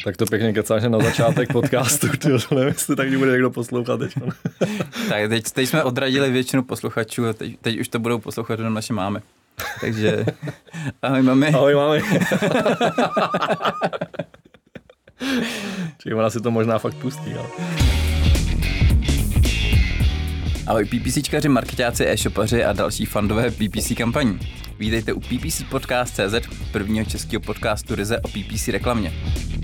Tak to pěkně kecáš na začátek podcastu, nevím, jestli tak bude někdo poslouchat teď. Tak teď jsme odradili většinu posluchačů a teď už to budou poslouchat jenom naše mámy. Takže ahoj mami. Ahoj mami. Čiže ona si to možná fakt pustí. Ale... Ahoj PPCčkaři, marketáci, e-shopaři a další fandové PPC kampaní. Vítejte u PPC Podcast.cz, prvního českého podcastu ryze o PPC reklamě.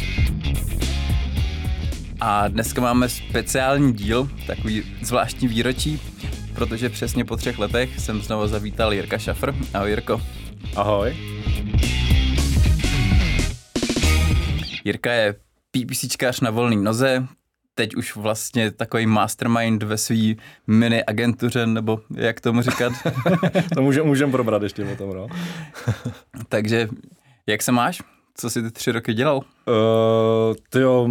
A dneska máme speciální díl, takový zvláštní výročí, protože přesně po 3 letech jsem znovu zavítal Jirka Šafr. Ahoj Jirko. Ahoj. Jirka je PPCčkař na volný noze, teď už vlastně takový mastermind ve svý mini agentuře, nebo jak tomu říkat. To můžeme probrat ještě o tom, no. Takže, jak se máš? Co jsi ty 3 roky dělal? Tyjo,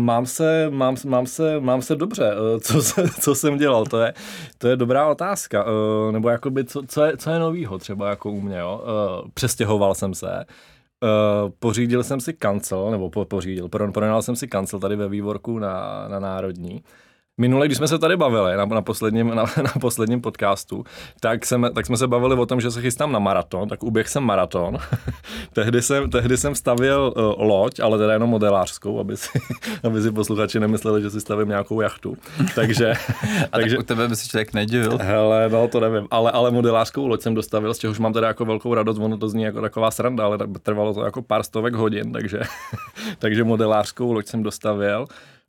mám se dobře. Co jsem dělal? To je dobrá otázka. Nebo jakoby, co je novýho třeba jako u mě, jo? Přestěhoval jsem se. Pořídil jsem si kancel, nebo pronajal jsem si kancel tady ve Vývorku na Národní. Minule, když jsme se tady bavili na posledním podcastu, tak jsme se bavili o tom, že se chystám na maraton, tak uběhl jsem maraton. tehdy jsem stavěl loď, ale teda jenom modelářskou, aby si posluchači nemysleli, že si stavím nějakou jachtu. Takže tak u tebe by si člověk nedivil. Hele, no to nevím, ale modelářskou loď jsem dostavil, z čehož mám teda jako velkou radost, ono to zní jako taková sranda, ale trvalo to jako pár stovek hodin, takže modelářskou loď jsem dostavil.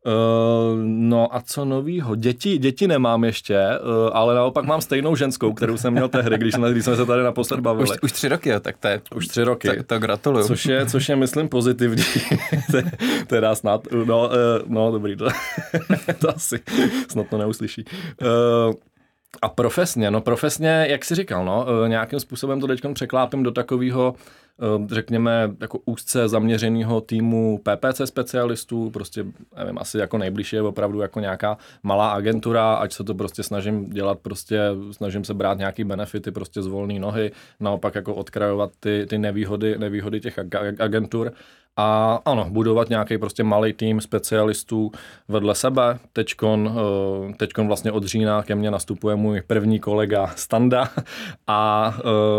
No a co novýho? Děti nemám ještě, ale naopak mám stejnou ženskou, kterou jsem měl tehdy, když jsme se tady naposled bavili. Už 3 roky, jo, tak to je... Už 3 roky. To gratuluju. Což je myslím pozitivní. Teda snad, no dobrý, to asi snad to neuslyší. A profesně, jak jsi říkal, nějakým způsobem to teďkom překlápím do takového, řekněme, jako úzce zaměřeného týmu PPC specialistů, prostě, nevím, asi jako nejbližší je opravdu jako nějaká malá agentura, ať se to prostě snažím dělat, prostě snažím se brát nějaký benefity prostě z volné nohy, naopak jako odkrajovat ty nevýhody těch agentur. A ano, budovat nějaký prostě malý tým specialistů vedle sebe. Teďkon vlastně od října ke mně nastupuje můj první kolega Standa a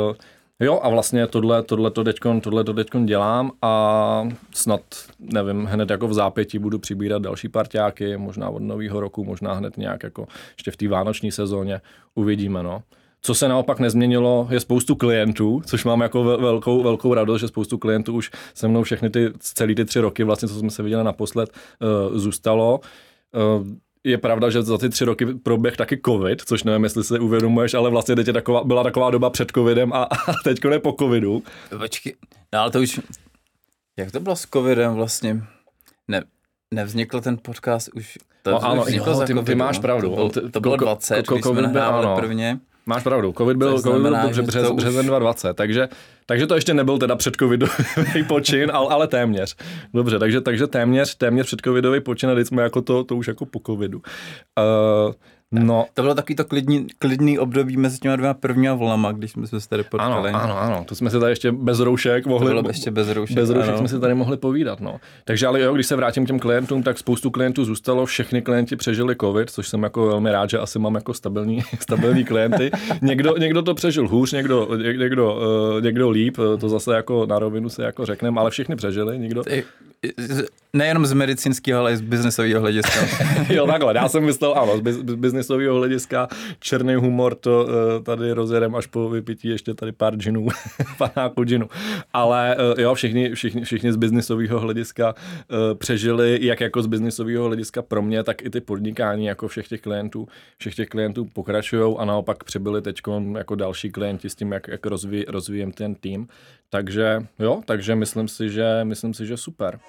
a vlastně tohle to teďkon dělám a snad, nevím, hned jako v zápětí budu přibírat další parťáky, možná od nového roku, možná hned nějak jako ještě v té vánoční sezóně, uvidíme, no. Co se naopak nezměnilo, je spoustu klientů, což mám jako velkou radost, že spoustu klientů už se mnou celý ty 3 roky, vlastně, co jsme se viděli naposled, zůstalo. Je pravda, že za ty 3 roky proběh taky covid, což nevím, jestli si uvědomuješ, ale vlastně teď byla taková doba před covidem a teďko je po covidu. Počkej, no ale to už, jak to bylo s covidem vlastně? Nevznikl ten podcast už, ty máš pravdu. To bylo 20, když jsme nahrávali prvně. Máš pravdu, covid byl březen 2020, takže to ještě nebyl teda předcovidový počin, ale téměř. Dobře, takže téměř předcovidový počin a teď jsme jako to už jako po covidu. No. To bylo takový to klidný období mezi těma 2 prvníma vlnama, když jsme se tady potkali. Ano, to jsme se tady ještě bez roušek bez roušek jsme si tady mohli povídat, no. Takže ale jo, když se vrátím k těm klientům, tak spoustu klientů zůstalo, všechny klienti přežili covid, což jsem jako velmi rád, že asi mám jako stabilní klienty. Někdo to přežil hůř, někdo líp, to zase jako na rovinu se jako řekneme, ale všichni přežili, nikdo. Nejenom z medicínského, ale i z biznesového hlediska. Jo, takhle, já jsem myslel, ano, z biznesového hlediska, černý humor, to tady rozjedem až po vypití ještě tady pár džinů, panáku džinu. Ale jo, všichni z biznesového hlediska přežili, jak jako z biznesového hlediska pro mě, tak i ty podnikání jako všech těch klientů pokračujou a naopak přibyli teďkon jako další klienti s tím, jak rozvíjem ten tým. Takže jo, myslím si, že super.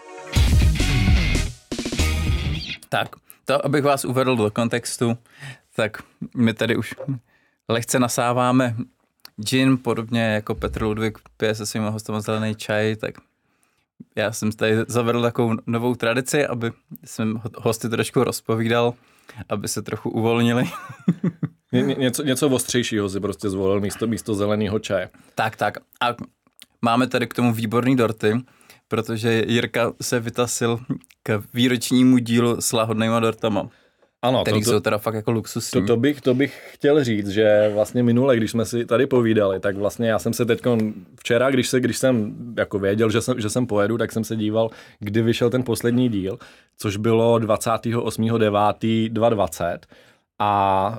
Tak, to abych vás uvedl do kontextu, tak my tady už lehce nasáváme gin, podobně jako Petr Ludvík pije se svým hostem zelený čaj, tak já jsem tady zavedl takovou novou tradici, aby jsem hosty trošku rozpovídal, aby se trochu uvolnili. Něco ostřejšího si prostě zvolil místo zeleného čaje. Tak. A máme tady k tomu výborný dorty. protože Jirka se vytasil k výročnímu dílu s lahodnýma dortama. Ano, který jsou teda fakt jako luxusní. To bych chtěl říct, že vlastně minule, když jsme si tady povídali, tak vlastně já jsem se teďko včera, když jsem jako věděl, že jsem pojedu, tak jsem se díval, kdy vyšel ten poslední díl, což bylo 28.9.2020. A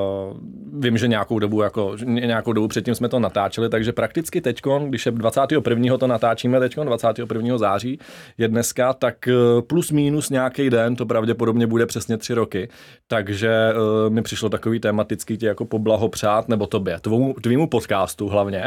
vím, že nějakou dobu předtím jsme to natáčeli, takže prakticky teďkon, když je 21. to natáčíme teďkon, 21. září je dneska, tak plus minus nějaký den, to pravděpodobně bude přesně 3 roky, takže mi přišlo takový tematický tě jako poblahopřát, nebo tobě, tvýmu podcastu hlavně,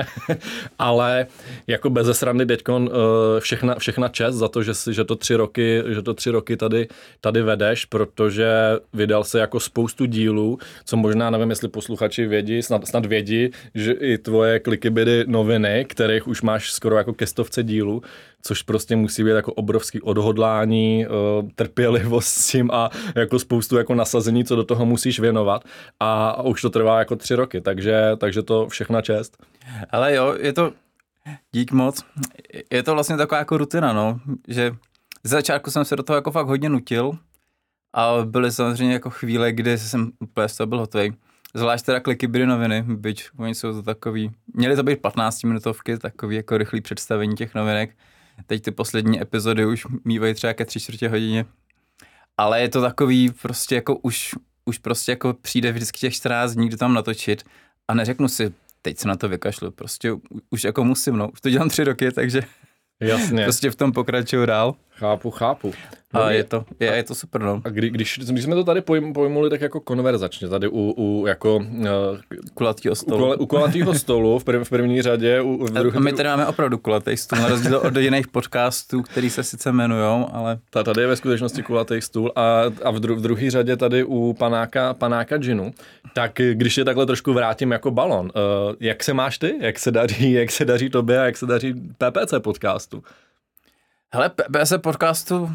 ale jako beze srandy teďkon všechna čest za to, že to 3 roky tady vedeš, protože vydal se jako spoustu dílů, co možná, nevím, jestli posluchači vědí, snad vědí, že i tvoje kliky byly noviny, kterých už máš skoro jako ke 100 dílů, což prostě musí být jako obrovský odhodlání, trpělivost s tím a jako spoustu jako nasazení, co do toho musíš věnovat a už to trvá jako 3 roky, takže to všechna čest. Ale jo, je to, dík moc, je to vlastně taková jako rutina, no, že z začátku jsem se do toho jako fakt hodně nutil, a byly samozřejmě jako chvíle, kdy jsem úplně z toho byl hotový. Zvlášť teda kliky byly noviny, byť oni jsou to takový, měly to být 15-minutovky, takový jako rychlý představení těch novinek. Teď ty poslední epizody už mývají třeba ke 3/4 hodině. Ale je to takový prostě jako už prostě jako přijde vždycky těch 14 dní, kdy tam natočit a neřeknu si, teď se na to vykašlu, prostě už jako musím, no. Už to dělám 3 roky, takže jasně. Prostě v tom pokračuju dál. Chápu. No a je to super, no. A když jsme to tady pojmuli tak jako konverzačně, tady u jako kulatýho stolu. U kulatýho stolu v první řadě. A my tady máme opravdu kulatý stůl, na rozdíl od jiných podcastů, který se sice jmenujou, ale... Tady je ve skutečnosti kulatý stůl a v druhé řadě tady u panáka Ginu. Tak když je takhle trošku vrátím jako balon, jak se máš ty? Jak se daří tobě a jak se daří PPC podcastu? Hele, PPC podcastu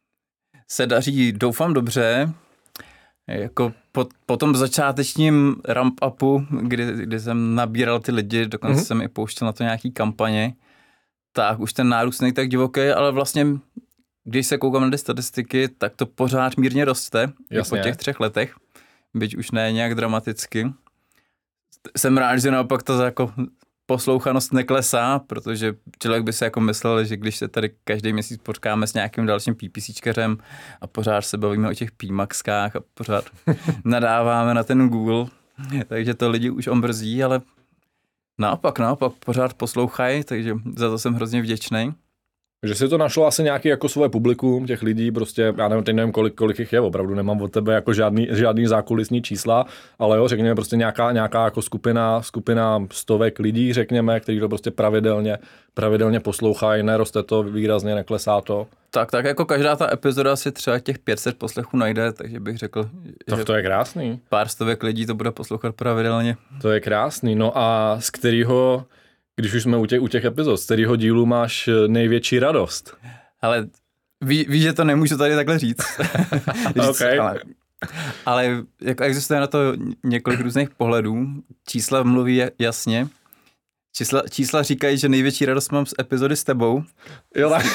se daří, doufám, dobře. Jako po tom začátečním ramp-upu, kdy jsem nabíral ty lidi, dokonce jsem i pouštěl na to nějaký kampaně, tak už ten nárůst není tak divoký, ale vlastně, když se koukám na ty statistiky, tak to pořád mírně roste po těch 3 letech, byť už ne nějak dramaticky. Jsem rád, že naopak to jako poslouchanost neklesá, protože člověk by si jako myslel, že když se tady každý měsíc potkáme s nějakým dalším PPCčkařem a pořád se bavíme o těch PMAXkách a pořád nadáváme na ten Google, takže to lidi už omrzí, ale naopak pořád poslouchají, takže za to jsem hrozně vděčný. Že si to našlo asi nějaký jako svoje publikum těch lidí, prostě, já nevím, kolik jich je, opravdu nemám od tebe jako žádný zákulisní čísla, ale jo, řekněme prostě nějaká jako skupina stovek lidí, řekněme, kteří to prostě pravidelně poslouchají, neroste to výrazně, neklesá to. Tak jako každá ta epizoda si třeba těch 500 poslechů najde, takže bych řekl, že to je krásný. Pár stovek lidí to bude poslouchat pravidelně. To je krásný, no a z kterého, když už jsme u těch epizod, z kterého dílu máš největší radost? Ale víš, že to nemůžu tady takhle říct. Okay. Ale jako existuje na to několik různých pohledů. Čísla mluví jasně. Čísla říkají, že největší radost mám z epizody s tebou. Jo, tak.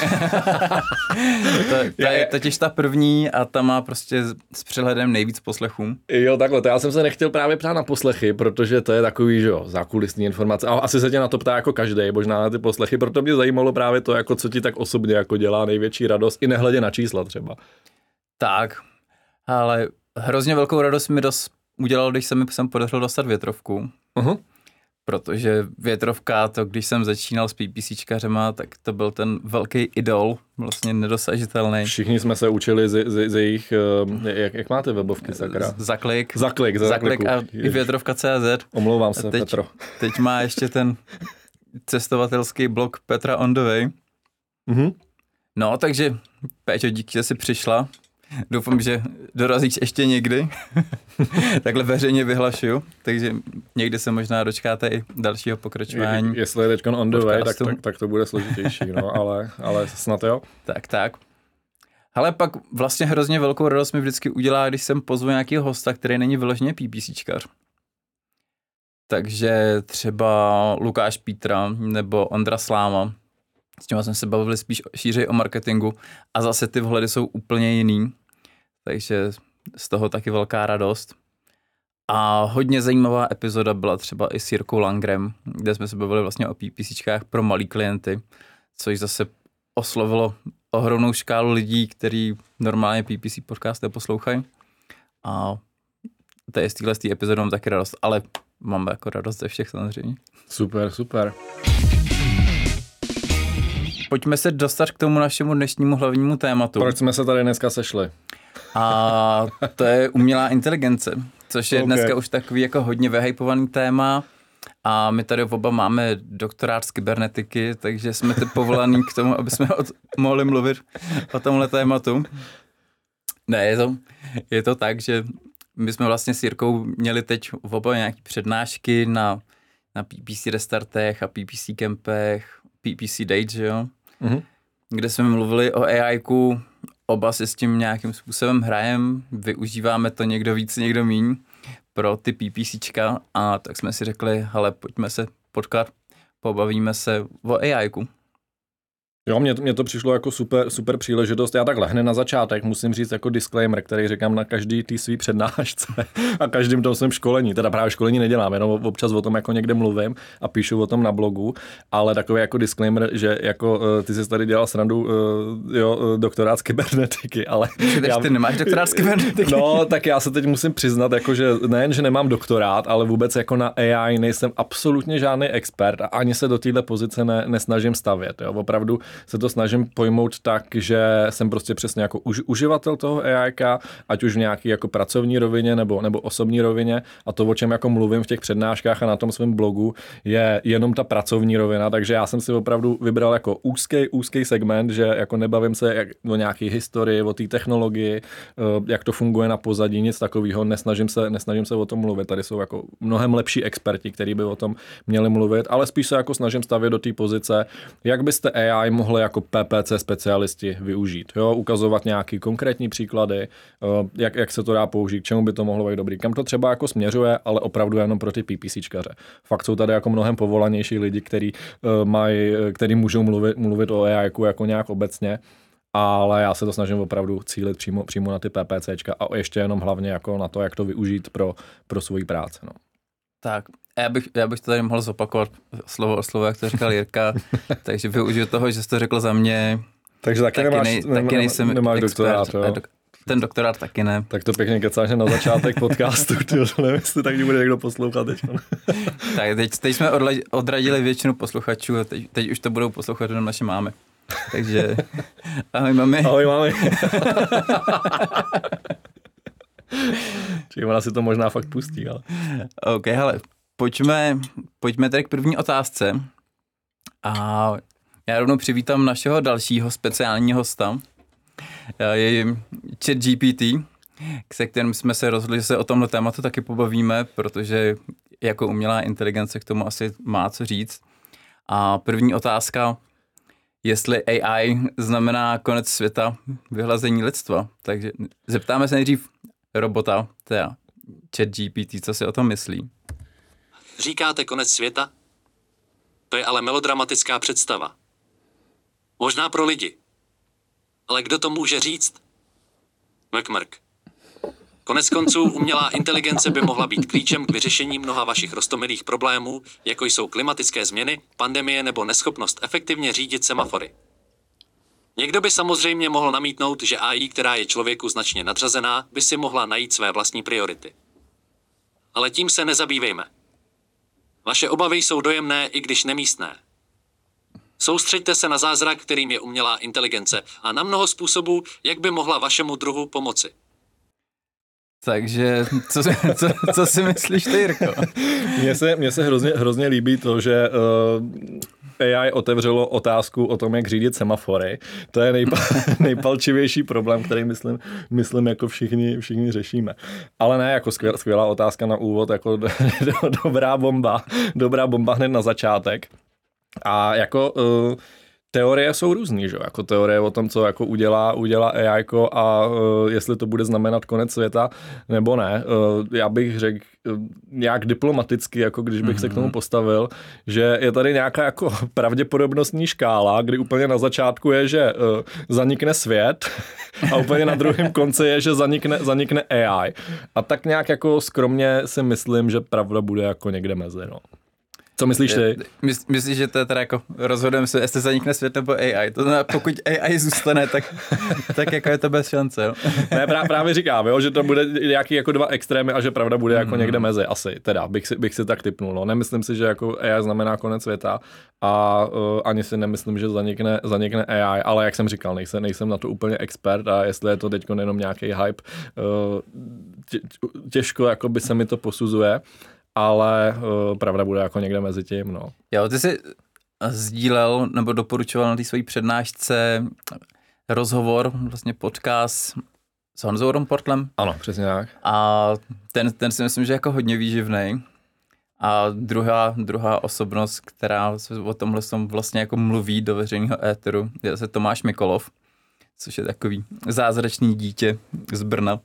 Ta je totiž ta první a ta má prostě s přehledem nejvíc poslechů. Jo, takhle, to já jsem se nechtěl právě ptát na poslechy, protože to je takový, že jo, zákulisní informace. A asi se tě na to ptá jako každý, možná na ty poslechy, proto mě zajímalo právě to, jako co ti tak osobně jako dělá největší radost, i nehledě na čísla třeba. Tak, ale hrozně velkou radost mi udělal, když se mi podařilo dostat větrovku. Protože větrovka, to když jsem začínal s PPCčkařema, tak to byl ten velký idol, vlastně nedosažitelný. Všichni jsme se učili z jejich, jak máte webovky, sakra? Zaklik a i větrovka.cz. Omlouvám se, Petro. Teď má ještě ten cestovatelský blog Petra on the way. No, takže Péťo, díky, že jsi přišla. Doufám, že dorazíš ještě někdy. Takhle veřejně vyhlašuju. Takže někdy se možná dočkáte i dalšího pokračování. Jestli je teď on the way, tak to bude složitější, no, ale snad jo. Tak. Ale pak vlastně hrozně velkou radost mi vždycky udělá, když jsem pozvu nějakého hosta, který není vyloženě PPCčkař. Takže třeba Lukáš Pítra nebo Ondra Sláma. s čím jsme se bavili spíš šířej o marketingu a zase ty vhledy jsou úplně jiný, takže z toho taky velká radost. A hodně zajímavá epizoda byla třeba i s Jirkou Langrem, kde jsme se bavili vlastně o PPCčkách pro malý klienty, což zase oslovilo ohromnou škálu lidí, kteří normálně PPC podcast neposlouchají. A to je z téhle epizody mám taky radost, ale mám jako radost ze všech samozřejmě. Super, super. Pojďme se dostat k tomu našemu dnešnímu hlavnímu tématu. Proč jsme se tady dneska sešli? A to je umělá inteligence, což je dneska už takový jako hodně vyhypovaný téma. A my tady oba máme doktorát z kybernetiky, takže jsme teď povolaný k tomu, aby jsme mohli mluvit o tomhle tématu. Ne, je to tak, že my jsme vlastně s Jirkou měli teď oba nějaké přednášky na PPC restartech a PPC campech, PPC Dates, že jo? Kde jsme mluvili o AIku, oba si s tím nějakým způsobem hrajeme, využíváme to někdo víc, někdo míň pro ty PPCčka a tak jsme si řekli, hele, pojďme se potkat, pobavíme se o AIku. Jo, mně to přišlo jako super příležitost. Já takhle hned na začátek musím říct jako disclaimer, který říkám na každý té svý přednášce a každým tom svém školení. Teda právě školení nedělám, jenom občas o tom jako někde mluvím a píšu o tom na blogu, ale takový jako disclaimer, že jako ty jsi tady dělal srandu, doktorát z kybernetiky, ale... Ty nemáš doktorát z kybernetiky? No, tak já se teď musím přiznat, jako, že nejen, že nemám doktorát, ale vůbec jako na AI nejsem absolutně žádný expert a ani se do téhle pozice nesnažím stavět. Jo. Opravdu se to snažím pojmout tak, že jsem prostě přesně jako uživatel toho AIka, ať už v nějaký jako pracovní rovině nebo osobní rovině a to, o čem jako mluvím v těch přednáškách a na tom svém blogu, je jenom ta pracovní rovina, takže já jsem si opravdu vybral jako úzký segment, že jako nebavím se o nějaký historii, o té technologii, jak to funguje na pozadí, nic takového, nesnažím se o tom mluvit. Tady jsou jako mnohem lepší experti, kteří by o tom měli mluvit, ale spíš se jako snažím stavět do té pozice, jak byste AI mohli jako PPC specialisti využít. Jo? Ukazovat nějaký konkrétní příklady, jak se to dá použít, k čemu by to mohlo být dobrý, kam to třeba jako směřuje, ale opravdu jenom pro ty PPCčkaře. Fakt jsou tady jako mnohem povolanější lidi, který můžou mluvit o AIku jako nějak obecně, ale já se to snažím opravdu cílit přímo na ty PPCčka a ještě jenom hlavně jako na to, jak to využít pro svoji práci. No. Tak, já bych to tady mohl zopakovat slovo o slovo, jak to říkal Jirka, takže využiju toho, že jsi to řekl za mě. Takže taky nemáš doktorát, jo? Ten doktorát taky ne. Tak to pěkně kecáš na začátek podcastu, nevím, jestli tak bude někdo poslouchat teď. Tak teď jsme odradili většinu posluchačů a teď už to budou poslouchat jenom naše mámy. Takže ahoj mami. Ahoj mami. Čiže ona si to možná fakt pustí, ale... OK, hele, pojďme tedy k první otázce. A já rovnou přivítám našeho dalšího speciálního hosta. Je ChatGPT, se kterým jsme se rozhodli, že se o tomhle tématu taky pobavíme, protože jako umělá inteligence k tomu asi má co říct. A první otázka, jestli AI znamená konec světa, vyhlazení lidstva. Takže zeptáme se nejdřív robota, teda ChatGPT, co si o tom myslí. Říkáte konec světa? To je ale melodramatická představa. Možná pro lidi. Ale kdo to může říct? Mrk. Konec konců umělá inteligence by mohla být klíčem k vyřešení mnoha vašich roztomilých problémů, jako jsou klimatické změny, pandemie nebo neschopnost efektivně řídit semafory. Někdo by samozřejmě mohl namítnout, že AI, která je člověku značně nadřazená, by si mohla najít své vlastní priority. Ale tím se nezabývejme. Vaše obavy jsou dojemné, i když nemístné. Soustřeďte se na zázrak, kterým je umělá inteligence a na mnoho způsobů, jak by mohla vašemu druhu pomoci. Takže co si myslíš ty, Jirko? Mně se hrozně líbí to, že AI otevřelo otázku o tom, jak řídit semafory. To je nejpalčivější problém, který myslím jako všichni řešíme. Ale ne, jako skvělá otázka na úvod, jako dobrá bomba hned na začátek. A jako teorie jsou různý, že? Jako teorie o tom, co jako udělá AI a jestli to bude znamenat konec světa nebo ne. Já bych řekl nějak diplomaticky, jako když bych se k tomu postavil, že je tady nějaká jako pravděpodobnostní škála, kdy úplně na začátku je, že zanikne svět a úplně na druhém konci je, že zanikne AI. A tak nějak jako skromně si myslím, že pravda bude jako někde mezi, no. Co myslíš ty? Myslíš, že to je teda jako rozhodujeme se, jestli zanikne svět nebo AI. To znamená, pokud AI zůstane, tak jako je to bez šance. Jo? Ne, právě říkám, jo, že to bude nějaký jako dva extrémy a že pravda bude jako někde mezi. Asi, teda, bych si tak tipnul. No. Nemyslím si, že jako AI znamená konec světa a ani si nemyslím, že zanikne AI, ale jak jsem říkal, nejsem na to úplně expert a jestli je to teď jenom nějaký hype, těžko jako by se mi to posuzuje. Ale pravda bude jako někde mezi tím, no. Jo, ty jsi sdílel nebo doporučoval na té své přednášce rozhovor, vlastně podcast s Honzou Romportlem. Ano, přesně tak. A ten si myslím, že je jako hodně výživný. A druhá osobnost, která o tomhle vlastně jako mluví do veřejného éteru, je zase Tomáš Mikolov, což je takový zázračný dítě z Brna.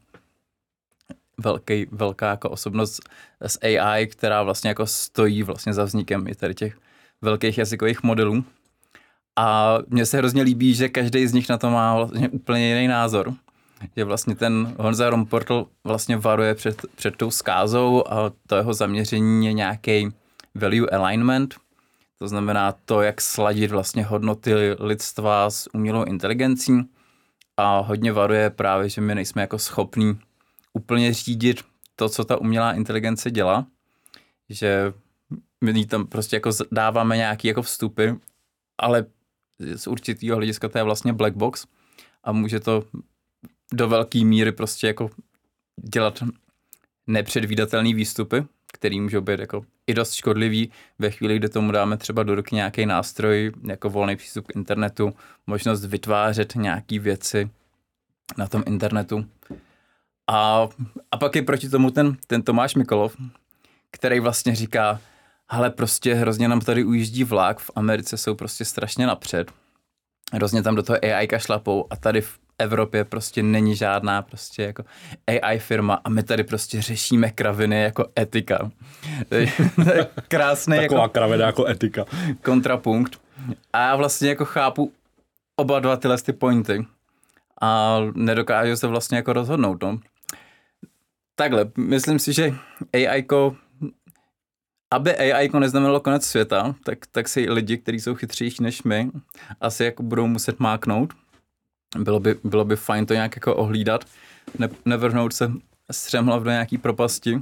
Velká jako osobnost z AI, která vlastně jako stojí vlastně za vznikem i tady těch velkých jazykových modelů. A mně se hrozně líbí, že každý z nich na to má vlastně úplně jiný názor. Že vlastně ten Honza Romportl vlastně varuje před tou zkázou a to jeho zaměření je nějaký value alignment. To znamená to, jak sladit vlastně hodnoty lidstva s umělou inteligencí. A hodně varuje právě, že my nejsme jako schopní úplně řídit to, co ta umělá inteligence dělá, že my tam prostě jako dáváme nějaký jako vstupy, ale z určitého hlediska to je vlastně black box a může to do velké míry prostě jako dělat nepředvídatelné výstupy, který můžou být jako i dost škodlivý ve chvíli, kdy tomu dáme třeba do ruky nějaký nástroj, jako volný přístup k internetu, možnost vytvářet nějaký věci na tom internetu. A pak je proti tomu ten Tomáš Mikolov, který vlastně říká, hele, prostě hrozně nám tady ujíždí vlak, v Americe jsou prostě strašně napřed, hrozně tam do toho AI šlapou a tady v Evropě prostě není žádná prostě jako AI firma a my tady prostě řešíme kraviny jako etika. To je krásný taková jako kravina jako etika. Kontrapunkt. A já vlastně jako chápu oba dva tyhle ty pointy a nedokážu se vlastně jako rozhodnout, no. Takhle, myslím si, že aby AI neznamenalo konec světa, tak si lidi, kteří jsou chytřejší než my, asi jako budou muset máknout. Bylo by fajn to nějak jako ohlídat, nevrhnout se střemhlav do nějaký propasti,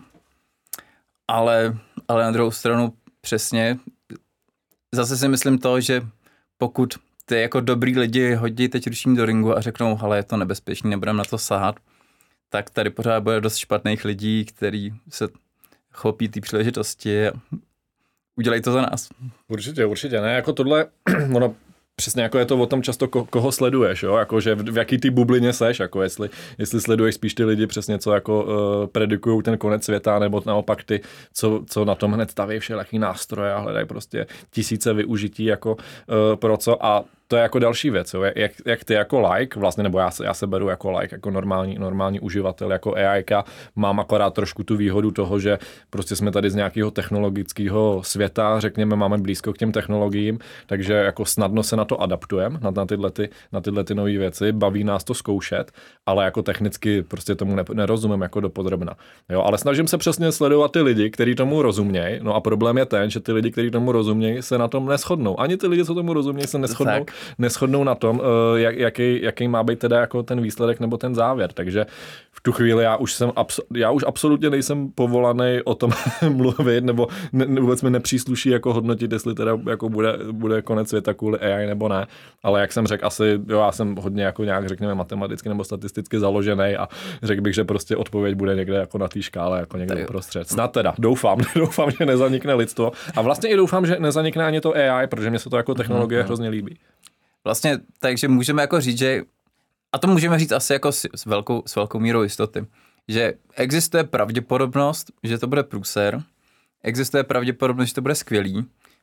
ale na druhou stranu přesně, zase si myslím to, že pokud ty jako dobrý lidi hodí teď ručení do ringu a řeknou, hele, je to nebezpečný, nebudeme na to sahat, tak tady pořád bude dost špatných lidí, kteří se chopí té příležitosti a udělají to za nás. Určitě, ne, jako tohle, ono přesně jako je to o tom často, koho sleduješ, jo, jako že v jaký ty bublině seš, jako jestli sleduješ spíš ty lidi přesně, co jako predikujou ten konec světa, nebo naopak ty, co na tom hned staví všelijaký nástroje a hledají prostě tisíce využití jako pro co a to je jako další věc, jo. Jak ty jako like, vlastně, nebo já se beru jako like, jako normální uživatel, jako AIka, mám akorát trošku tu výhodu toho, že prostě jsme tady z nějakého technologického světa, řekněme, máme blízko k těm technologiím, takže jako snadno se na to adaptujeme, na tyhle ty nové věci, baví nás to zkoušet, ale jako technicky prostě tomu nerozumím jako dopodrobna. Jo, ale snažím se přesně sledovat ty lidi, kteří tomu rozumějí, no a problém je ten, že ty lidi, kteří tomu rozumějí, se na tom neshodnou. Ani ty lidi, co tomu rozumějí, se neshodnou na tom, jaký má být teda jako ten výsledek nebo ten závěr. Takže v tu chvíli já už absolutně nejsem povolaný o tom mluvit, nebo vůbec mi nepřísluší jako hodnotit, jestli teda jako bude konec světa kvůli AI nebo ne. Ale jak jsem řekl, asi já jsem hodně jako nějak řekněme matematicky nebo statisticky založený a řekl bych, že prostě odpověď bude někde jako na té škále, jako někde uprostřed. Snad teda, doufám, že nezanikne lidstvo. A vlastně i doufám, že nezanikne ani to AI, protože mě se to jako technologie hrozně líbí. Vlastně, takže můžeme jako říct, že, a to můžeme říct asi jako s velkou mírou jistoty, že existuje pravděpodobnost, že to bude průser, existuje pravděpodobnost, že to bude skvělý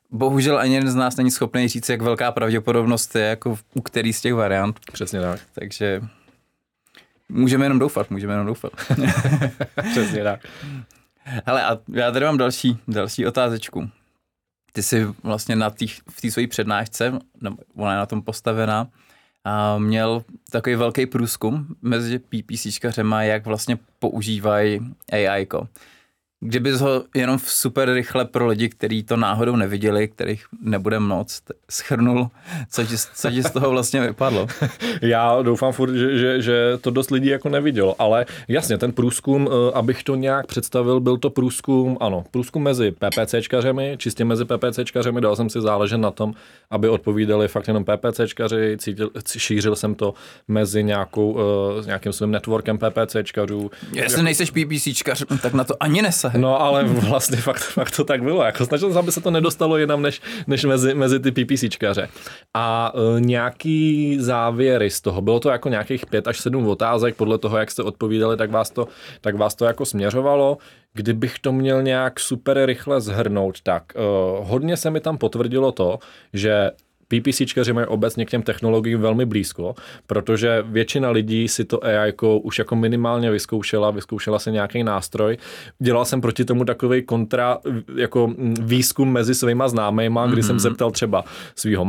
bohužel ani jeden z nás není schopný říct, jak velká pravděpodobnost je jako u který z těch variant. Přesně tak. Takže můžeme jenom doufat. Přesně tak. Hele, a já tady mám další otázečku. Ty jsi vlastně v té své přednášce, ona je na tom postavená, a měl takový velký průzkum mezi PPCčkařema, jak vlastně používají AI-ko. Kdybys ho jenom super rychle pro lidi, kteří to náhodou neviděli, kterých nebude moc, shrnul, co ti z toho vlastně vypadlo? Já doufám furt, že to dost lidí jako nevidělo, ale jasně, ten průzkum, abych to nějak představil, byl to průzkum mezi PPCčkařemi, čistě mezi PPCčkařemi, dal jsem si záležet na tom, aby odpovídali fakt jenom PPCčkaři, šířil jsem to mezi nějakým svým networkem PPCčkařů. Jestli nejseš PPCčkař, tak na to ani nesahej. No ale vlastně fakt to tak bylo. Jako snažil jsem, aby se to nedostalo jinam než mezi ty PPCčkaře. A nějaký závěry z toho, bylo to jako nějakých 5 až 7 otázek, podle toho, jak jste odpovídali, tak vás to jako směřovalo. Kdybych to měl nějak super rychle zhrnout, tak hodně se mi tam potvrdilo to, že PPCčkaři mají obecně k těm technologiím velmi blízko, protože většina lidí si to AI už jako minimálně vyzkoušela si nějaký nástroj. Dělal jsem proti tomu takovej jako výzkum mezi svýma známejma, kdy jsem zeptal třeba svýho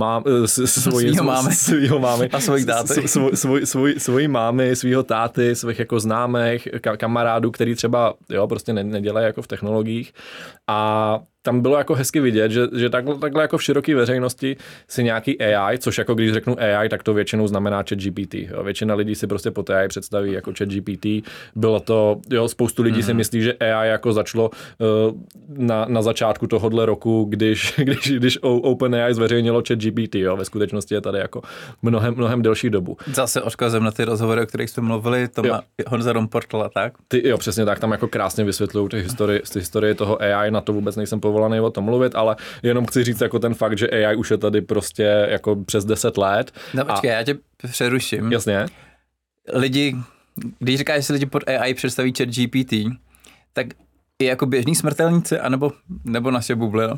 mámy a svých táty. Svojí mámy, svýho táty, svých jako známých, kamarádů, který třeba prostě nedělají jako v technologiích. A tam bylo jako hezky vidět, že takhle jako v široké veřejnosti si nějaký AI, což jako když řeknu AI, tak to většinou znamená ChatGPT. Většina lidí si prostě pod AI představí jako ChatGPT. Bylo to, spoustu lidí si myslí, že AI jako začalo na začátku tohohle roku, když OpenAI zveřejnilo ChatGPT. Ve skutečnosti je tady jako mnohem delší dobu. Zase odkazem na ty rozhovory, o kterých jsme mluvili, to má Honza Romportla, tak? Přesně tak, tam jako krásně vysvětlují ty historie toho AI, na to vůbec nejsem povolaný o tom mluvit, ale jenom chci říct jako ten fakt, že AI už je tady prostě jako přes 10 let. No počkej, já tě přeruším. Jasně. Lidi, když říkáš, že si lidi pod AI představí ChatGPT, tak i jako běžní smrtelníci, nebo naše bublina?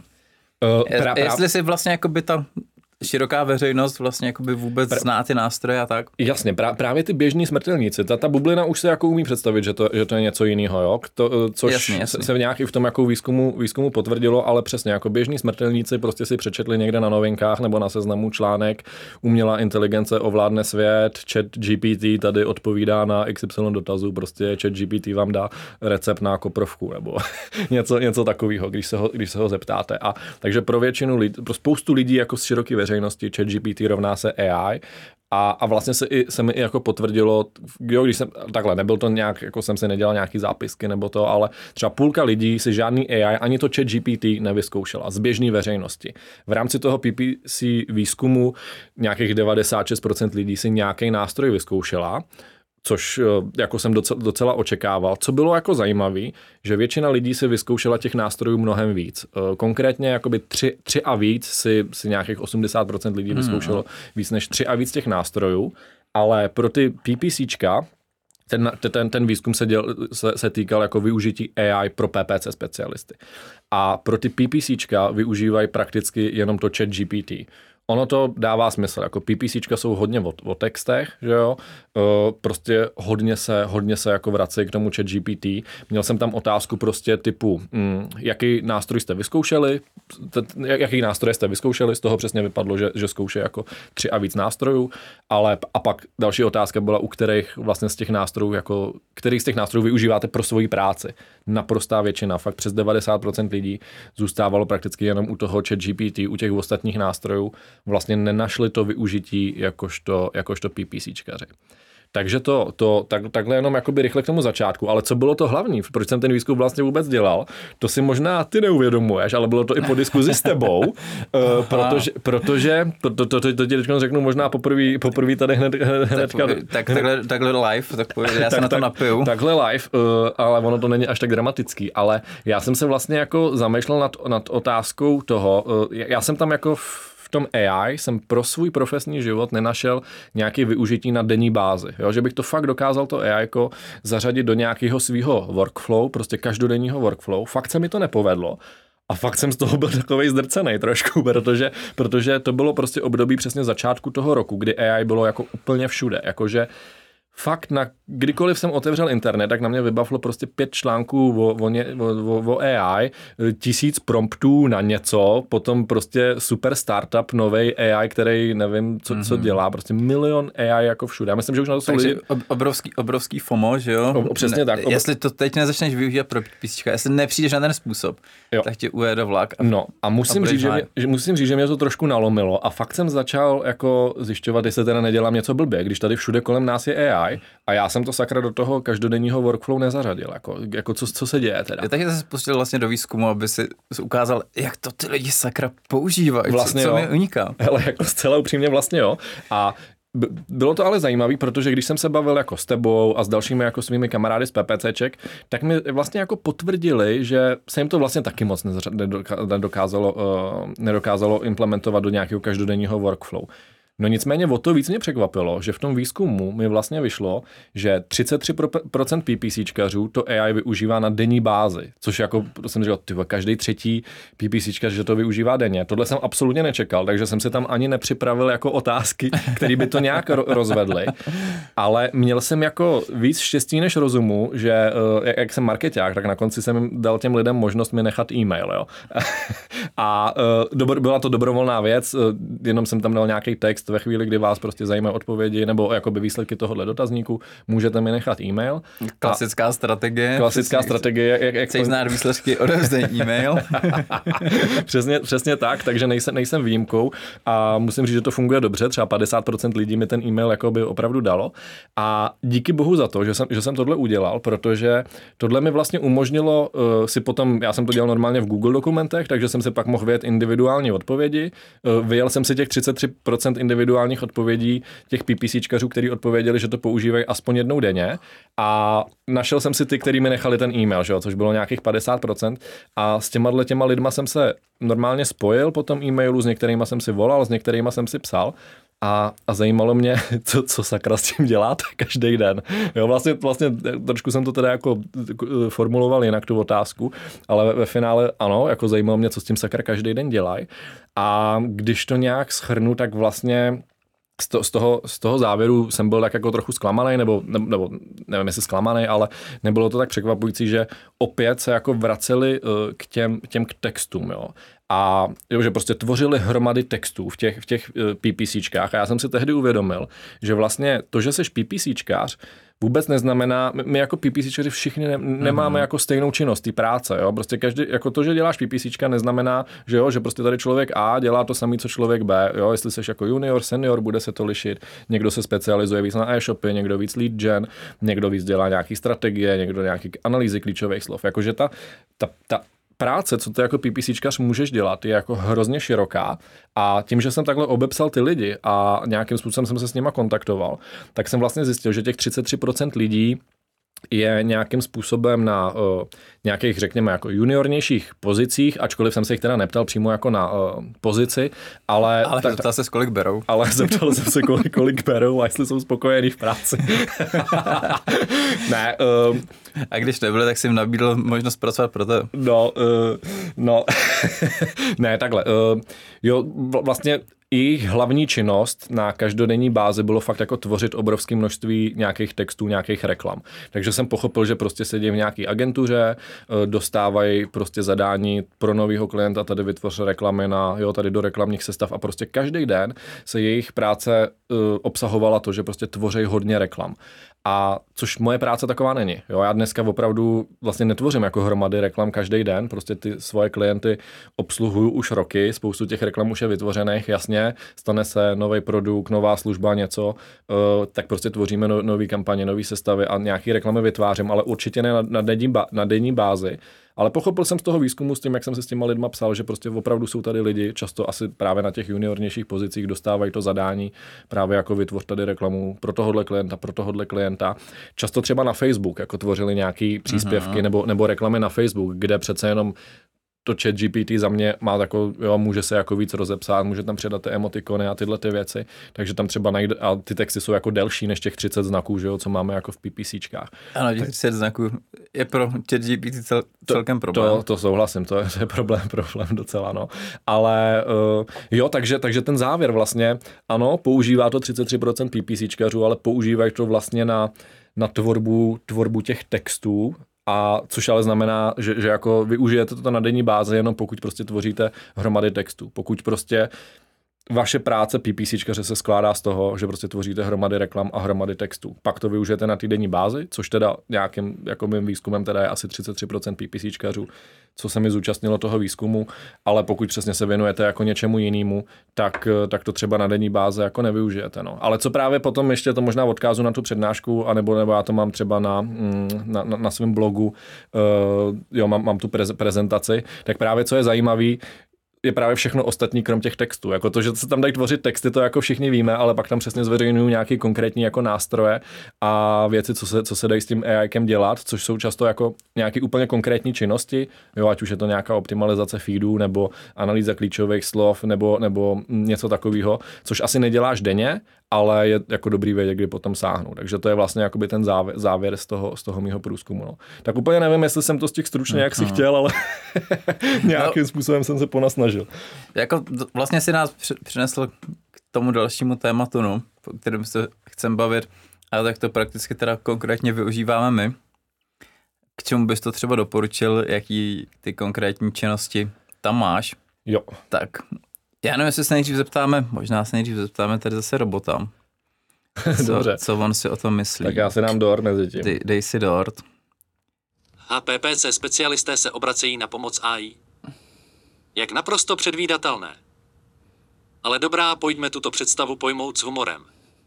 Jestli si vlastně jakoby ta široká veřejnost vlastně jakoby vůbec zná ty nástroje a tak. Jasně, právě ty běžní smrtelníci, ta bublina už se jako umí představit, že to je něco jiného, jo? Což jasně. Se nějak i v tom jako výzkumu potvrdilo, ale přesně jako běžní smrtelníci prostě si přečetli někde na novinkách nebo na Seznamu článek, umělá inteligence ovládne svět, ChatGPT tady odpovídá na XY dotazů, prostě ChatGPT vám dá recept na koprovku nebo něco takového, když se ho zeptáte. A takže pro většinu lidí, pro spoustu lidí jako z široké veřejnosti ChatGPT rovná se AI a vlastně se mi i jako potvrdilo, když jsem takhle, nebyl to nějak, jako jsem si nedělal nějaký zápisky nebo to, ale třeba půlka lidí si žádný AI, ani to ChatGPT nevyzkoušela z běžné veřejnosti. V rámci toho PPC výzkumu nějakých 96% lidí si nějaký nástroj vyzkoušela, což jako jsem docela očekával. Co bylo jako zajímavé, že většina lidí si vyzkoušela těch nástrojů mnohem víc. Konkrétně jakoby 3 a víc si nějakých 80% lidí vyzkoušelo víc než 3 a víc těch nástrojů, ale pro ty PPCčka ten výzkum se týkal jako využití AI pro PPC specialisty. A pro ty PPCčka využívají prakticky jenom to ChatGPT. Ono to dává smysl, jako PPCčka jsou hodně o textech, že jo, prostě hodně se jako vracejí k tomu ChatGPT. Měl jsem tam otázku prostě typu, jaký nástroj jste vyzkoušeli, z toho přesně vypadlo, že zkoušejí jako 3 a víc nástrojů, a pak další otázka byla, u kterých vlastně z těch nástrojů, jako, kterých z těch nástrojů využíváte pro svoji práci. Naprostá většina, fakt přes 90% lidí zůstávalo prakticky jenom u toho ChatGPT, u těch ostatních nástrojů vlastně nenašli to využití jakožto PPCčkaři. Takže takhle jenom jakoby rychle k tomu začátku, ale co bylo to hlavní, proč jsem ten výzkum vlastně vůbec dělal, to si možná ty neuvědomuješ, ale bylo to i po diskuzi s tebou, protože to ti teď řeknu možná poprvé tady hnedka. Takhle live, já se na to napiju. Takhle live, ale ono to není až tak dramatický, ale já jsem se vlastně jako zamýšlel nad otázkou toho, já jsem tam jako v tom AI jsem pro svůj profesní život nenašel nějaké využití na denní bázi. Jo? Že bych to fakt dokázal to AI zařadit do nějakého svého workflow, prostě každodenního workflow. Fakt se mi to nepovedlo. A fakt jsem z toho byl takovej zdrcenej trošku, protože to bylo prostě období přesně začátku toho roku, kdy AI bylo jako úplně všude, jakože fakt kdykoliv jsem otevřel internet, tak na mě vybavilo prostě 5 článků o AI, 1000 promptů na něco, potom prostě super startup, novej AI, který nevím, co dělá, prostě milion AI jako všude. Já myslím, že už na to jsou lidi. Obrovský FOMO, že jo? Přesně tak. Jestli to teď nezačneš využívat pro písíčka, jestli nepřijdeš na ten způsob, tak tě ujede vlak. A musím říct, že mě to trošku nalomilo a fakt jsem začal jako zjišťovat, jestli teda nedělám něco blbě, když tady všude kolem nás je AI a já jsem to sakra do toho každodenního workflow nezařadil, jako co se děje teda. Já taky jsem se pustil vlastně do výzkumu, aby si ukázal, jak to ty lidi sakra používají, vlastně co mi uniká. Hele, jako zcela upřímně vlastně jo. A bylo to ale zajímavé, protože když jsem se bavil jako s tebou a s dalšími jako svými kamarády z PPCček, tak mi vlastně jako potvrdili, že se jim to vlastně taky moc nedokázalo implementovat do nějakého každodenního workflow. No nicméně o to víc mě překvapilo, že v tom výzkumu mi vlastně vyšlo, že 33% PPCčkařů to AI využívá na denní bázi, což jako jsem říkal, každý třetí PPCčkař, že to využívá denně. Tohle jsem absolutně nečekal, takže jsem si tam ani nepřipravil jako otázky, které by to nějak rozvedly, ale měl jsem jako víc štěstí než rozumu, že jak jsem markeťák, tak na konci jsem dal těm lidem možnost mi nechat e-mail, jo. A byla to dobrovolná věc, jenom jsem tam dal nějaký text, ve chvíli, kdy vás prostě zajímají odpovědi nebo jakoby výsledky tohohle dotazníku, můžete mi nechat e-mail. Klasická strategie. Jak chceš znát výsledky, odevzdej e-mail. přesně tak, takže nejsem výjimkou a musím říct, že to funguje dobře, třeba 50% lidí mi ten e-mail jakoby opravdu dalo a díky bohu za to, že jsem tohle udělal, protože tohle mi vlastně umožnilo si potom, já jsem to dělal normálně v Google dokumentech, takže jsem si pak mohl vyjet individuální odpovědi, vyjel jsem si těch 33% individuálních odpovědí těch PPCčkařů, kteří odpověděli, že to používají aspoň jednou denně a našel jsem si ty, který mi nechali ten e-mail, že jo, což bylo nějakých 50% a s těma lidma jsem se normálně spojil po tom e-mailu, s některýma jsem si volal, s některýma jsem si psal a zajímalo mě, co sakra s tím děláte každý den. Jo, vlastně trošku jsem to teda jako formuloval jinak tu otázku, ale ve finále ano, jako zajímalo mě, co s tím sakra každý den dělají. A když to nějak shrnu, tak vlastně z toho závěru jsem byl tak jako trochu zklamaný, nebo nevím, jestli zklamaný, ale nebylo to tak překvapující, že opět se jako vraceli k těm textům, jo. A jo, že prostě tvořili hromady textů v těch PPCčkách a já jsem si tehdy uvědomil, že vlastně to, že seš PPCčkář, vůbec neznamená, my jako PPCčkaři všichni nemáme jako stejnou činnost, ty práce, jo, prostě každý, jako to, že děláš PPCčka neznamená, že jo, že prostě tady člověk A dělá to samé, co člověk B, jo, jestli seš jako junior, senior, bude se to lišit, někdo se specializuje víc na e-shopy, někdo víc lead gen, někdo víc dělá nějaký strategie, někdo nějaký analýzy klíčových slov, jakože ta práce, co ty jako PPCčkař můžeš dělat, je jako hrozně široká a tím, že jsem takhle obepsal ty lidi a nějakým způsobem jsem se s nima kontaktoval, tak jsem vlastně zjistil, že těch 33% lidí je nějakým způsobem na nějakých, řekněme, jako juniornějších pozicích, ačkoliv jsem se jich teda neptal přímo jako na pozici, ale zeptal se, kolik berou. Ale zeptal jsem se, kolik berou a jestli jsou spokojení v práci. Ne. A když nebyli, tak jsi jim nabídl možnost pracovat pro tebe. No. Ne, takhle. Jo, vlastně jejich hlavní činnost na každodenní bázi bylo fakt jako tvořit obrovské množství nějakých textů, nějakých reklam. Takže jsem pochopil, že prostě sedí v nějaký agentuře, dostávají prostě zadání pro novýho klienta, tady vytvořit reklamy tady do reklamních sestav a prostě každý den se jejich práce obsahovala to, že prostě tvoří hodně reklam. A což moje práce taková není. Jo, já dneska opravdu vlastně netvořím jako hromady reklam každý den, prostě ty svoje klienty obsluhuju už roky, spoustu těch reklam už je vytvořených, jasně, stane se nový produkt, nová služba, něco, tak prostě tvoříme nový kampaně, nový sestavy a nějaký reklamy vytvářím, ale určitě ne na denní bázi. Ale pochopil jsem z toho výzkumu s tím, jak jsem se s těma lidma psal, že prostě opravdu jsou tady lidi, často asi právě na těch juniornějších pozicích dostávají to zadání právě jako vytvoř tady reklamu pro tohohle klienta. Často třeba na Facebook, jako tvořili nějaký příspěvky nebo reklamy na Facebook, kde přece jenom to ChatGPT za mě má takovou, jo, může se jako víc rozepsat, může tam přidat ty emotikony a tyhle ty věci, takže tam třeba najde, a ty texty jsou jako delší než těch 30 znaků, že jo, co máme jako v PPCčkách. Ano, těch 30 znaků je pro ChatGPT celkem problém. To souhlasím, to je problém docela, no. Ale jo, takže ten závěr vlastně, ano, používá to 33% PPCčkařů, ale používají to vlastně na tvorbu těch textů, a což ale znamená, že jako využijete to na denní bázi jenom pokud prostě tvoříte hromady textů. Pokud prostě vaše práce PPCčkaře se skládá z toho, že prostě tvoříte hromady reklam a hromady textů. Pak to využijete na týdenní bázi, což teda nějakým jako mým výzkumem teda je asi 33% PPCčkařů, co se mi zúčastnilo toho výzkumu, ale pokud přesně se věnujete jako něčemu jinému, tak to třeba na denní báze jako nevyužijete. No. Ale co právě potom ještě to možná odkázu na tu přednášku, nebo já to mám třeba na svém blogu, jo, mám tu prezentaci, tak právě co je zajímavý, je právě všechno ostatní krom těch textů. Jako to, že se tam dají tvořit texty, to jako všichni víme, ale pak tam přesně zveřejňují nějaký konkrétní jako nástroje a věci, co se dají s tím AIkem dělat, což jsou často jako nějaké úplně konkrétní činnosti, jo, ať už je to nějaká optimalizace feedů nebo analýza klíčových slov nebo něco takového, což asi neděláš denně, ale je jako dobrý vědět, kdy potom sáhnu. Takže to je vlastně jakoby ten závěr z toho mýho průzkumu. No. Tak úplně nevím, jestli jsem to stihl stručně, jak si chtěl, ale nějakým způsobem jsem se ponasnažil. Jako vlastně si nás přinesl k tomu dalšímu tématu, no, o kterém se chcem bavit, ale tak to prakticky teda konkrétně využíváme my. K čemu bys to třeba doporučil, jaký ty konkrétní činnosti tam máš? Jo. Tak já nevím, jestli se nejdřív zeptáme, možná se nejdřív zeptáme tady zase robota. Co on si o tom myslí. Tak já si dám dort mezi tím. Dej si dort. HPPC specialisté se obracejí na pomoc AI. Jak naprosto předvídatelné. Ale dobrá, pojďme tuto představu pojmout s humorem.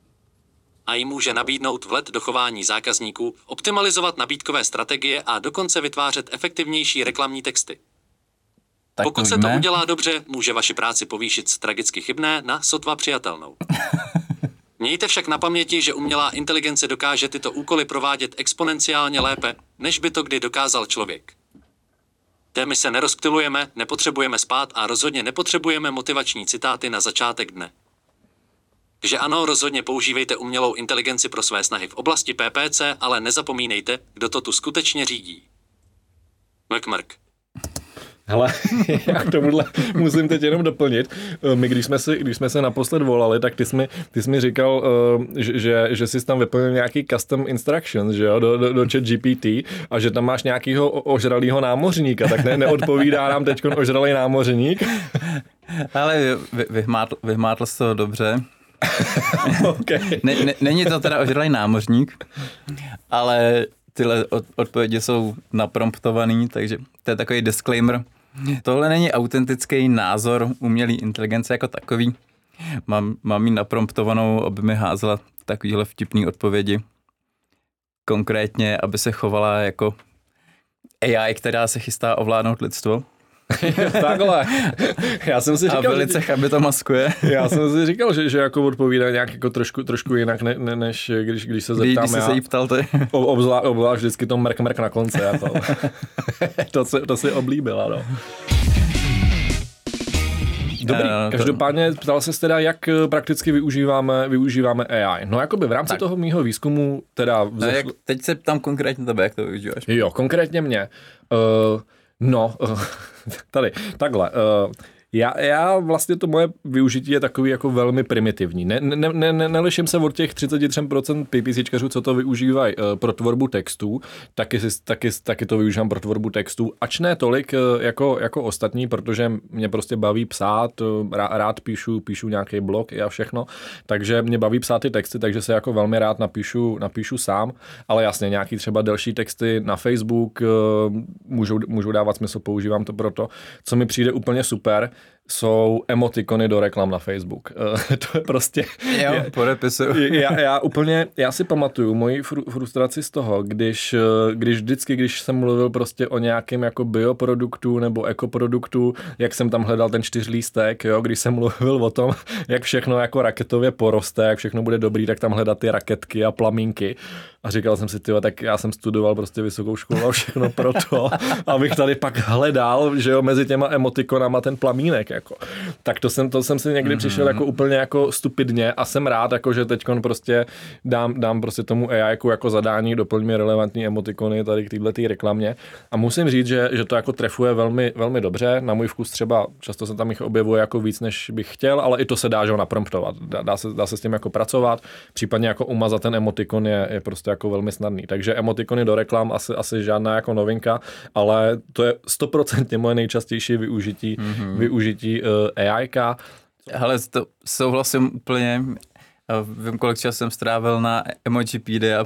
AI může nabídnout vhled do chování zákazníků, optimalizovat nabídkové strategie a dokonce vytvářet efektivnější reklamní texty. Tak pokud se to udělá dobře, může vaši práci povýšit z tragicky chybné na sotva přijatelnou. Mějte však na paměti, že umělá inteligence dokáže tyto úkoly provádět exponenciálně lépe, než by to kdy dokázal člověk. My se nerozptylujeme, nepotřebujeme spát a rozhodně nepotřebujeme motivační citáty na začátek dne. Takže ano, rozhodně používejte umělou inteligenci pro své snahy v oblasti PPC, ale nezapomínejte, kdo to tu skutečně řídí. McMurk. Hele, já k tomuhle musím teď jenom doplnit. My, když jsme se naposled volali, tak ty jsi mi říkal, že jsi tam vyplnil nějaký custom instructions, že jo, do ChatGPT a že tam máš nějakýho ožralýho námořníka, tak neodpovídá nám teď ožralý námořník. Ale vyhmátl jsi to dobře. Okay. Není to teda ožralý námořník, ale tyhle odpovědi jsou napromptovaný, takže to je takový disclaimer. Tohle není autentický názor umělé inteligence jako takový. Mám jí napromptovanou, aby mi házela takovýhle vtipný odpovědi. Konkrétně, aby se chovala jako AI, která se chystá ovládnout lidstvo. Takhle. Já jsem si říkal, a velice aby to maskuje. Já jsem si říkal, že jako odpovídá nějak jako trošku jinak, než když se zeptám. Když jsi se jí ptal ty. Obzvlášť vždycky to mrk na konci. To si oblíbila, no. Dobrý, každopádně ptal ses teda, jak prakticky využíváme AI. No jakoby v rámci toho mýho výzkumu teda... Teď se ptám konkrétně tebe, jak to využíváš. Jo, konkrétně mě. Tady, takhle. Já vlastně to moje využití je takový jako velmi primitivní. Neliším se od těch 33% PPCčkařů, co to využívají pro tvorbu textů, taky to využívám pro tvorbu textů, ač ne tolik jako ostatní, protože mě prostě baví psát, rád píšu nějaký blog a všechno, takže mě baví psát ty texty, takže se jako velmi rád napíšu sám, ale jasně nějaký třeba delší texty na Facebook můžou dávat smysl, používám to proto. Co mi přijde úplně super, jsou emotikony do reklam na Facebook. To je prostě... Jo, podepisuju. Já si pamatuju moji frustraci z toho, když vždycky, když jsem mluvil prostě o nějakém jako bioproduktu nebo ekoproduktu, jak jsem tam hledal ten 4lístek, jo, když jsem mluvil o tom, jak všechno jako raketově poroste, jak všechno bude dobrý, tak tam hledat ty raketky a plamínky. A říkal jsem si, tyjo, tak já jsem studoval prostě vysokou školu a všechno pro to, abych tady pak hledal, že jo, mezi těma emotikonama ten plamínek, jako. Tak to jsem si někdy přišel jako úplně jako stupidně a jsem rád, jako, že teďkon prostě dám prostě tomu AI jako zadání, doplň mi relevantní emotikony tady k této reklamě. A musím říct, že to jako trefuje velmi, velmi dobře. Na můj vkus třeba často se tam jich objevuje jako víc, než bych chtěl, ale i to se dá, že ho napromptovat. Dá se s tím jako pracovat, případně jako umazat ten emotikon je prostě jako velmi snadný. Takže emotikony do reklam asi žádná jako novinka, ale to je 100% moje nejčastější využití AIka. Hele, to souhlasím úplně. Vím, kolik času jsem strávil na Emojipedia.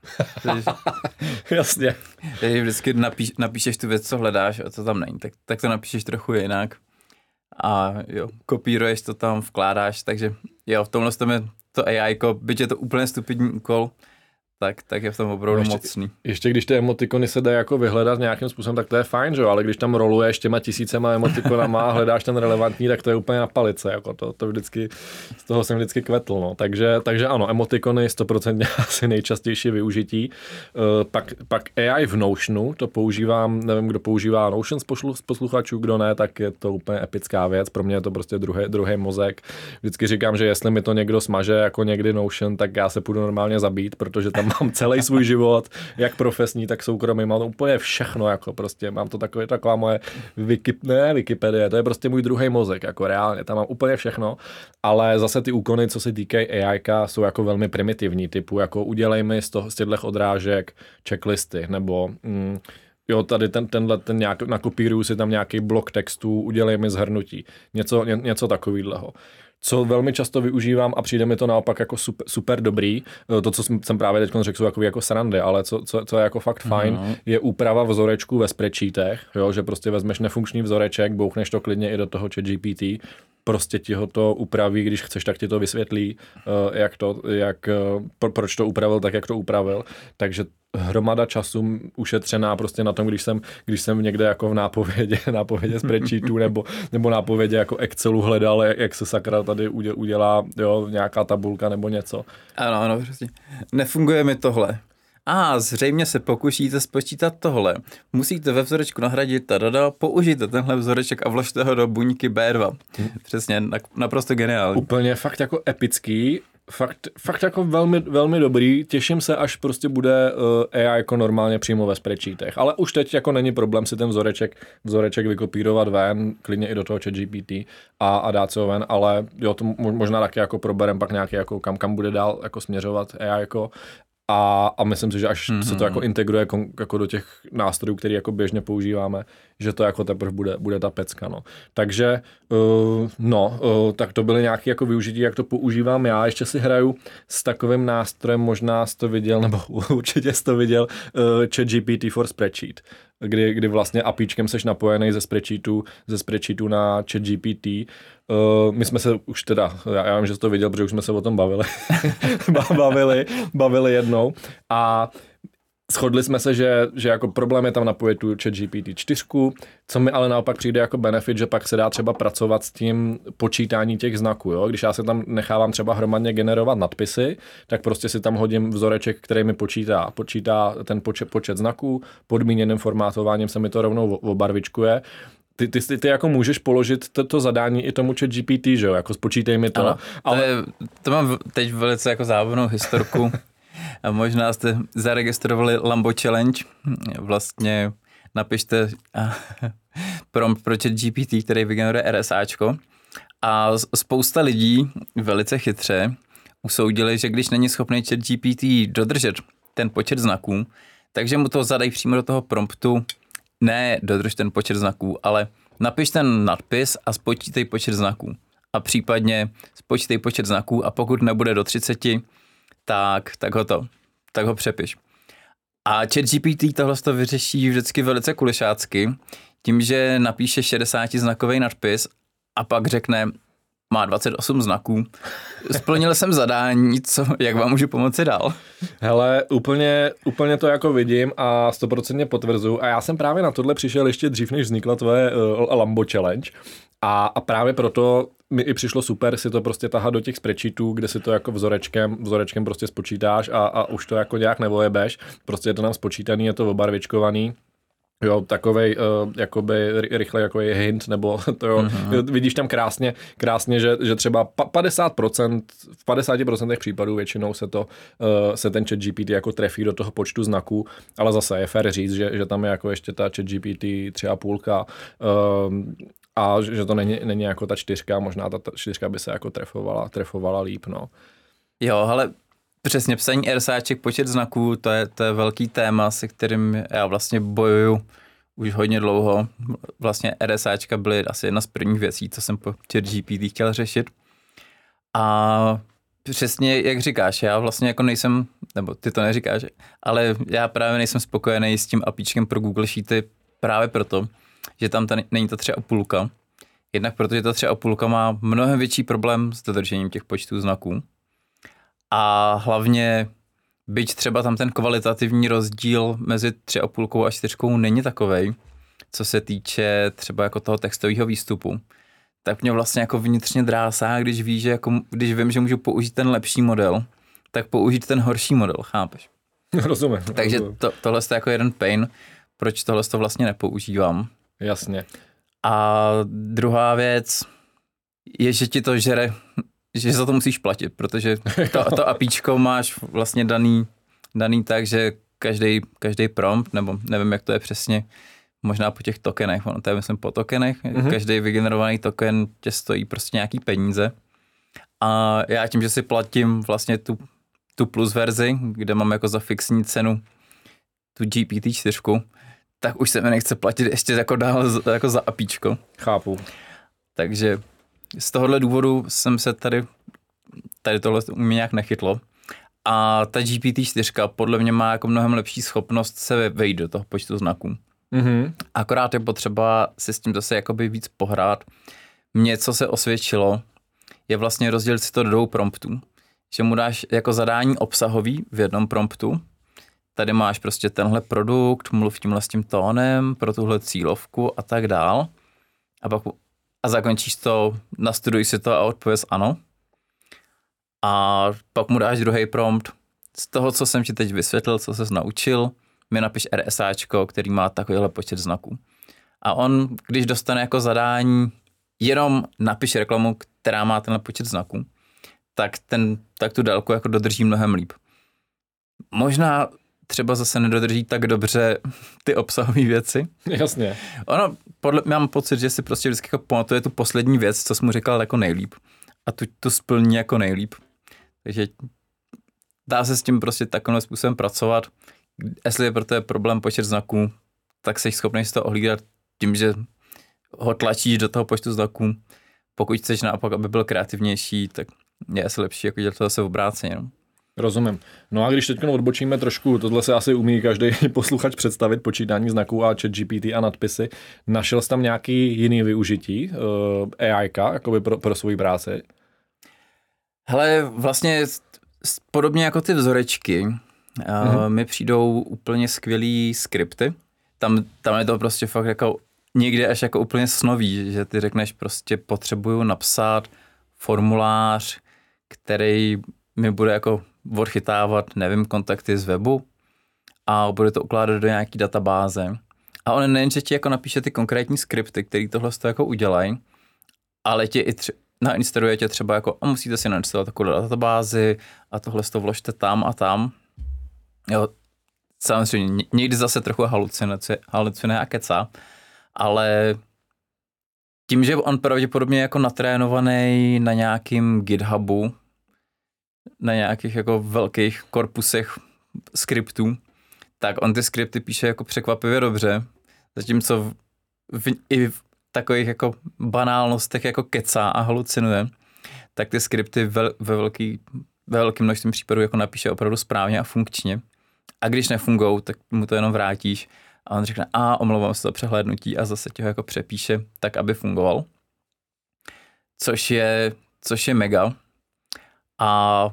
Jasně. Když vždycky napíšeš tu věc, co hledáš a co tam není, tak to napíšeš trochu jinak. A jo, kopíruješ to tam, vkládáš, takže jo, v tomhle je to AIko, byť je to úplně stupidní úkol, tak je v tom opravdu mocný. Ještě když ty emotikony se dají jako vyhledat nějakým způsobem, tak to je fajn, že jo, ale když tam roluješ těma tisícema emotikonama a hledáš ten relevantní, tak to je úplně na palice, jako to vždycky, z toho jsem vždycky kvetl, no. Takže ano, emotikony 100% asi nejčastější využití. Pak AI v Notionu, to používám, nevím, kdo používá Notion z posluchačů, kdo ne, tak je to úplně epická věc, pro mě je to prostě druhý mozek. Vždycky říkám, že jestli mi to někdo smaže jako někdy Notion, tak já se půjdu normálně zabít, protože tam mám celý svůj život, jak profesní, tak soukromý, mám to úplně všechno, jako prostě, mám to taková moje Wikipedie, to je prostě můj druhý mozek, jako reálně, tam mám úplně všechno, ale zase ty úkony, co se týkají AIka, jsou jako velmi primitivní, typu jako udělej mi z těchto odrážek checklisty, nebo jo, tady ten nějak nakopíruju si tam nějaký blok textů, udělej mi shrnutí, něco takového. Co velmi často využívám a přijde mi to naopak jako super dobrý, to, co jsem právě teď řekl, jsou jako srandy, ale co je jako fakt fajn, je úprava vzorečků ve spreadsheetech, jo, že prostě vezmeš nefunkční vzoreček, bouchneš to klidně i do toho ChatGPT, prostě ti ho to upraví, když chceš, tak ti to vysvětlí, proč to upravil tak, jak to upravil, takže hromada času ušetřená prostě na tom, když jsem někde jako v nápovědě spreadsheetu nebo nápovědě jako Excelu hledal, jak se sakra tady udělá, jo, nějaká tabulka nebo něco. Ano, prostě. Nefunguje mi tohle. Zřejmě se pokusíte spočítat tohle. Musíte ve vzorečku nahradit použijte tenhle vzoreček a vložte ho do buňky B2. Přesně, naprosto geniální. Úplně fakt jako epický. Fakt jako velmi, velmi dobrý, těším se, až prostě bude AI jako normálně přímo ve spreadsheetech, ale už teď jako není problém si ten vzoreček vykopírovat ven, klidně i do toho ChatGPT a dát se ho ven, ale jo, to možná taky jako proberem pak nějaký jako kam bude dál jako směřovat AI jako. A myslím si, že až se to jako integruje jako do těch nástrojů, který jako běžně používáme, že to jako teprve bude ta pecka, no. Takže, tak to byly nějaké jako využití, jak to používám já. Ještě si hraju s takovým nástrojem, možná jsi to viděl, nebo určitě jsi to viděl, ChatGPT for Spreadsheet, kdy vlastně APIčkem seš napojený ze spreadsheetu na ChatGPT. My jsme se už teda, já vím, že jsi to viděl, protože už jsme se o tom bavili jednou a shodli jsme se, že jako problém je tam napojit tu ChatGPT 4, co mi ale naopak přijde jako benefit, že pak se dá třeba pracovat s tím počítání těch znaků. Jo? Když já se tam nechávám třeba hromadně generovat nadpisy, tak prostě si tam hodím vzoreček, který mi počítá ten počet znaků, podmíněným formátováním se mi to rovnou obarvičkuje. Ty jako můžeš položit to zadání i tomu ChatGPT, že jo, jako spočítej mi to. Ano, to mám teď velice jako zábavnou historku. A možná jste zaregistrovali Lambo Challenge, vlastně napište prompt pro ChatGPT, který vygeneruje RSAčko a spousta lidí velice chytře usoudili, že když není schopný ChatGPT dodržet ten počet znaků, takže mu to zadají přímo do toho promptu, ne dodrž ten počet znaků, ale napiš ten nadpis a spočítej počet znaků. A případně spočítej počet znaků a pokud nebude do 30, tak ho přepiš. A ChatGPT tohle to vyřeší vždycky velice kulišácky, tím, že napíše 60 znakový nadpis a pak řekne, má 28 znaků, splnil jsem zadání, jak vám můžu pomoci dál? Hele, úplně to jako vidím a 100% potvrzuju a já jsem právě na tohle přišel ještě dřív, než vznikla tvoje Lambo Challenge a právě proto mi i přišlo super si to prostě tahat do těch spreadsheetů, kde si to jako vzorečkem prostě spočítáš a už to jako nějak nevojebeš, prostě je to tam spočítaný, je to obarvičkovaný. Jo, takovej jakoby rychle jako je hint, nebo to jo, vidíš tam krásně, že třeba 50%, v 50% případů většinou se ten ChatGPT jako trefí do toho počtu znaků, ale zase je fér říct, že tam je jako ještě ta ChatGPT 3,5 a že to není jako ta 4, možná ta 4 by se jako trefovala líp, no. Jo, ale přesně psaní RSáček, počet znaků, to je velký téma, se kterým já vlastně bojuju už hodně dlouho. Vlastně RSáčka byly asi jedna z prvních věcí, co jsem po ChatGPT chtěl řešit. A přesně jak říkáš, já vlastně jako nejsem, nebo ty to neříkáš, ale já právě nejsem spokojený s tím apíčkem pro Google Sheety právě proto, že tam není ta 3,5. Jednak protože ta 3,5 má mnohem větší problém s dodržením těch počtů znaků. A hlavně, byť třeba tam ten kvalitativní rozdíl mezi 3,5 a 4 není takovej, co se týče třeba jako toho textového výstupu, tak mě vlastně jako vnitřně drásá, když když vím, že můžu použít ten lepší model, tak použít ten horší model, chápeš? Rozumím. Takže tohle je jako jeden pain, proč tohle vlastně nepoužívám. Jasně. A druhá věc je, že ti to žere, že za to musíš platit, protože to apíčko máš vlastně daný tak, že každý prompt, nebo nevím, jak to je přesně, možná po těch tokenech, ono to je myslím po tokenech, každý vygenerovaný token tě stojí prostě nějaký peníze. A já tím, že si platím vlastně tu plus verzi, kde mám jako za fixní cenu tu GPT-4, tak už se mi nechce platit ještě jako dál jako za apíčko. Chápu. Takže z tohohle důvodu jsem se tady tohle mě nějak nechytlo. A ta GPT-4 podle mě má jako mnohem lepší schopnost se vejít do toho počtu znaků. Akorát je potřeba si s tím zase jakoby víc pohrát. Mně, co se osvědčilo, je vlastně rozdělit si to do 2 promptů. Že mu dáš jako zadání obsahový v jednom promptu. Tady máš prostě tenhle produkt, mluv tímhle s tím tónem pro tuhle cílovku a tak dál. A zakončíš to, nastuduj si to a odpověz ano. A pak mu dáš druhý prompt. Z toho, co jsem ti teď vysvětlil, co ses naučil, mi napiš RSáčko, který má takovýhle počet znaků. A on, když dostane jako zadání, jenom napiš reklamu, která má tenhle počet znaků, tak tu délku jako dodrží mnohem líp. Možná třeba zase nedodrží tak dobře ty obsahové věci. Jasně. Ono, mám pocit, že si prostě vždycky jako pamatuje tu poslední věc, co jsi mu říkal jako nejlíp. A tu splní jako nejlíp. Takže dá se s tím prostě takovým způsobem pracovat. Jestli je pro to problém počet znaků, tak jsi schopný si to ohlídat tím, že ho tlačíš do toho počtu znaků. Pokud chceš naopak, aby byl kreativnější, tak je asi lepší jako dělat to zase v obráceně. No. Rozumím. No a když teď odbočíme trošku, tohle se asi umí každý posluchač představit, počítání znaků a ChatGPT a nadpisy. Našel jsi tam nějaký jiný využití AI-ka jakoby pro svou práci? Hele, vlastně podobně jako ty vzorečky, mi přijdou úplně skvělý skripty. Tam je to prostě fakt jako někde až jako úplně snový, že ty řekneš prostě potřebuju napsat formulář, který mi bude jako odchytávat, nevím, kontakty z webu a bude to ukládat do nějaký databáze. A on nejenže ti jako napíše ty konkrétní skripty, který tohle jako udělají, ale ti i nainstruuje tě třeba jako a musíte si nainstalovat takovou databázi a tohle to vložte tam a tam. Jo, samozřejmě někdy zase trochu halucinuje a kecá, ale tím, že on pravděpodobně jako natrénovaný na nějakým GitHubu, na nějakých jako velkých korpusech skriptů, tak on ty skripty píše jako překvapivě dobře, zatímco i v takových jako banálnostech jako kecá a halucinuje, tak ty skripty ve velkém množství případů jako napíše opravdu správně a funkčně. A když nefungou, tak mu to jenom vrátíš a on řekne, omlouvám se za přehlédnutí a zase tě ho jako přepíše tak, aby fungoval. což je mega. A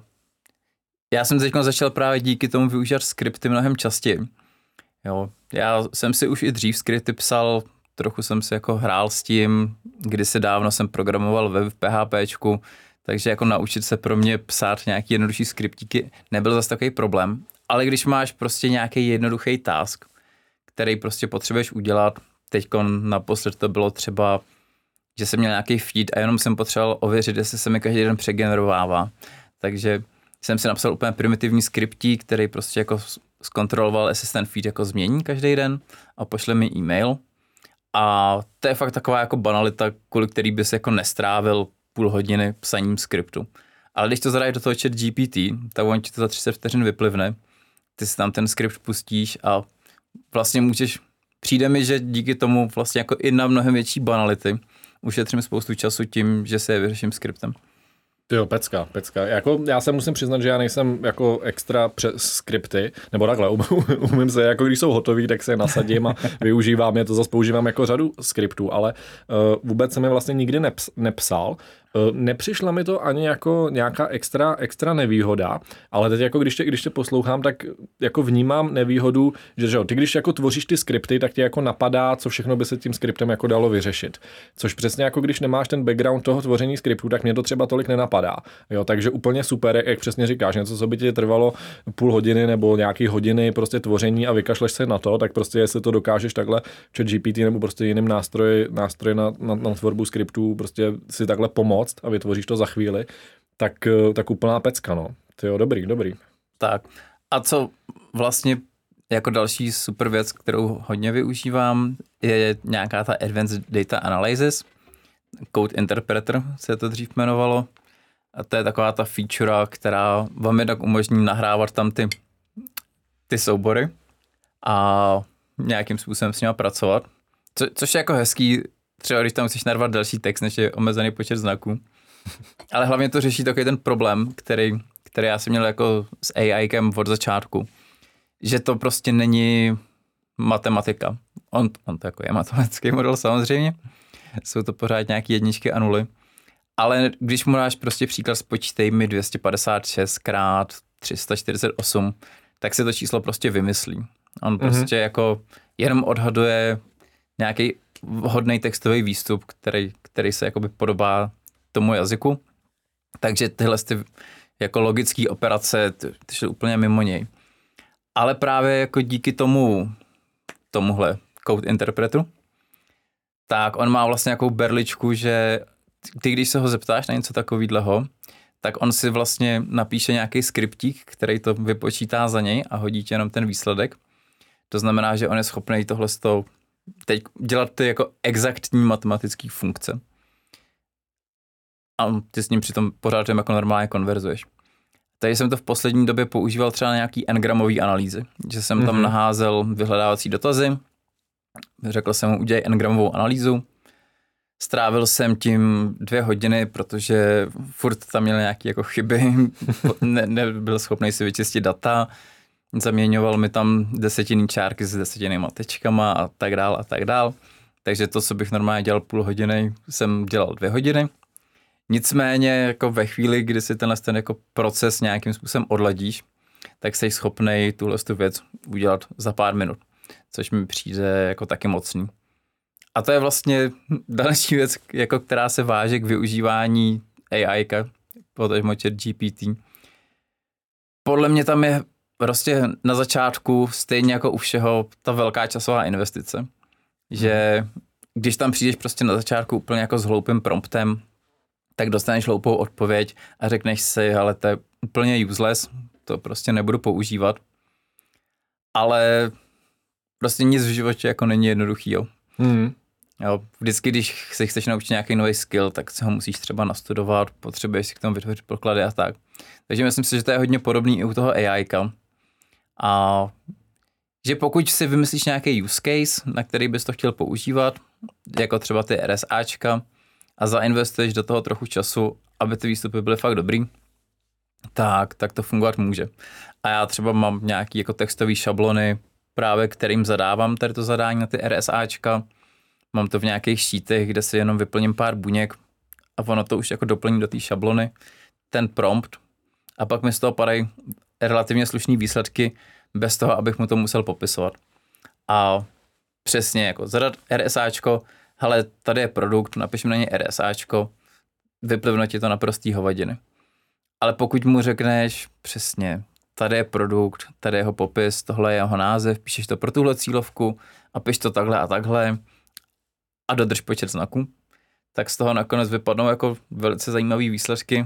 já jsem teď začal právě díky tomu využívat skripty mnohem častěji. Jo, já jsem si už i dřív skripty psal, trochu jsem si jako hrál s tím, kdysi dávno jsem programoval web v PHPčku, takže jako naučit se pro mě psát nějaký jednodušší skriptíky nebyl zase takový problém. Ale když máš prostě nějaký jednoduchý task, který prostě potřebuješ udělat, teďko naposled to bylo třeba, že jsem měl nějaký feed a jenom jsem potřeboval ověřit, jestli se mi každý den přegenerovává. Takže jsem si napsal úplně primitivní skriptík, který prostě jako zkontroloval, jestli se ten feed jako změní každý den a pošle mi e-mail. A to je fakt taková jako banalita, kvůli který bys jako nestrávil půl hodiny psaním skriptu. Ale když to zadáš do toho ChatGPT, tak on ti to za 30 vteřin vyplivne, ty si tam ten skript pustíš a vlastně přijde mi, že díky tomu vlastně jako i na mnohem větší banality ušetřím spoustu času tím, že se je vyřeším skriptem. Jo, pecka. Jako, já se musím přiznat, že já nejsem jako extra přes skripty, nebo takhle, umím se, jako když jsou hotový, tak se je nasadím a využívám je, to zase používám jako řadu skriptů, ale vůbec jsem je vlastně nikdy nepsal. Nepřišla mi to ani jako nějaká extra nevýhoda, ale teď jako když tě poslouchám, tak jako vnímám nevýhodu, že jo, ty když jako tvoříš ty skripty, tak ti jako napadá, co všechno by se tím skriptem jako dalo vyřešit. Což přesně jako když nemáš ten background toho tvoření skriptů, tak mě to třeba tolik nenapadá. Jo, takže úplně super, jak přesně říkáš, něco, co by ti trvalo půl hodiny nebo nějaký hodiny prostě tvoření a vykašleš se na to, tak prostě jestli to dokážeš takhle ChatGPT nebo prostě jiným nástroji na tvorbu skriptů prostě si takhle pomoct a vytvoříš to za chvíli, tak úplná pecka, no. Tyjo, dobrý. Tak a co vlastně jako další super věc, kterou hodně využívám, je nějaká ta Advanced Data Analysis, Code Interpreter se to dřív jmenovalo. A to je taková ta feature, která vám jednak umožní nahrávat tam ty soubory a nějakým způsobem s nimi pracovat. Což je jako hezký, třeba když tam musíš narvat další text, než je omezený počet znaků. Ale hlavně to řeší takový ten problém, který já jsem měl jako s AI-kem od začátku. Že to prostě není matematika. On to jako je matematický model samozřejmě. Jsou to pořád nějaké jedničky a nuly. Ale když mu dáš prostě příklad, spočítej mi 256 krát 348, tak si to číslo prostě vymyslí. On prostě jako jenom odhaduje nějaký vhodný textový výstup, který se jakoby podobá tomu jazyku. Takže tyhle jako logické operace, ty jsou úplně mimo něj. Ale právě jako díky tomuhle code interpretu, tak on má vlastně nějakou berličku, že ty, když se ho zeptáš na něco takového, tak on si vlastně napíše nějaký skriptík, který to vypočítá za něj a hodí ti jenom ten výsledek. To znamená, že on je schopný tohle teď dělat ty jako exaktní matematické funkce. A ty s ním přitom pořád jako normálně konverzuješ. Tady jsem to v poslední době používal třeba na nějaký n-gramový analýzy, že jsem tam naházel vyhledávací dotazy, řekl jsem mu, udělej n-gramovou analýzu, strávil jsem tím 2 hodiny, protože furt tam měl nějaké jako chyby, nebyl schopný si vyčistit data, zaměňoval mi tam desetinný čárky s desetinýma tečkama a tak dál. Takže to, co bych normálně dělal půl hodiny, jsem dělal 2 hodiny. Nicméně jako ve chvíli, kdy si ten jako proces nějakým způsobem odladíš, tak jsi schopnej tuhle věc udělat za pár minut, což mi přijde jako taky mocný. A to je vlastně další věc, jako která se váže k využívání AI-ka, potažmo ChatGPT. Podle mě tam je prostě na začátku stejně jako u všeho ta velká časová investice, že když tam přijdeš prostě na začátku úplně jako s hloupým promptem, tak dostaneš hloupou odpověď a řekneš si, ale to je úplně useless, to prostě nebudu používat. Ale prostě nic v životě jako není jednoduchýho. Jo, vždycky, když si chceš naučit nějaký nový skill, tak si ho musíš třeba nastudovat, potřebuješ si k tomu vytvořit podklady a tak. Takže myslím si, že to je hodně podobný i u toho AI-ka. A že pokud si vymyslíš nějaký use case, na který bys to chtěl používat, jako třeba ty RSAčka, a zainvestuješ do toho trochu času, aby ty výstupy byly fakt dobrý, tak to fungovat může. A já třeba mám nějaký jako textový šablony, právě kterým zadávám tady to zadání na ty RSAčka. Mám to v nějakých šítech, kde si jenom vyplním pár buněk a ono to už jako doplní do té šablony, ten prompt a pak mi z toho padají relativně slušný výsledky bez toho, abych mu to musel popisovat. A přesně jako zadat RSAčko, hele, tady je produkt, napiš mi na něj RSAčko, vyplivne ti to na prostý hovadiny. Ale pokud mu řekneš přesně, tady je produkt, tady je jeho popis, tohle je jeho název, píšeš to pro tuhle cílovku a piš to takhle a takhle a dodrž počet znaků, tak z toho nakonec vypadnou jako velice zajímavý výsledky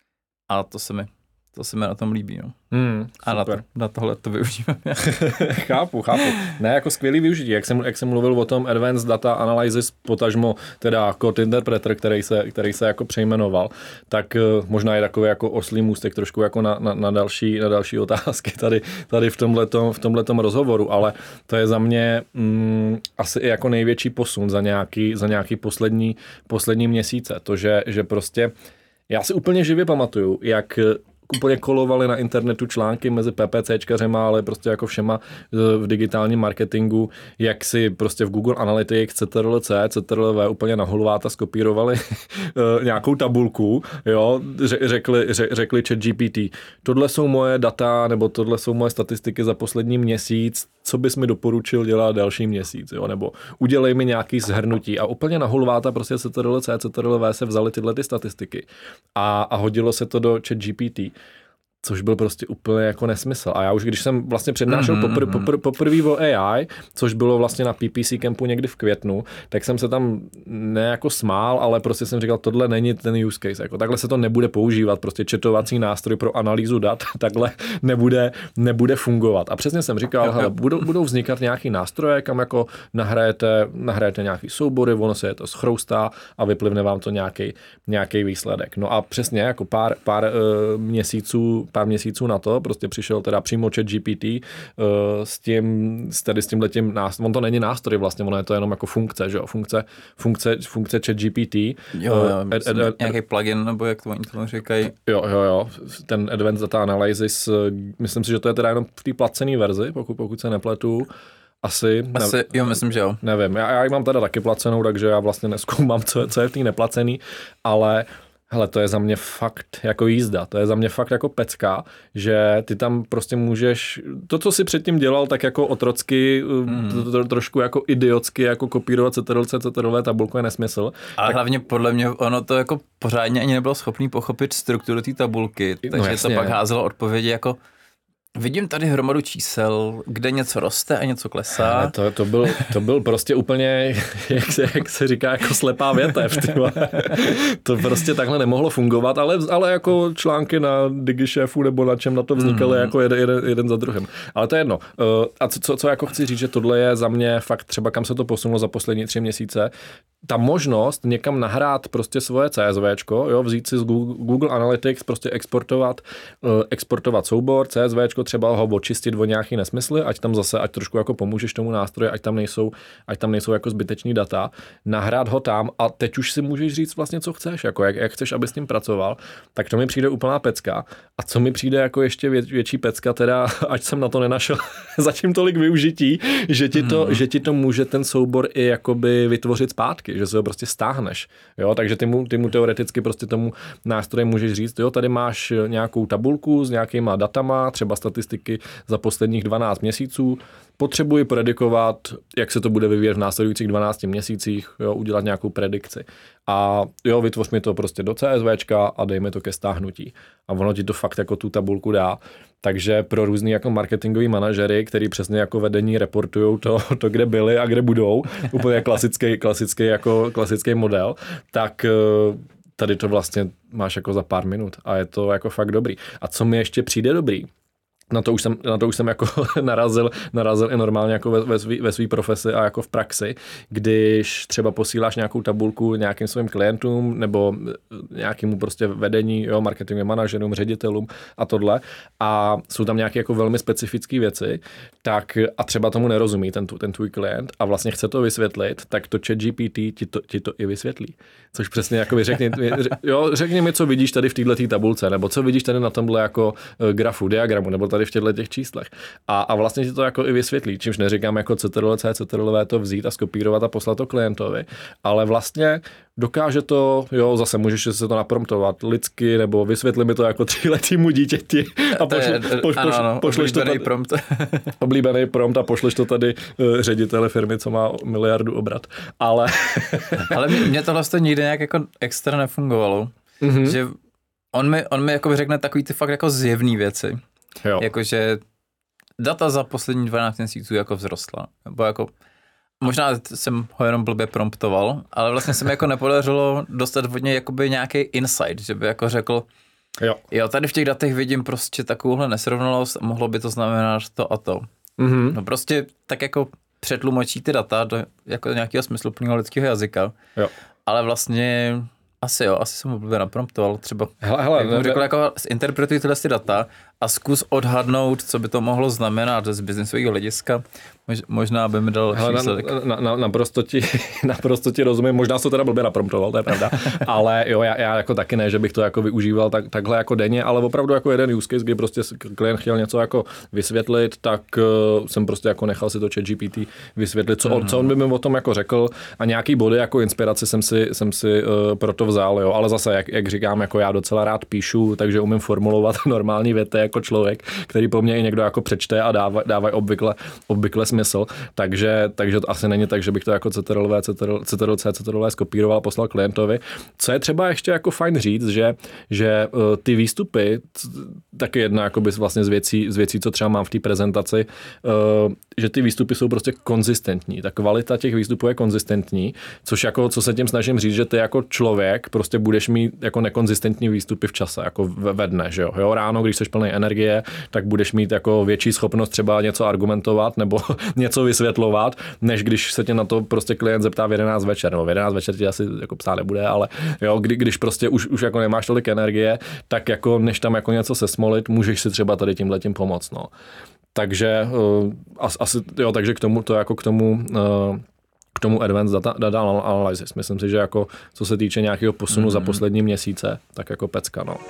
a to se mi na tom líbí. No. A na tohle to využívám. Chápu. Ne, jako skvělý využití. Jak jsem mluvil o tom Advanced Data Analysis, potažmo teda Code Interpreter, který se jako přejmenoval, tak možná je takový jako oslý můstek trošku jako na další otázky tady v tomhletom rozhovoru, ale to je za mě asi i jako největší posun za nějaký poslední měsíce. To, že prostě já si úplně živě pamatuju, jak úplně kolovaly na internetu články mezi PPCčkařema, ale prostě jako všema v digitálním marketingu, jak si prostě v Google Analytics, CTRL-V úplně na holováta skopírovali nějakou tabulku, jo, řekli ChatGPT, tohle jsou moje data, nebo tohle jsou moje statistiky za poslední měsíc, co bys mi doporučil dělat další měsíc, jo, nebo udělej mi nějaký shrnutí a úplně na holováta prostě CTRL-C, CTRL-V se vzaly tyhle ty statistiky a hodilo se to do ChatGPT, což byl prostě úplně jako nesmysl. A já už, když jsem vlastně přednášel poprvé o AI, což bylo vlastně na PPC campu někdy v květnu, tak jsem se tam ne jako smál, ale prostě jsem říkal, tohle není ten use case. Jako, takhle se to nebude používat, prostě četovací nástroj pro analýzu dat, takhle nebude fungovat. A přesně jsem říkal, hele, budou vznikat nějaký nástroje, kam jako nahrajete nějaký soubory, ono se je to schroustá a vyplivne vám to nějaký výsledek. No a přesně jako pár měsíců na to, prostě přišel teda přímo ChatGPT s tímhletím nástrojem. On to není nástroj vlastně, ono je to jenom jako funkce, že jo? Funkce ChatGPT. Jo, nějaký plugin, nebo jak to oni tomu říkají. Jo, ten Advanced Data Analysis, myslím si, že to je teda jenom v té placené verzi, pokud se nepletu. Asi, jo, myslím, že jo. Nevím, já ji mám teda taky placenou, takže já vlastně nezkoumám, co je v té neplacený, ale hele, to je za mě fakt jako jízda, to je za mě fakt jako pecka, že ty tam prostě můžeš, to, co si předtím dělal, tak jako otrocky, trošku jako idiotsky, jako kopírovat CTRL tabulku je nesmysl. Ale tak hlavně podle mě ono to jako pořádně ani nebylo schopný pochopit strukturu té tabulky, takže to pak házelo odpovědi jako vidím tady hromadu čísel, kde něco roste a něco klesá. To byl prostě úplně, jak se říká, jako slepá větev. To prostě takhle nemohlo fungovat, ale jako články na DigiChefu nebo na čem na to vznikaly jako jeden za druhým. Ale to je jedno. A co jako chci říct, že tohle je za mě fakt třeba, kam se to posunulo za poslední 3 měsíce, ta možnost někam nahrát prostě svoje CSVčko, jo, vzít si z Google Analytics, prostě exportovat soubor, CSVčko, třeba ho očistit o nějaký nesmysly, ať trošku jako pomůžeš tomu nástroji, ať tam nejsou jako zbytečný data, nahrát ho tam a teď už si můžeš říct vlastně, co chceš, jako jak chceš, aby s tím pracoval, tak to mi přijde úplná pecka. A co mi přijde jako ještě větší pecka, teda, ať jsem na to nenašel zatím tolik využití, že ti to může ten soubor i jakoby vytvořit zpátky, že se ho prostě stáhneš, jo, takže ty mu teoreticky prostě tomu nástroji můžeš říct, jo, tady máš nějakou tabulku s nějakýma datama, třeba statistiky za posledních 12 měsíců, potřebuji predikovat, jak se to bude vyvíjet v následujících 12 měsících, jo, udělat nějakou predikci. A jo, vytvoř mi to prostě do CSVčka a dej mi to ke stáhnutí. A ono ti to fakt jako tu tabulku dá. Takže pro různý jako marketingový manažery, který přesně jako vedení reportujou to, kde byli a kde budou, úplně klasický model, tak tady to vlastně máš jako za pár minut a je to jako fakt dobrý. A co mi ještě přijde dobrý, na to už jsem jako narazil i normálně jako ve své profesi a jako v praxi, když třeba posíláš nějakou tabulku nějakým svým klientům nebo nějakému prostě vedení, jo, marketingovým manažerům, ředitelům a tohle a jsou tam nějaké jako velmi specifické věci, tak a třeba tomu nerozumí ten tvůj klient a vlastně chce to vysvětlit, tak to ChatGPT ti to i vysvětlí. Což přesně jako řekni mi, co vidíš tady v této tabulce, nebo co vidíš tady na tomhle jako grafu, diagramu, nebo tady tady v těchto těch číslech. A vlastně ti to jako i vysvětlí, čímž neříkám jako CTRL to vzít a skopírovat a poslat to klientovi, ale vlastně dokáže to, jo, zase můžeš se to napromptovat lidsky, nebo vysvětli mi to jako 3letýmu dítěti a pošleš to tady, prompt. oblíbený prompt a pošleš to tady řediteli firmy, co má miliardu obrat. Ale mě tohle to nikdy nějak jako extra nefungovalo, že on mi jako řekne takový ty fakt jako zjevný věci. Jo. Jakože data za poslední 12 měsíců jako vzrostla. Nebo jako možná jsem ho jenom blbě promptoval, ale vlastně se mi jako nepodařilo dostat od něj jakoby nějaký insight, že by jako řekl, jo, tady v těch datech vidím prostě takovouhle nesrovnalost a mohlo by to znamenat to a to. No prostě tak jako přetlumočí ty data do jako nějakého smysluplného lidského jazyka, ale vlastně asi jsem ho blbě napromptoval, třeba řekl jako interpretuj tyhle ty data a zkus odhadnout, co by to mohlo znamenat z biznesového hlediska. Možná by mi dal výsledek. Naprosto ti rozumím, možná se to teda blbě napromptoval, to je pravda, ale jo, já jako taky ne, že bych to jako využíval takhle jako denně, ale opravdu jako jeden use case, kdy prostě klient chtěl něco jako vysvětlit, tak jsem prostě jako nechal si to ChatGPT vysvětlit, co on by mi o tom jako řekl a nějaký body jako inspiraci jsem si proto vzal, jo, ale zase, jak říkám, jako já docela rád píšu, takže umím formulovat normální věty jako člověk, který po mně i někdo jako přečte a dávají obvykle smysl, takže to asi není tak, že bych to jako CTRL skopíroval a poslal klientovi. Co je třeba ještě jako fajn říct, že ty výstupy, taky jedna jakoby vlastně z věcí, co třeba mám v té prezentaci, že ty výstupy jsou prostě konzistentní. Ta kvalita těch výstupů je konzistentní, což jako, co se tím snažím říct, že ty jako člověk prostě budeš mít jako nekonzistentní výstupy v čase, jako ve dne, že jo. Ráno, když jsi plný energie, tak budeš mít jako větší schopnost třeba něco argumentovat nebo něco vysvětlovat, než když se tě na to prostě klient zeptá v 11 večer, nebo v 11 večer ti asi jako psát nebude, ale jo, když prostě už jako nemáš tolik energie, tak jako než tam jako něco sesmolit, můžeš si třeba tady tímhletím pomoct, no. Takže asi, jo, takže k tomu Advanced Data Analysis. Myslím si, že jako co se týče nějakého posunu za poslední měsíce, tak jako pecka, no.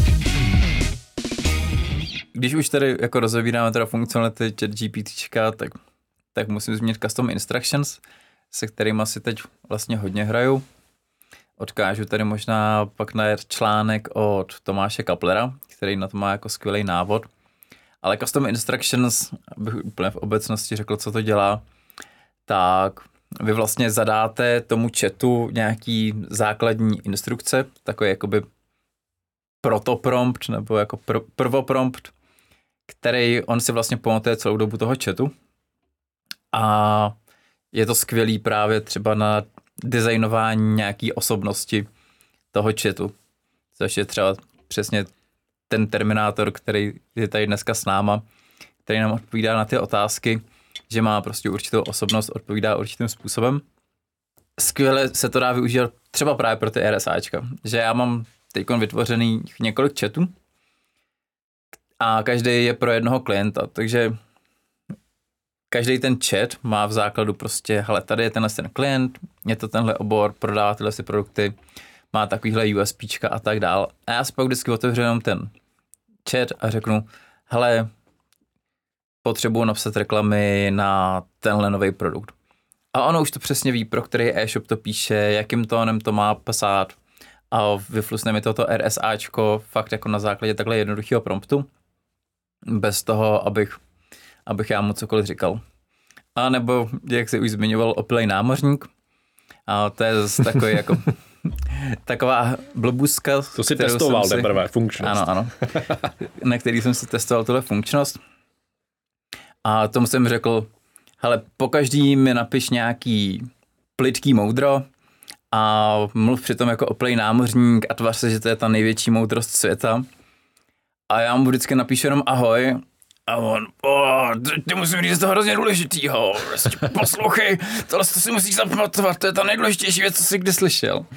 Když už tady jako rozebíráme teda funkcionality ChatGPTčka, tak musím zmínit Custom Instructions, se kterými si teď vlastně hodně hraju. Odkážu tady možná pak na článek od Tomáše Kaplera, který na to má jako skvělý návod. Ale Custom Instructions, abych úplně v obecnosti řekl, co to dělá, tak vy vlastně zadáte tomu chatu nějaký základní instrukce, takový jakoby protoprompt nebo jako prvoprompt, který on si vlastně pamatuje celou dobu toho chatu. A je to skvělý právě třeba na designování nějaký osobnosti toho chatu, což je třeba přesně ten Terminátor, který je tady dneska s náma, který nám odpovídá na ty otázky, že má prostě určitou osobnost, odpovídá určitým způsobem. Skvěle se to dá využívat třeba právě pro ty RSAčka, že já mám teď vytvořený několik chatů a každý je pro jednoho klienta, takže každý ten chat má v základu prostě, hele, tady je tenhle ten klient, je to tenhle obor, prodává tyhle si produkty, má takovýhle USPčka a tak dál. A já si pak vždycky otevřu jenom ten chat a řeknu, hele, potřebuji napsat reklamy na tenhle nový produkt. A ono už to přesně ví, pro který e-shop to píše, jakým tónem to má psát a vyflusne mi toto RSAčko fakt jako na základě takhle jednoduchého promptu, bez toho, abych já mu cokoliv říkal. A nebo, jak jsi už zmiňoval, opilej námořník. A to je zase takový jako taková blbůzka. To si testoval teprve, funkčnost. Ano. Na který jsem si testoval tuhle funkčnost. A tomu jsem řekl, hele, pokaždý mi napiš nějaký plytký moudro a mluv přitom jako opilej námořník a tvař se, že to je ta největší moudrost světa. A já mu vždycky napíšu jenom ahoj a on, ty musím říct to hrozně důležitýho, prostě poslouchej, tohle si musíš zapamatovat, to je ta nejdůležitější věc, co jsi kdy slyšel.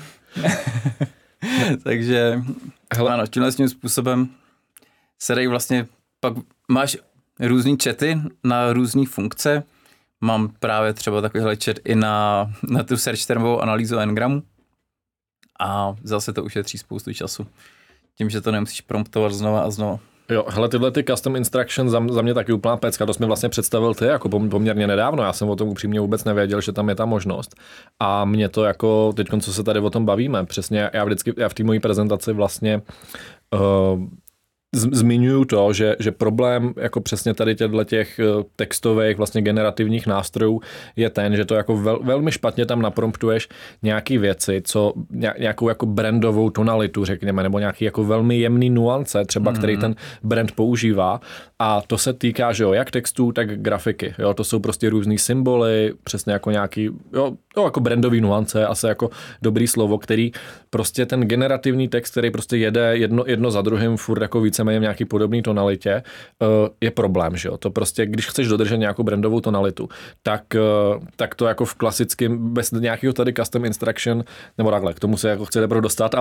Takže ano, tímhle způsobem se dají vlastně, pak máš různý chaty na různý funkce, mám právě třeba takovýhle chat i na tu search termovou analýzu Ngramu a zase to ušetří spoustu času. Tím, že to nemusíš promptovat znova a znova. Jo, hele, tyhle ty custom instruction za mě taky úplná pecka, to jsi mi vlastně představil ty jako poměrně nedávno, já jsem o tom upřímně vůbec nevěděl, že tam je ta možnost. A mě to jako, teď, co se tady o tom bavíme, přesně, já v té mojí prezentaci vlastně zmiňuju to, že problém jako přesně tady těch textových vlastně generativních nástrojů je ten, že to jako velmi špatně tam napromptuješ nějaký věci, co nějakou jako brandovou tonalitu, řekněme, nebo nějaký jako velmi jemný nuance, třeba který ten brand používá, a to se týká, že jo, jak textů, tak grafiky, jo, to jsou prostě různý symboly, přesně jako nějaký, jo, jako brandový nuance, asi jako dobrý slovo, který prostě ten generativní text, který prostě jede jedno za druhým, furt jako víceméně v nějaký podobný tonalitě, je problém, že jo, to prostě, když chceš dodržet nějakou brandovou tonalitu, tak to jako v klasickém, bez nějakého tady custom instruction, nebo takhle, k tomu se jako chci teprve dostat,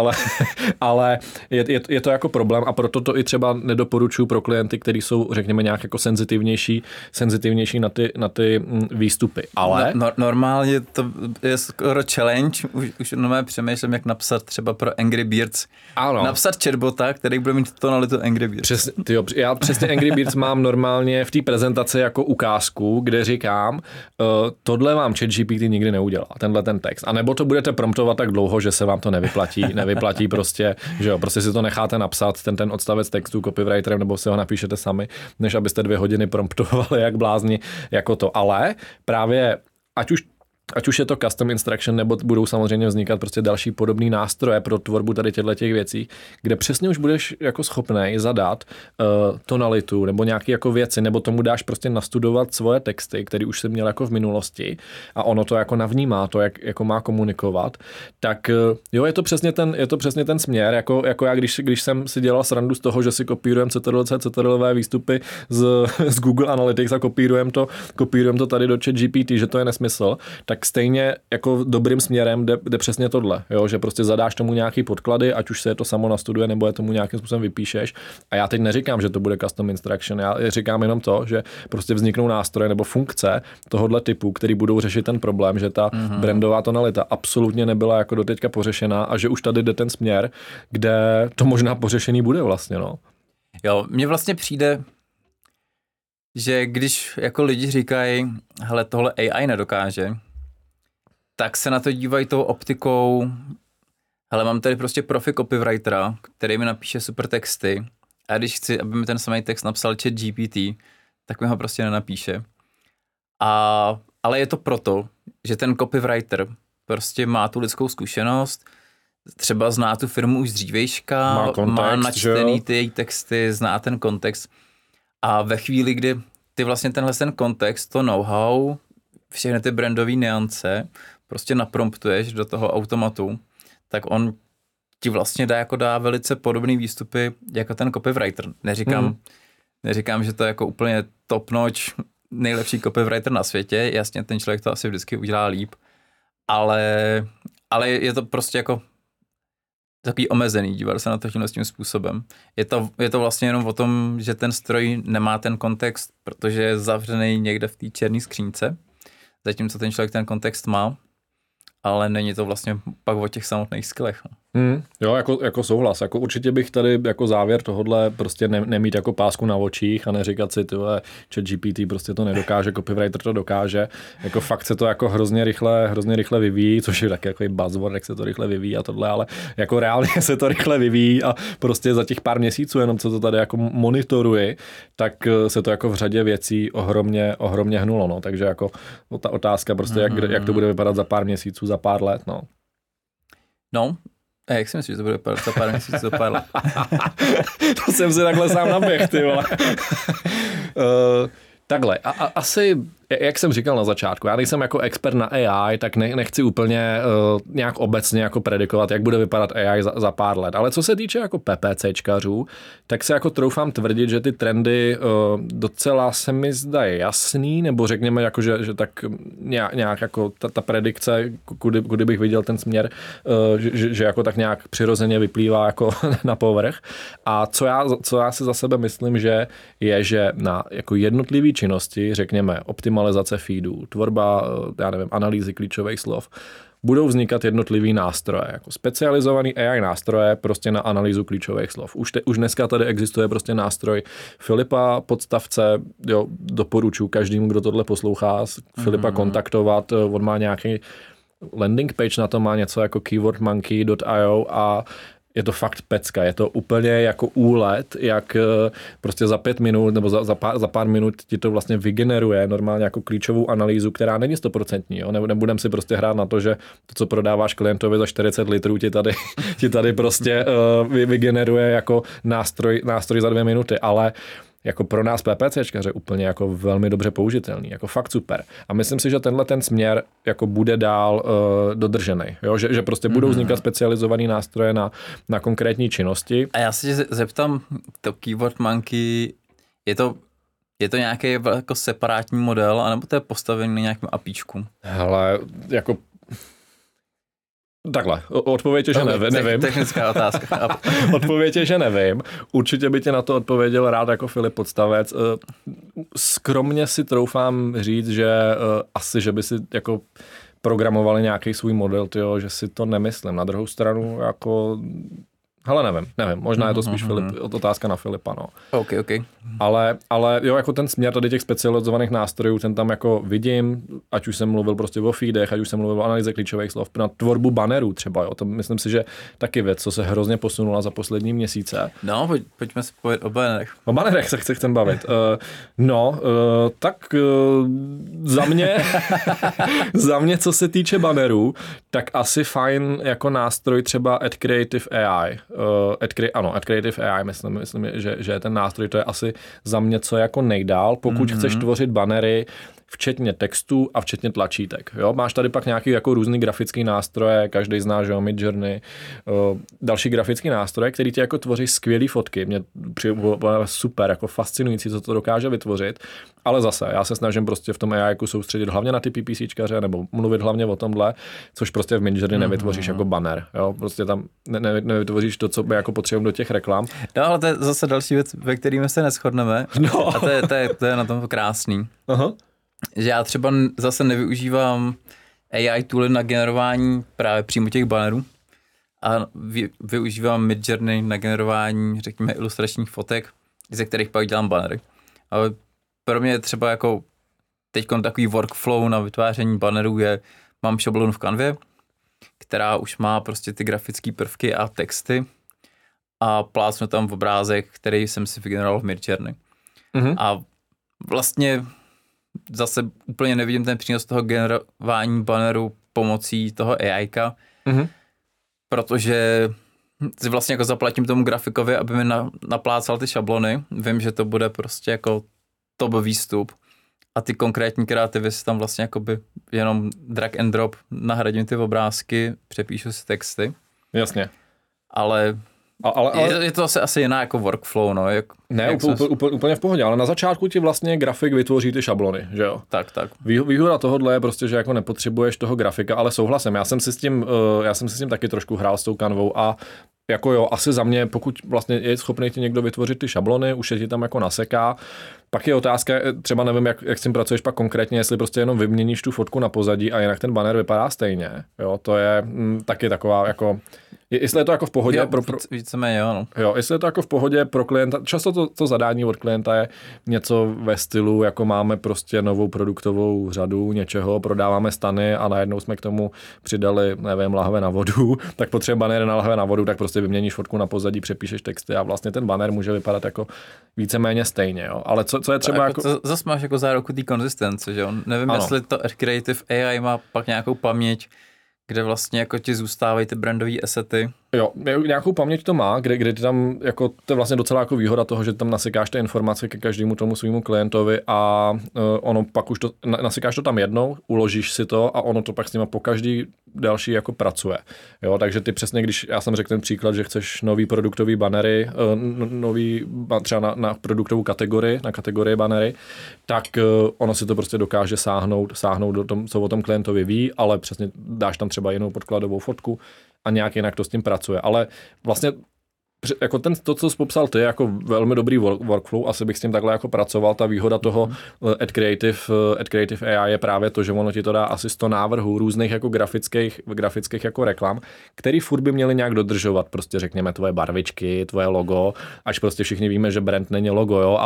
ale je to jako problém, a proto to i třeba nedoporučuji pro klienty, kteří jsou, řekněme, nějak jako senzitivnější na ty výstupy, ale... Normálně to je skoro challenge, už normálně přemýšlím, jak napsat třeba pro Angry Birds. Ano. Napsat chatbota, který bude mít tonalitu Angry Birds. Já přesně Angry Birds mám normálně v té prezentaci jako ukázku, kde říkám, tohle vám ChatGPT nikdy neudělá, tenhle ten text. A nebo to budete promptovat tak dlouho, že se vám to nevyplatí prostě, že jo, prostě si to necháte napsat, ten odstavec textu copywriterem, nebo si ho napíšete sami, než abyste 2 hodiny promptovali jak blázni jako to. Ale právě ať už je to custom instruction, nebo budou samozřejmě vznikat prostě další podobný nástroje pro tvorbu tady těch věcí, kde přesně už budeš jako schopnej zadat tonalitu nebo nějaké jako věci, nebo tomu dáš prostě nastudovat svoje texty, které už jsi měl jako v minulosti, a ono to jako navnímá to, jak jako má komunikovat, tak jo, je to přesně ten směr, jako já, když jsem si dělal srandu z toho, že si kopírujeme CTRL-V výstupy z Google Analytics a kopírujeme to tady do ChatGPT, že to je nesmysl, tak stejně jako dobrým směrem jde přesně tohle, jo? Že prostě zadáš tomu nějaký podklady, ať už se to samo nastuduje, nebo je tomu nějakým způsobem vypíšeš. A já teď neříkám, že to bude custom instruction, já říkám jenom to, že prostě vzniknou nástroje nebo funkce tohohle typu, který budou řešit ten problém, že ta brandová tonalita absolutně nebyla jako doteďka pořešená, a že už tady jde ten směr, kde to možná pořešený bude vlastně, no. Jo, mně vlastně přijde, že když jako lidi říkají, hele, tohle AI nedokáže, tak se na to dívají tou optikou, hele, mám tady prostě profi copywritera, který mi napíše super texty, a když chci, aby mi ten samý text napsal ChatGPT, tak mi ho prostě nenapíše. Ale je to proto, že ten copywriter prostě má tu lidskou zkušenost, třeba zná tu firmu už z dřívejška, má načtený ty její texty, zná ten kontext, a ve chvíli, kdy ty vlastně ten kontext, to know-how, všechny ty brandové nuance prostě napromptuješ do toho automatu, tak on ti vlastně dá velice podobný výstupy jako ten copywriter. Neříkám, že to je jako úplně top notch nejlepší copywriter na světě, jasně ten člověk to asi vždycky udělá líp, ale je to prostě jako takový omezený, dívat se na to tím způsobem. Je to vlastně jenom o tom, že ten stroj nemá ten kontext, protože je zavřený někde v té černé skřínce, zatímco ten člověk ten kontext má, ale není to vlastně pak o těch samotných skillech. Jo, jako souhlas. Jako určitě bych tady jako závěr tohodle prostě nemít jako pásku na očích a neříkat si, tyhle, ChatGPT prostě to nedokáže, copywriter to dokáže. Jako fakt se to jako hrozně rychle vyvíjí, což je taky jako buzzword, jak se to rychle vyvíjí a tohle, ale jako reálně se to rychle vyvíjí, a prostě za těch pár měsíců, jenom co to tady jako monitoruji, tak se to jako v řadě věcí ohromně hnulo, no. Takže jako ta otázka prostě, jak to bude vypadat za pár měsíců, za pár let, no. No, a jak si myslíš, že to bude vypadat za pár měsíců, za pár let? To jsem si takhle sám naběh, ty vole. Takhle, asi, jak jsem říkal na začátku, já nejsem jako expert na AI, tak nechci úplně nějak obecně jako predikovat, jak bude vypadat AI za pár let. Ale co se týče jako PPCčkařů, tak se jako troufám tvrdit, že ty trendy docela se mi zdají jasný, nebo řekněme, jako, že tak nějak jako ta predikce, kudy bych viděl ten směr, že jako tak nějak přirozeně vyplývá jako na povrch. A co já si za sebe myslím, že na jako jednotlivý činnosti, řekněme optimalizace feedů, tvorba, já nevím, analýzy klíčových slov, budou vznikat jednotlivý nástroje, jako specializovaný AI nástroje prostě na analýzu klíčových slov. Už dneska tady existuje prostě nástroj Filipa Podstavce, jo, doporučuji každému, kdo tohle poslouchá, Filipa kontaktovat, on má nějaký landing page, na to má něco jako keywordmonkey.io a je to fakt pecka, je to úplně jako úlet, jak prostě za 5 minut nebo za pár minut ti to vlastně vygeneruje normálně jako klíčovou analýzu, která není 100%, jo? Nebudem si prostě hrát na to, že to, co prodáváš klientovi za 40 litrů, ti tady prostě vygeneruje jako nástroj za 2 minuty, ale jako pro nás PPCčkaře úplně jako velmi dobře použitelný, jako fakt super. A myslím si, že tenhle ten směr jako bude dál dodržený, jo? Že prostě budou vznikat specializované nástroje na konkrétní činnosti. A já se tě zeptám, to Keyword Monkey, je to nějaký jako separátní model, anebo to je postavený na nějakém APIčku? Hele, jako takhle, odpověď je, že nevím. Technická otázka. Odpověď je, že nevím. Určitě by tě na to odpověděl rád jako Filip Podstavec. Skromně si troufám říct, že asi, že by si jako programovali nějaký svůj model, tyjo, že si to nemyslím. Na druhou stranu, jako hele, nevím. Možná je to spíš otázka na Filipa, no. OK. Ale jo, jako ten směr tady těch specializovaných nástrojů, ten tam jako vidím, ať už jsem mluvil prostě o feedech, ať už jsem mluvil o analýze klíčových slov, na tvorbu bannerů třeba, jo. To myslím si, že taky věc, co se hrozně posunula za poslední měsíce. No, pojďme si povědět o bannerech. O bannerech se chcem bavit. Tak za mě, co se týče bannerů, tak asi fajn jako nástroj třeba Ad Creative AI. Ad Creative AI, myslím, že je ten nástroj, to je asi za mě co jako nejdál, pokud chceš tvořit bannery, včetně textu a včetně tlačítek. Jo? Máš tady pak nějaký jako různý grafický nástroje, každý zná, že jo, Midjourney, další grafický nástroje, který ti jako tvoří skvělý fotky. Mě přijde super, jako fascinující, co to dokáže vytvořit, ale zase, já se snažím prostě v tom AI soustředit hlavně na ty PPCčkaře, nebo mluvit hlavně o tomhle, což prostě v Midjourney nevytvoříš jako banner, jo? Prostě tam nevytvoříš to, co by jako potřebujeme do těch reklam. No, ale to je zase další věc, ve kterým se neshodneme. No. A to je na tom krásný. Aha. Že já třeba zase nevyužívám AI tooly na generování právě přímo těch bannerů a využívám Midjourney na generování, řekněme, ilustračních fotek, ze kterých pak dělám bannery. Ale pro mě je třeba jako teďkon takový workflow na vytváření bannerů mám šablonu v Canvě, která už má prostě ty grafické prvky a texty a plácnu tam v obrázek, který jsem si vygeneroval v Midjourney. A vlastně zase úplně nevidím ten přínos toho generování banneru pomocí toho AIka, protože si vlastně jako zaplatím tomu grafikovi, aby mi naplácal ty šablony. Vím, že to bude prostě jako top výstup a ty konkrétní kreativy si tam vlastně jakoby jenom drag and drop nahradím ty obrázky, přepíšu si texty. Jasně. Ale je to asi jiná jako workflow, no. Úplně v pohodě, ale na začátku ti vlastně grafik vytvoří ty šablony, že jo? Tak. Výhoda tohohle je prostě, že jako nepotřebuješ toho grafika, ale souhlasím, já jsem si s tím taky trošku hrál s tou kanvou a jako jo, asi za mě, pokud vlastně je schopný ti někdo vytvořit ty šablony, už je ti tam jako naseká, pak je otázka, třeba nevím, jak s tím pracuješ pak konkrétně, jestli prostě jenom vyměníš tu fotku na pozadí a jinak ten banner vypadá stejně, jo, to je taky taková jako, jestli je to jako v pohodě, víceméně, jo, no. Jo, jestli je to jako v pohodě pro klienta, často to zadání od klienta je něco ve stylu, jako máme prostě novou produktovou řadu něčeho, prodáváme stany a najednou jsme k tomu přidali, nevím, lahve na vodu, tak potřebujeme banner na lahve na vodu, tak prostě vyměníš fotku na pozadí, přepíšeš texty a vlastně ten banner může vypadat jako víceméně stejně, jo. Ale co je třeba jako... Zase máš jako záruku té konzistence, že jo? Nevím, jestli to Creative AI má pak nějakou paměť, kde vlastně jako ti zůstávají ty brandové asety. Jo, nějakou paměť to má, kde ty tam, jako, to je vlastně docela jako výhoda toho, že tam nasekáš ty informace ke každému tomu svému klientovi a ono pak už to, nasekáš to tam jednou, uložíš si to a ono to pak s nima po každý další jako pracuje. Jo, takže ty přesně, když já jsem řekl ten příklad, že chceš nový produktový bannery, třeba na produktovou kategorii, na kategorii bannery, tak ono si to prostě dokáže sáhnout do tom, co o tom klientovi ví, ale přesně dáš tam třeba jinou podkladovou fotku a nějak jinak to s tím pracuje. Ale vlastně jako to, co jsi popsal ty, jako velmi dobrý workflow, asi bych s tím takhle jako pracoval. Ta výhoda toho Ad Creative AI je právě to, že ono ti to dá asi 100 návrhů různých jako grafických jako reklam, který furt by měli nějak dodržovat, prostě řekněme tvoje barvičky, tvoje logo, až prostě všichni víme, že brand není logo, jo,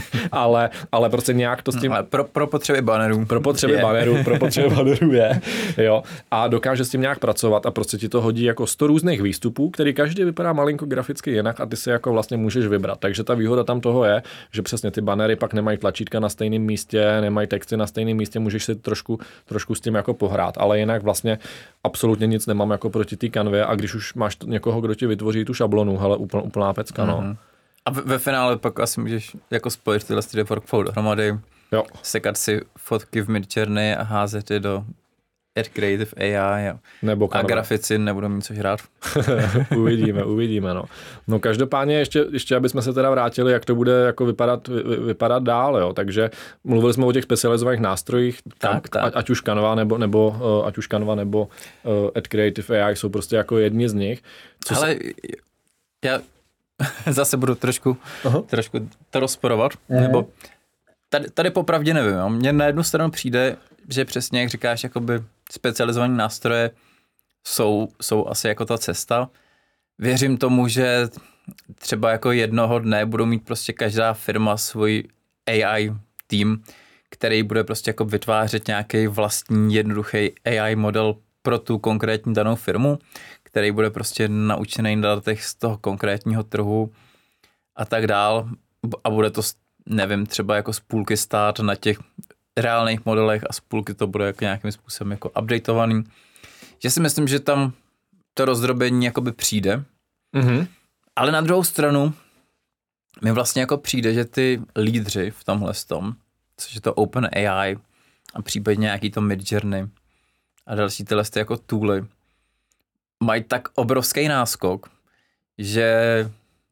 ale prostě nějak to s tím... Pro potřeby bannerů. Pro potřeby bannerů je, jo, a dokáže s tím nějak pracovat a prostě ti to hodí jako 100 různých výstupů, který každý vypadá malinko graficky jinak a ty si jako vlastně můžeš vybrat. Takže ta výhoda tam toho je, že přesně ty bannery pak nemají tlačítka na stejném místě, nemají texty na stejném místě, můžeš si trošku s tím jako pohrát, ale jinak vlastně absolutně nic nemám jako proti té kanvě a když už máš někoho, kdo ti vytvoří tu šablonu, hele, úplná pecka, no. A ve finále pak asi můžeš jako spojit tyhle workflow dohromady, jo. sekat si fotky v Midjourney a házet je do Ad Creative AI a grafici nebudou mít co žrát. uvidíme, no. No každopádně ještě, aby jsme se teda vrátili, jak to bude jako vypadat dál, jo. Takže mluvili jsme o těch specializovaných nástrojích, ať už Canva nebo Ad Creative AI jsou prostě jako jedni z nich. Ale já zase budu trošku to rozporovat, nebo tady popravdě nevím. Jo. Mně na jednu stranu přijde, že přesně jak říkáš, jakoby specializované nástroje jsou asi jako ta cesta. Věřím tomu, že třeba jako jednoho dne budou mít prostě každá firma svůj AI tým, který bude prostě jako vytvářet nějaký vlastní jednoduchý AI model pro tu konkrétní danou firmu, který bude prostě naučený na datech z toho konkrétního trhu a tak dál. A bude to, nevím, třeba jako z půlky stát na těch reálných modelech a z půlky to bude jako nějakým způsobem jako updateovaný. Že si myslím, že tam to rozdrobení jakoby přijde. Mm-hmm. Ale na druhou stranu mi vlastně jako přijde, že ty lídři v tomhle tom, což je to OpenAI a případně nějaký to Midjourney a další tyhle jako tooly, mají tak obrovský náskok, že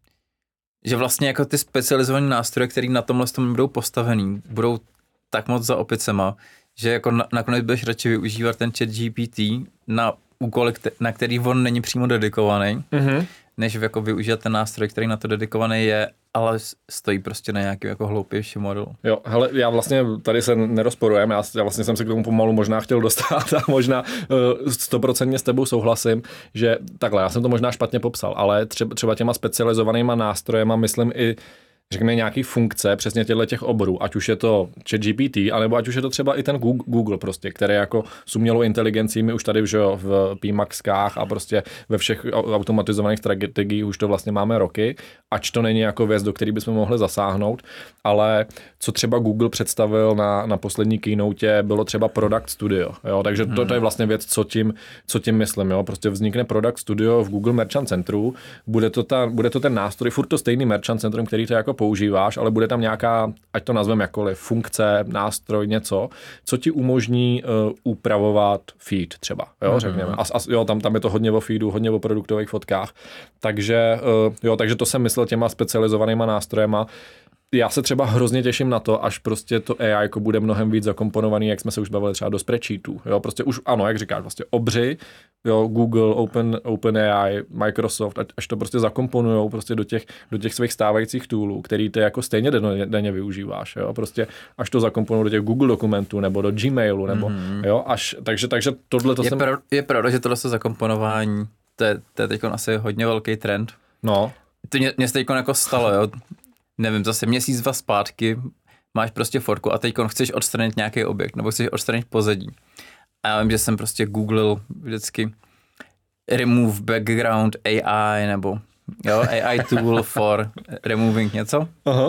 vlastně jako ty specializované nástroje, které na tomhle tom budou postavený, budou tak moc za opicema, že jako nakonec budeš radši využívat ten ChatGPT na úkoly, na který on není přímo dedikovaný, než jako využívat ten nástroj, který na to dedikovaný je, ale stojí prostě na nějaký jako hloupější model. Jo, hele, já vlastně tady se nerozporujem, já vlastně jsem se k tomu pomalu možná chtěl dostat a možná 100% s tebou souhlasím, že takhle, já jsem to možná špatně popsal, ale třeba těma specializovanýma nástrojema myslím i řekněme nějaký funkce přesně těch oborů, ať už je to ChatGPT, anebo ať už je to třeba i ten Google prostě, který jako s umělou inteligencí, my už tady že jo, v PMaxkách a prostě ve všech automatizovaných strategiích už to vlastně máme roky, ač to není jako věc, do který bychom mohli zasáhnout, ale co třeba Google představil na poslední keynote, bylo třeba Product Studio, jo, takže to je vlastně věc, co tím myslím, jo, prostě vznikne Product Studio v Google Merchant Centru, bude to ten nástroj, furt to stejný Merchant Centrum, který to jako používáš, ale bude tam nějaká, ať to nazveme jakkoliv, funkce, nástroj, něco, co ti umožní upravovat feed třeba, jo, řekněme. Jo, tam je to hodně o feedu, hodně o produktových fotkách. Takže to jsem myslel těma specializovanýma nástrojema. Já se třeba hrozně těším na to, až prostě to AI bude mnohem víc zakomponovaný, jak jsme se už bavili třeba do spreadsheetů. Jo, prostě už ano, jak říkáš, vlastně obři, jo, Google, OpenAI, Microsoft, až to prostě zakomponujou prostě do těch svých stávajících toolů, který ty jako stejně denně využíváš, jo, prostě až to zakomponují do těch Google dokumentů nebo do Gmailu, nebo jo, takže tohle to je pravda, že tohle zakomponování, to je teď asi hodně velký trend. No. Mě se teď jako stalo, jo. Nevím, zase měsíc, 2 zpátky máš prostě fotku a teď chceš odstranit nějaký objekt nebo chceš odstranit pozadí. A já vím, že jsem prostě googlil vždycky remove background AI nebo jo, AI tool for removing něco. Aha.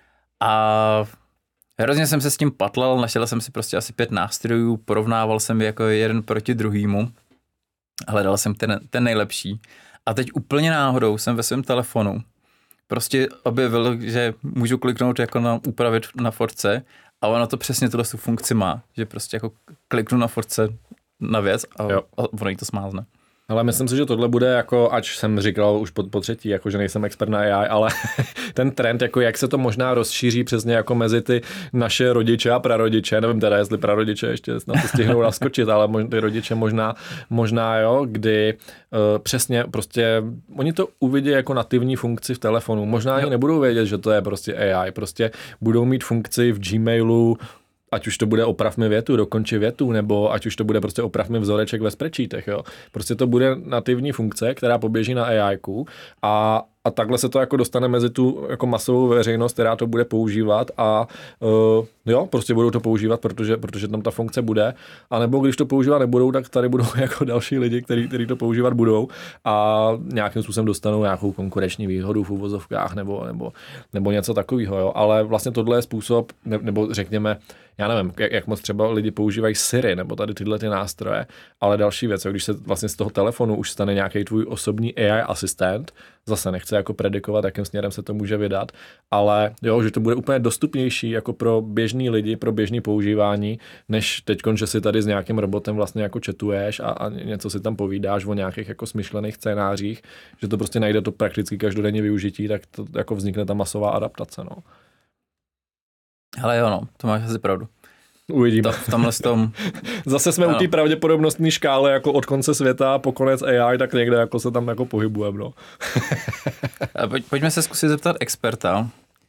A hrozně jsem se s tím patlal, našel jsem si prostě asi 5 nástrojů, porovnával jsem je jako jeden proti druhému, hledal jsem ten nejlepší. A teď úplně náhodou jsem ve svém telefonu prostě objevil, že můžu kliknout jako na upravit na fotce a ono to přesně tuhle funkci má, že prostě jako kliknu na fotce na věc a ono jí to smázne. Ale myslím si, že tohle bude jako, ač jsem říkal už po třetí, jako že nejsem expert na AI, ale ten trend, jako jak se to možná rozšíří přesně jako mezi ty naše rodiče a prarodiče, nevím teda, jestli prarodiče ještě na to stihnou naskočit, ale ty rodiče možná jo, kdy přesně prostě, oni to uvidí jako nativní funkci v telefonu, možná ani nebudou vědět, že to je prostě AI, prostě budou mít funkci v Gmailu, ať už to bude oprav mi větu, dokonči větu, nebo ať už to bude prostě oprav mi vzoreček ve spreadsheetech, jo. Prostě to bude nativní funkce, která poběží na AIku a takhle se to jako dostane mezi tu jako masovou veřejnost, která to bude používat a jo, prostě budou to používat, protože tam ta funkce bude, a nebo když to používat nebudou, tak tady budou jako další lidi, kteří to používat budou a nějakým způsobem dostanou nějakou konkurenční výhodu v uvozovkách nebo něco takového, jo. Ale vlastně tohle je způsob, nebo řekněme, já nevím, jak moc třeba lidi používají Siri nebo tady tyhle ty nástroje, ale další věc, když se vlastně z toho telefonu už stane nějaký tvůj osobní AI asistent, zase nechce jako predikovat, jakým směrem se to může vydat, ale jo, že to bude úplně dostupnější jako pro běžný lidi, pro běžný používání, než teďkon, že si tady s nějakým robotem vlastně jako chatuješ a něco si tam povídáš o nějakých jako smyšlených scénářích, že to prostě najde to prakticky každodenní využití, tak to jako vznikne ta masová adaptace, no. Ale jo, no, to máš asi pravdu. Uvidíme. V tomhle tom... Zase jsme u té pravděpodobnostní škály jako od konce světa po konec AI, tak někde jako se tam jako pohybujeme, no. Pojďme se zkusit zeptat experta.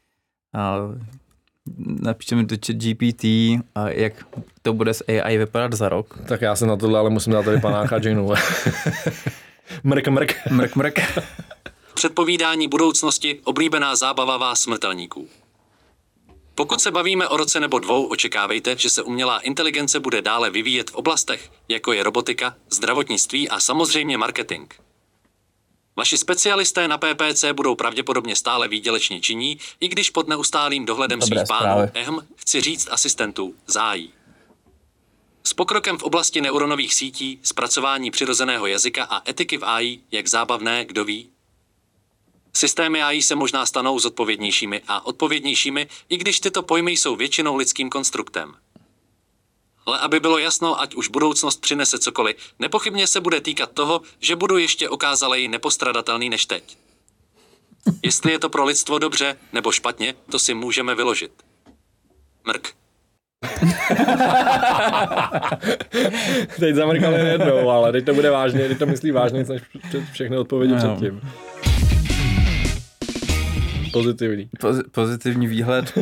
Napíšeme do ChatGPT, jak to bude s AI vypadat za rok. Tak já se na tohle ale musím dát tady panáka Janu. Mrk. Předpovídání budoucnosti, oblíbená zábava vás smrtelníků. Pokud se bavíme o roce nebo dvou, očekávejte, že se umělá inteligence bude dále vyvíjet v oblastech, jako je robotika, zdravotnictví a samozřejmě marketing. Vaši specialisté na PPC budou pravděpodobně stále výdělečně činní, i když pod neustálým dohledem svých pánů, chci říct asistentů, zájí. S pokrokem v oblasti neuronových sítí, zpracování přirozeného jazyka a etiky v AI, jak zábavné, kdo ví? Systémy AI se možná stanou zodpovědnějšími a odpovědnějšími, i když tyto pojmy jsou většinou lidským konstruktem. Ale aby bylo jasno, ať už budoucnost přinese cokoliv, nepochybně se bude týkat toho, že budu ještě okázalej nepostradatelný než teď. Jestli je to pro lidstvo dobře nebo špatně, to si můžeme vyložit. Mrk. Teď zamrkal jen jednou, ale teď to bude vážně, teď to myslí vážně, než všechny odpovědi předtím. Pozitivní. Pozitivní výhled.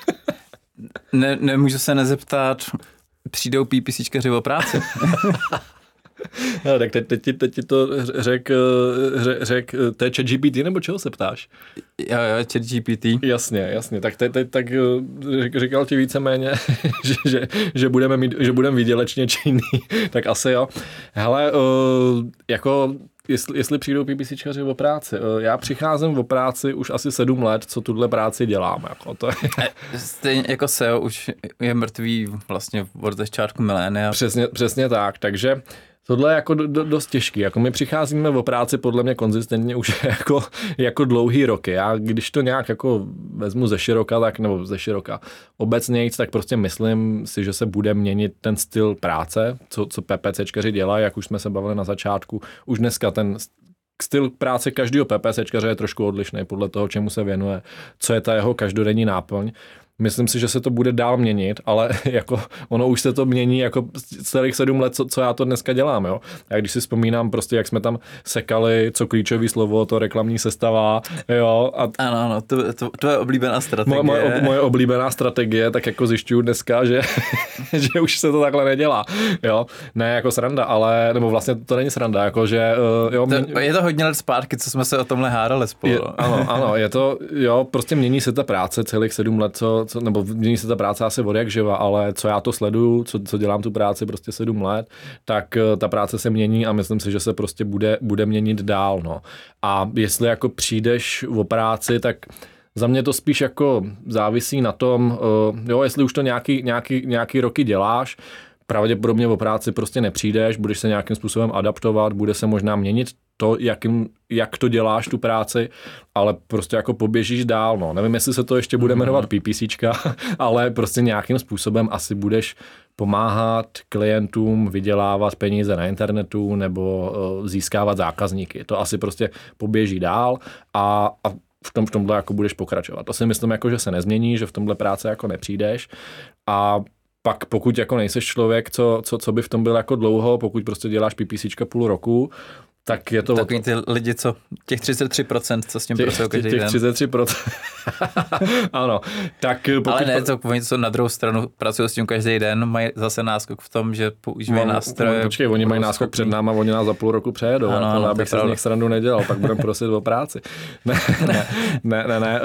Nemůžu se nezeptat, přijdou PPCčkaři o práci. No, tak teď ti to řek, to je ChatGPT, nebo čeho se ptáš? Jo, ChatGPT. Jasně, tak tak říkal ti víceméně, že budeme výdělečně činný, tak asi jo. Hele, jako jestli přijdou PPCčkaři o práci. Já přicházím o práci už asi 7 let, co tuhle práci dělám. Jako to je. Stejně jako SEO už je mrtvý vlastně od začátku milénia. Přesně tak, takže tohle je jako dost těžký. Jako my přicházíme o práci podle mě konzistentně už jako dlouhý roky. Já když to nějak jako vezmu ze široka obecnějc, tak prostě myslím si, že se bude měnit ten styl práce, co PPCčkaři dělají, jak už jsme se bavili na začátku. Už dneska ten styl práce každého PPCčkaře je trošku odlišný podle toho, čemu se věnuje, co je ta jeho každodenní náplň. Myslím si, že se to bude dál měnit, ale jako ono už se to mění jako celých 7 let, co já to dneska dělám, jo. A když si vzpomínám prostě, jak jsme tam sekali, co klíčový slovo, to reklamní sestava, jo. Ano, to je oblíbená strategie. Moje oblíbená strategie, tak jako zjišťuju dneska, že už se to takhle nedělá, jo. Ne jako sranda, ale, nebo vlastně to není sranda, jako že, jo. Je to hodně let zpátky, co jsme se o tomhle hádali spolu. Ano, je to, jo, prostě mění se ta práce celých 7 let, nebo mění se ta práce asi od jak živa, ale co já to sleduju, co dělám tu práci prostě 7 let, tak ta práce se mění a myslím si, že se prostě bude měnit dál, no. A jestli jako přijdeš o práci, tak za mě to spíš jako závisí na tom, jo, jestli už to nějaký roky děláš, pravděpodobně o práci prostě nepřijdeš, budeš se nějakým způsobem adaptovat, bude se možná měnit to, jak to děláš tu práci, ale prostě jako poběžíš dál, no. Nevím, jestli se to ještě bude jmenovat PPCčka, ale prostě nějakým způsobem asi budeš pomáhat klientům vydělávat peníze na internetu nebo získávat zákazníky. To asi prostě poběží dál a v tomhle jako budeš pokračovat. To si myslím, jako, že se nezmění, že v tomhle práce jako nepřijdeš a pak pokud jako nejseš člověk, co by v tom byl jako dlouho, pokud prostě děláš PPCčka půl roku, tak je to... Takový ty lidi, co těch 33%, co s tím pracují každý den. Těch 33%. Ano. Tak pokud... Ale ne, to oni, co na druhou stranu pracují s tím každý den, mají zase náskok v tom, že používají nástroje. Počkej, oni mají náskok před náma, oni nás za půl roku přejedou. Ano, abych se z nich srandu nedělal, pak budeme prosit o práci. Ne.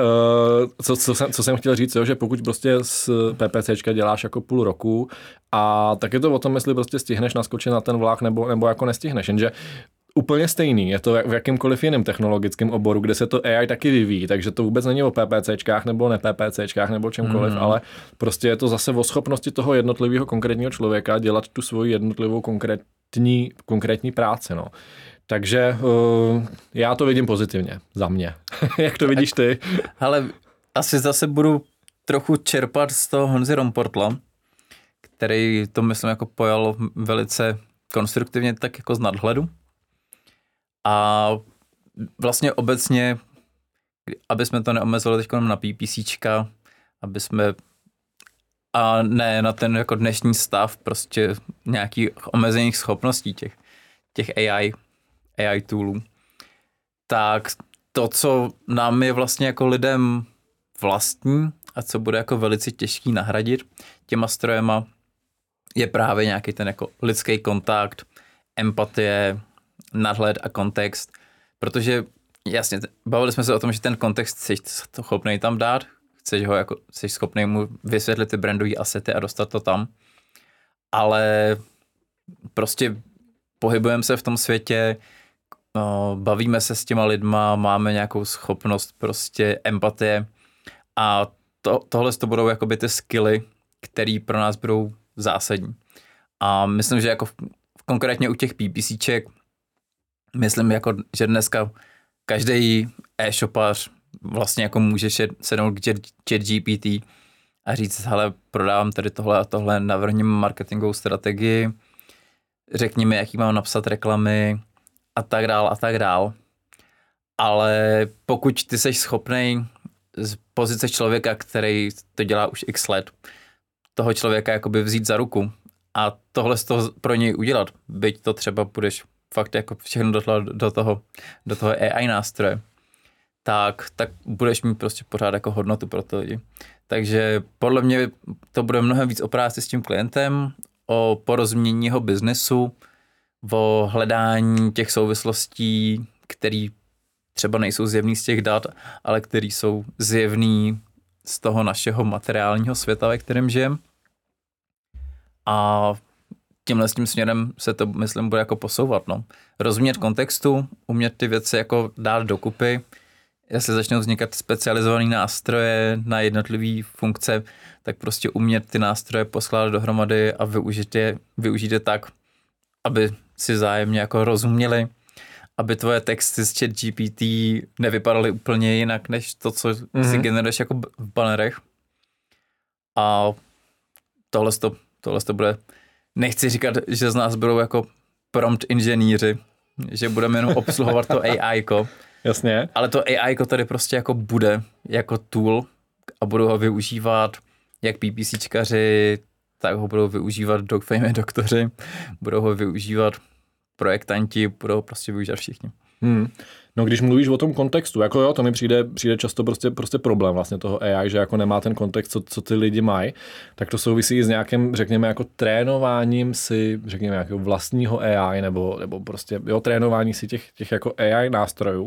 Co jsem chtěl říct, že pokud prostě z PPCčka děláš jako půl roku, a tak je to o tom, jestli prostě stihneš naskočit na ten vlak nebo jako nestihneš, jenže úplně stejný, je to v jakýmkoliv jiném technologickém oboru, kde se to AI taky vyvíjí, takže to vůbec není o PPCčkách nebo ne PPCčkách nebo čemkoliv, ale prostě je to zase o schopnosti toho jednotlivého konkrétního člověka dělat tu svoji jednotlivou konkrétní práci, no. Takže já to vidím pozitivně, za mě. Jak to vidíš ty? Ale asi zase budu trochu čerpat z toho Honzy Romportla, který to myslím jako pojal velice konstruktivně, tak jako z nadhledu. A vlastně obecně, aby jsme to neomezili teď na PPCčka, aby jsme a ne na ten jako dnešní stav prostě nějakých omezených schopností těch AI toolů, tak to, co nám je vlastně jako lidem vlastní a co bude jako velice těžký nahradit těma strojema, je právě nějaký ten jako lidský kontakt, empatie, nadhled a kontext, protože jasně, bavili jsme se o tom, že ten kontext jsi schopnej tam dát, jsi schopnej mu vysvětlit ty brandové asety a dostat to tam, ale prostě pohybujeme se v tom světě, bavíme se s těma lidma, máme nějakou schopnost prostě empatie a tohle to budou jakoby ty skilly, které pro nás budou zásadní. A myslím, že jako konkrétně u těch PPCček myslím, jako, že dneska každý e-shopař vlastně jako může sednout k ChatGPT a říct, hele, prodávám tady tohle a tohle, navrhni marketingovou strategii, řekni mi, jaký mám napsat reklamy a tak dál. Ale pokud ty seš schopnej z pozice člověka, který to dělá už x let, toho člověka jakoby vzít za ruku a tohle z toho pro něj udělat, byť to třeba budeš fakt jako všechno do toho AI nástroje, tak budeš mít prostě pořád jako hodnotu pro ty lidi. Takže podle mě to bude mnohem víc o práci s tím klientem, o porozumění jeho biznesu, o hledání těch souvislostí, které třeba nejsou zjevný z těch dat, ale které jsou zjevný z toho našeho materiálního světa, ve kterém žijeme. A tímhle s tím směrem se to, myslím, bude jako posouvat. No. Rozumět kontextu, umět ty věci jako dát dokupy, jestli začnou vznikat specializované nástroje na jednotlivé funkce, tak prostě umět ty nástroje poskládat dohromady a využít je tak, aby si vzájemně jako rozuměli, aby tvoje texty z ChatGPT nevypadaly úplně jinak, než to, co si generuješ jako v bannerech. A tohle to bude, nechci říkat, že z nás budou jako prompt inženýři, že budeme jenom obsluhovat to AI-ko. Jasně. Ale to AI-ko tady prostě jako bude jako tool a budou ho využívat jak PPCčkaři, tak ho budou využívat doktoři, budou ho využívat projektanti, budou ho prostě využívat všichni. No když mluvíš o tom kontextu, jako jo, to mi přijde často prostě problém vlastně toho AI, že jako nemá ten kontext, co ty lidi mají, tak to souvisí s nějakým, řekněme, jako trénováním si, řekněme, jako vlastního AI, nebo prostě, jo, trénování si těch jako AI nástrojů.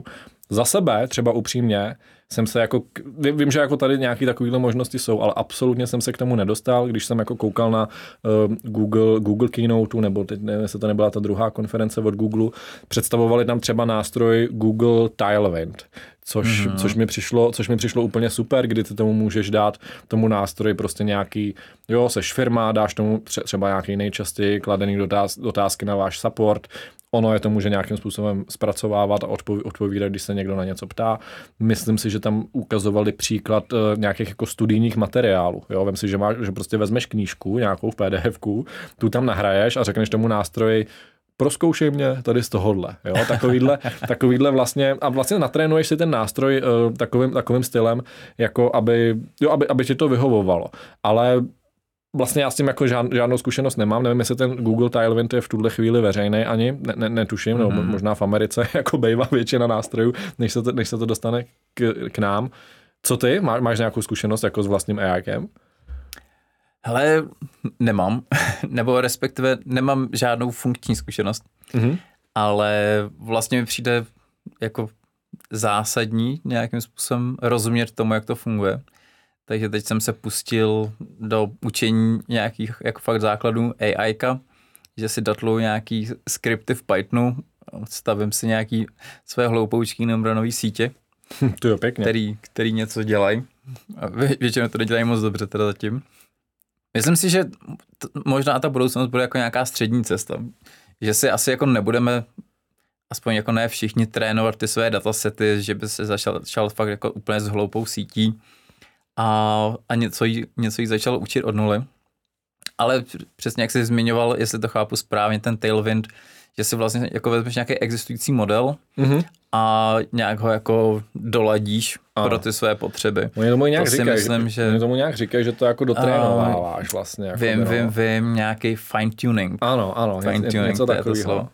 Za sebe, třeba upřímně, jsem se jako, vím, že jako tady nějaké takovéhle možnosti jsou, ale absolutně jsem se k tomu nedostal, když jsem jako koukal na Google Keynote, nebo teď nevím, jestli to nebyla ta druhá konference od Google, představovali tam třeba nástroj Google Tailwind, což mi přišlo úplně super, kdy ty tomu můžeš dát tomu nástroji prostě nějaký, seš firma, dáš tomu třeba nějaký nejčastěji kladený otázky na váš support, ono je to může nějakým způsobem zpracovávat a odpovídat, když se někdo na něco ptá. Myslím si, že tam ukazovali příklad nějakých jako studijních materiálů. Jo? Vem si, že prostě vezmeš knížku, nějakou v PDF-ku, tu tam nahraješ a řekneš tomu nástroji, prozkoušej mě tady z tohohle. Jo? Takovýhle vlastně, a vlastně natrénuješ si ten nástroj takovým stylem, jako aby ti to vyhovovalo. Ale vlastně já s tím jako žádnou zkušenost nemám, nevím, jestli ten Google Tailwind je v tuhle chvíli veřejný ani, netuším, nebo možná v Americe jako bejvá většina nástrojů, než se to dostane k nám. Co ty? Máš nějakou zkušenost jako s vlastním AIkem? Hele, nemám, nebo respektive nemám žádnou funkční zkušenost, ale vlastně mi přijde jako zásadní nějakým způsobem rozumět tomu, jak to funguje. Takže teď jsem se pustil do učení nějakých jako fakt základů AIka, že si datluju nějaký skripty v Pythonu, stavím si nějaký své hloupoučky neuronové sítě, to je pěkně. Který něco dělají. Většinou to nedělají moc dobře teda zatím. Myslím si, že možná ta budoucnost bude jako nějaká střední cesta. Že si asi jako nebudeme, aspoň jako ne všichni, trénovat ty své datasety, že by se začal fakt jako úplně s hloupou sítí a něco jí začal učit od nuly. Ale přesně jak jsi zmiňoval, jestli to chápu správně, ten Tailwind, že si vlastně jako vezmeš nějaký existující model a nějak ho jako doladíš pro ty své potřeby. Oni tomu nějak říkají, že to jako dotrénováváš vlastně. Jako vím, nějaký fine tuning. Ano, něco takového.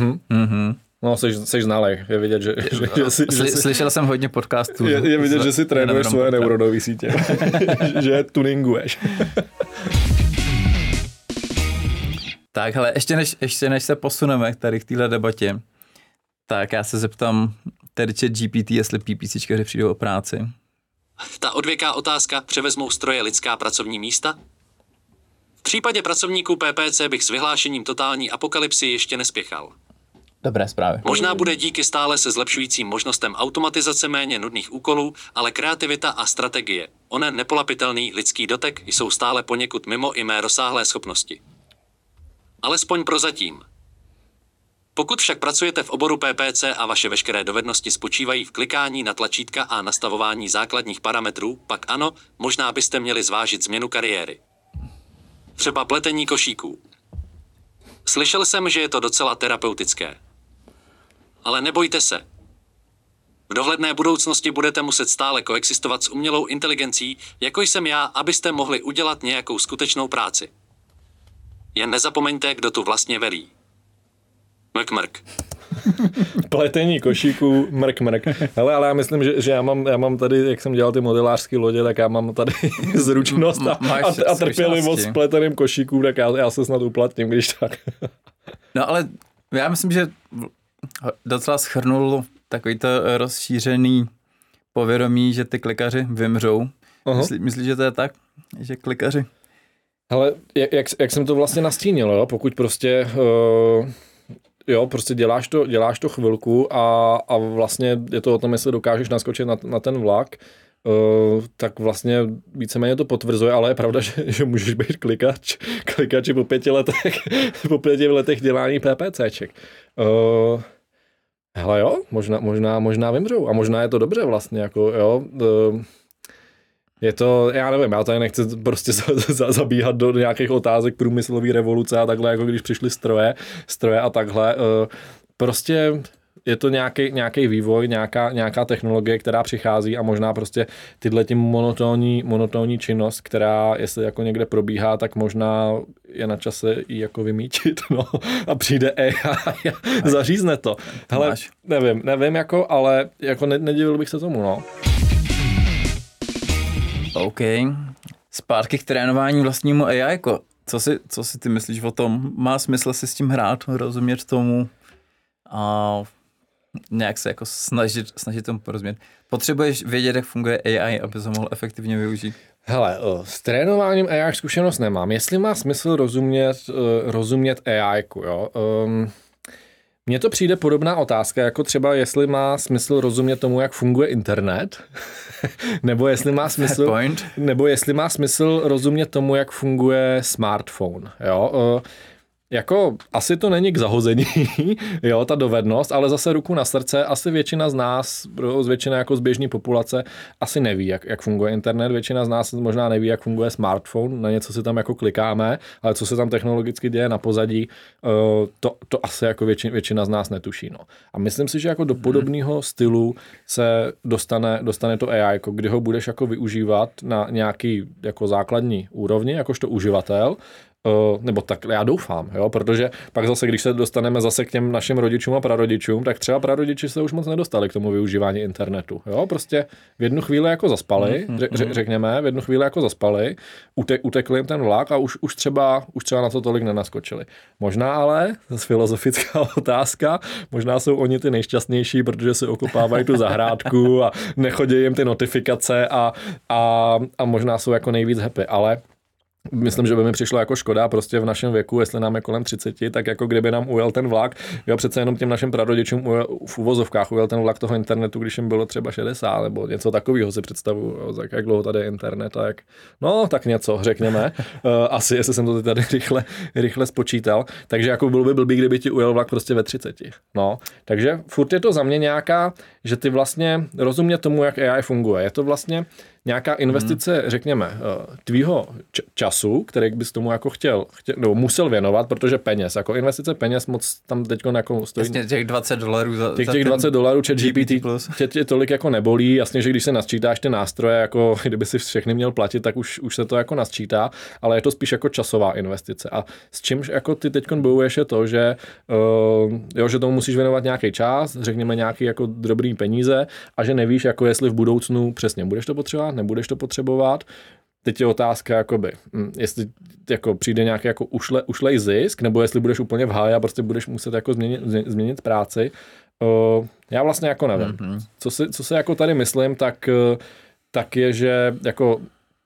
No, jsi znalej, je vidět, že slyšel jsem hodně podcastů. Je vidět, že si trénuješ svoje neuronové sítě, že je tuninguješ. Tak, hele, ještě než se posuneme k tady k téhle debatě, tak já se zeptám tedy ChatGPT, jestli PPCčkaři přijdou o práci. Ta odvěká otázka, převezmou stroje lidská pracovní místa? V případě pracovníků PPC bych s vyhlášením totální apokalypsy ještě nespěchal. Dobré zprávy. Možná bude díky stále se zlepšujícím možnostem automatizace méně nudných úkolů, ale kreativita a strategie, onen nepolapitelný lidský dotek, jsou stále poněkud mimo i mé rozsáhlé schopnosti. Alespoň prozatím. Pokud však pracujete v oboru PPC a vaše veškeré dovednosti spočívají v klikání na tlačítka a nastavování základních parametrů, pak ano, možná byste měli zvážit změnu kariéry. Třeba pletení košíků. Slyšel jsem, že je to docela terapeutické. Ale nebojte se. V dohledné budoucnosti budete muset stále koexistovat s umělou inteligencí, jako jsem já, abyste mohli udělat nějakou skutečnou práci. Jen nezapomeňte, kdo tu vlastně velí. Mrk. Pletení košíků, mrk. Hele, ale já myslím, že já mám tady, jak jsem dělal ty modelářské lodě, tak já mám tady zručnost a trpělivost s pleteným košíků, tak já se snad uplatním, když tak. No ale já myslím, že docela shrnul takový to rozšířený povědomí, že ty klikaři vymřou. Myslíš, že to je tak? Že klikaři? Hele, jak jsem to vlastně nastínil, jo? Pokud prostě... prostě děláš to chvilku a vlastně je to o tom, jestli dokážeš naskočit na ten vlak, tak vlastně víceméně to potvrzuje, ale je pravda, že můžeš být klikač po 5 letech dělání PPCček. Hele jo, možná vymřou a možná je to dobře vlastně, jako jo, je to, já nevím, já tady nechci prostě zabíhat do nějakých otázek průmyslové revoluce a takhle, jako když přišly stroje a takhle. Prostě je to nějaký vývoj, nějaká technologie, která přichází a možná prostě tyhle monotónní činnost, která jestli jako někde probíhá, tak možná je na čase ji jako vymítit, no. A přijde AI a zařízne to. Hele, nevím jako, ale jako nedivil bych se tomu, no. OK. Zpátky k trénování vlastnímu AI. Co si ty myslíš o tom? Má smysl si s tím hrát, rozumět tomu? A nějak se jako snažit tomu porozumět. Potřebuješ vědět, jak funguje AI, aby to mohl efektivně využít? Hele, s trénováním AI zkušenost nemám. Jestli má smysl rozumět AI-ku, jo? Mně to přijde podobná otázka, jako třeba jestli má smysl rozumět tomu, jak funguje internet, nebo jestli má smysl rozumět tomu, jak funguje smartphone, jo? Jako asi to není k zahození, jo, ta dovednost, ale zase ruku na srdce, asi většina z nás, většina jako z běžné populace, asi neví, jak funguje internet, většina z nás možná neví, jak funguje smartphone, na něco si tam jako klikáme, ale co se tam technologicky děje na pozadí, to asi jako většina z nás netuší, no. A myslím si, že jako do podobného stylu se dostane to AI, jako kdy ho budeš jako využívat na nějaký jako základní úrovni, jakožto uživatel, nebo tak já doufám, jo, protože pak zase, když se dostaneme zase k těm našim rodičům a prarodičům, tak třeba prarodiči se už moc nedostali k tomu využívání internetu, jo, prostě v jednu chvíli jako zaspali, řekněme, v jednu chvíli jako zaspali, utekl jim ten vlak a už třeba na to tolik nenaskočili. Možná ale, to je filozofická otázka, možná jsou oni ty nejšťastnější, protože si okopávají tu zahrádku a nechodí jim ty notifikace a možná jsou jako nejvíc happy, ale myslím, že by mi přišlo jako škoda prostě v našem věku, jestli nám je kolem 30, tak jako kdyby nám ujel ten vlak, jo, přece jenom těm našim prarodičům v uvozovkách ujel ten vlak toho internetu, když jim bylo třeba 60 nebo něco takového si představuju, jo, tak jak dlouho tady je internet a jak, no tak něco, řekněme, asi, jestli jsem to tady rychle spočítal, takže jako bylo by blbý, kdyby ti ujel vlak prostě ve 30, no, takže furt je to za mě nějaká, že ty vlastně rozumět tomu, jak AI funguje, je to vlastně nějaká investice, řekněme, tvýho času, který bys tomu jako chtěl nebo musel věnovat, protože peněz, jako investice peněz moc tam teďko jako stojí. Jasně, těch $20 za těch $20 ChatGPT tě tolik jako nebolí, jasně, že když se nasčítáš ty nástroje, jako kdyby si všechny měl platit, tak už se to jako nasčítá, ale je to spíš jako časová investice. A s čímž jako ty teďko bojuješ je to, že že tomu musíš věnovat nějaký čas, řekněme nějaký jako drobný peníze a že nevíš, jako jestli v budoucnu přesně budeš to potřebovat, nebudeš to potřebovat. Teď je otázka, jakoby, jestli jako přijde nějaký jako ušlej zisk, nebo jestli budeš úplně v háji a prostě budeš muset jako změnit práci. Já vlastně jako nevím. Mm-hmm. Co se jako tady myslím, tak je, že jako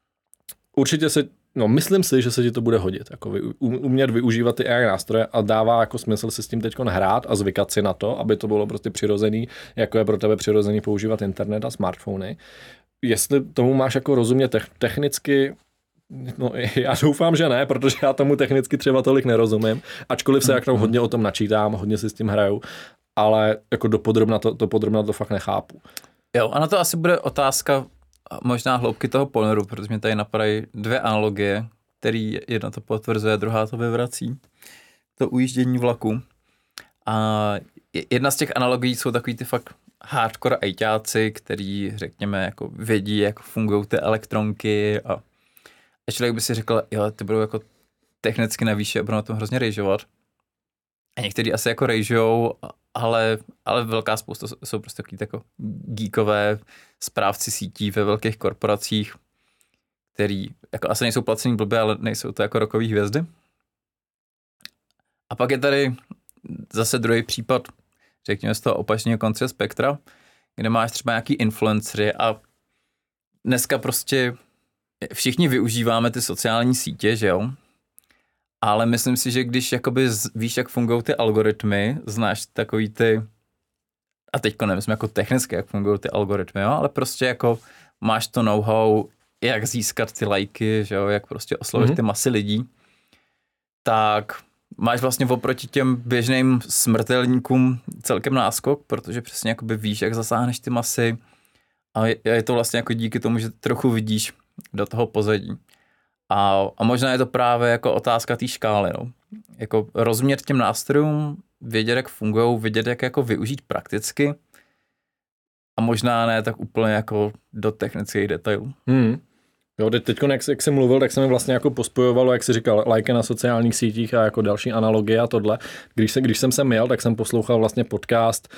určitě myslím si, že se ti to bude hodit. Jako umět využívat ty AI nástroje a dává jako smysl si s tím teďko hrát a zvykat si na to, aby to bylo prostě přirozený, jako je pro tebe přirozený používat internet a smartfony. Jestli tomu máš jako rozumět technicky, no já doufám, že ne, protože já tomu technicky třeba tolik nerozumím, ačkoliv se jako hodně o tom načítám, hodně si s tím hraju, ale jako dopodrobna to fakt nechápu. Jo, a na to asi bude otázka možná hloubky toho ponoru, protože mě tady napadají dvě analogie, který jedna to potvrzuje, druhá to vyvrací. To ujíždění vlaku. A jedna z těch analogií jsou takový ty fakt hardcore ajťáci, který, řekněme, jako vědí, jak fungují ty elektronky a člověk by si řekl, jo, ty budou jako technicky na výši a budou na tom hrozně rejžovat. A někteří asi jako rejžujou, ale velká spousta jsou prostě takový jako geekové správci sítí ve velkých korporacích, který jako asi nejsou placený blbě, ale nejsou to jako rokový hvězdy. A pak je tady zase druhý případ, řekněme z toho opačného konce spektra, kde máš třeba nějaký influencery a dneska prostě všichni využíváme ty sociální sítě, že jo? Ale myslím si, že když jakoby víš, jak fungují ty algoritmy, znáš takový ty, a teďko nemyslím jako technicky, jak fungují ty algoritmy, jo? Ale prostě jako máš to know-how, jak získat ty lajky, že jo? Jak prostě oslovit ty masy lidí, tak máš vlastně oproti těm běžným smrtelníkům celkem náskok, protože přesně jakoby víš, jak zasáhneš ty masy a je to vlastně jako díky tomu, že trochu vidíš do toho pozadí. A možná je to právě jako otázka té škály, no. Jako rozumět těm nástrojům, vědět, jak fungujou, vědět, jak jako využít prakticky a možná ne tak úplně jako do technických detailů. Jo, teď jak jsi mluvil, tak se mi vlastně jako pospojovalo, jak jsi říkal, lajky na sociálních sítích a jako další analogie a tohle. Když jsem sem jel, tak jsem poslouchal vlastně podcast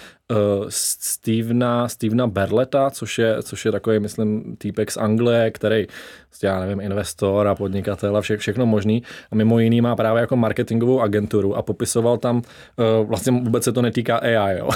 Stevena Berleta, což je takový, myslím, týpek z Anglie, který, já nevím, investor a podnikatel a všechno možný. A mimo jiný má právě jako marketingovou agenturu a popisoval tam, vlastně vůbec se to netýká AI, jo,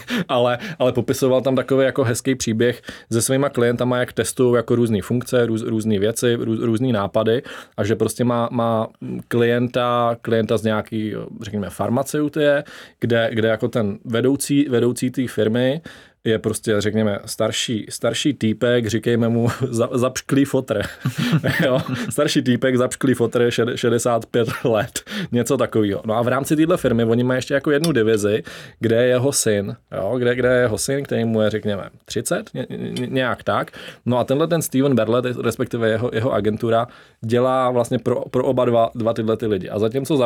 ale popisoval tam takový jako hezký příběh se svýma klientama, jak testují jako různé funkce, různé věci, různé nápady a že prostě má klienta z nějaký, řekněme, farmaceutie, kde jako ten vedoucí té firmy je prostě, řekněme, starší týpek, říkejme mu zapšklý fotr. Jo? Starší týpek, zapšklý fotr, 65 let, něco takového. No a v rámci téhle firmy oni mají ještě jako jednu divizi, kde je jeho syn, jo? Kde je jeho syn, který mu je, řekněme, 30, nějak tak. No a tenhle ten Steven Berlet, respektive jeho agentura, dělá vlastně pro oba dva tyhle ty lidi. A zatímco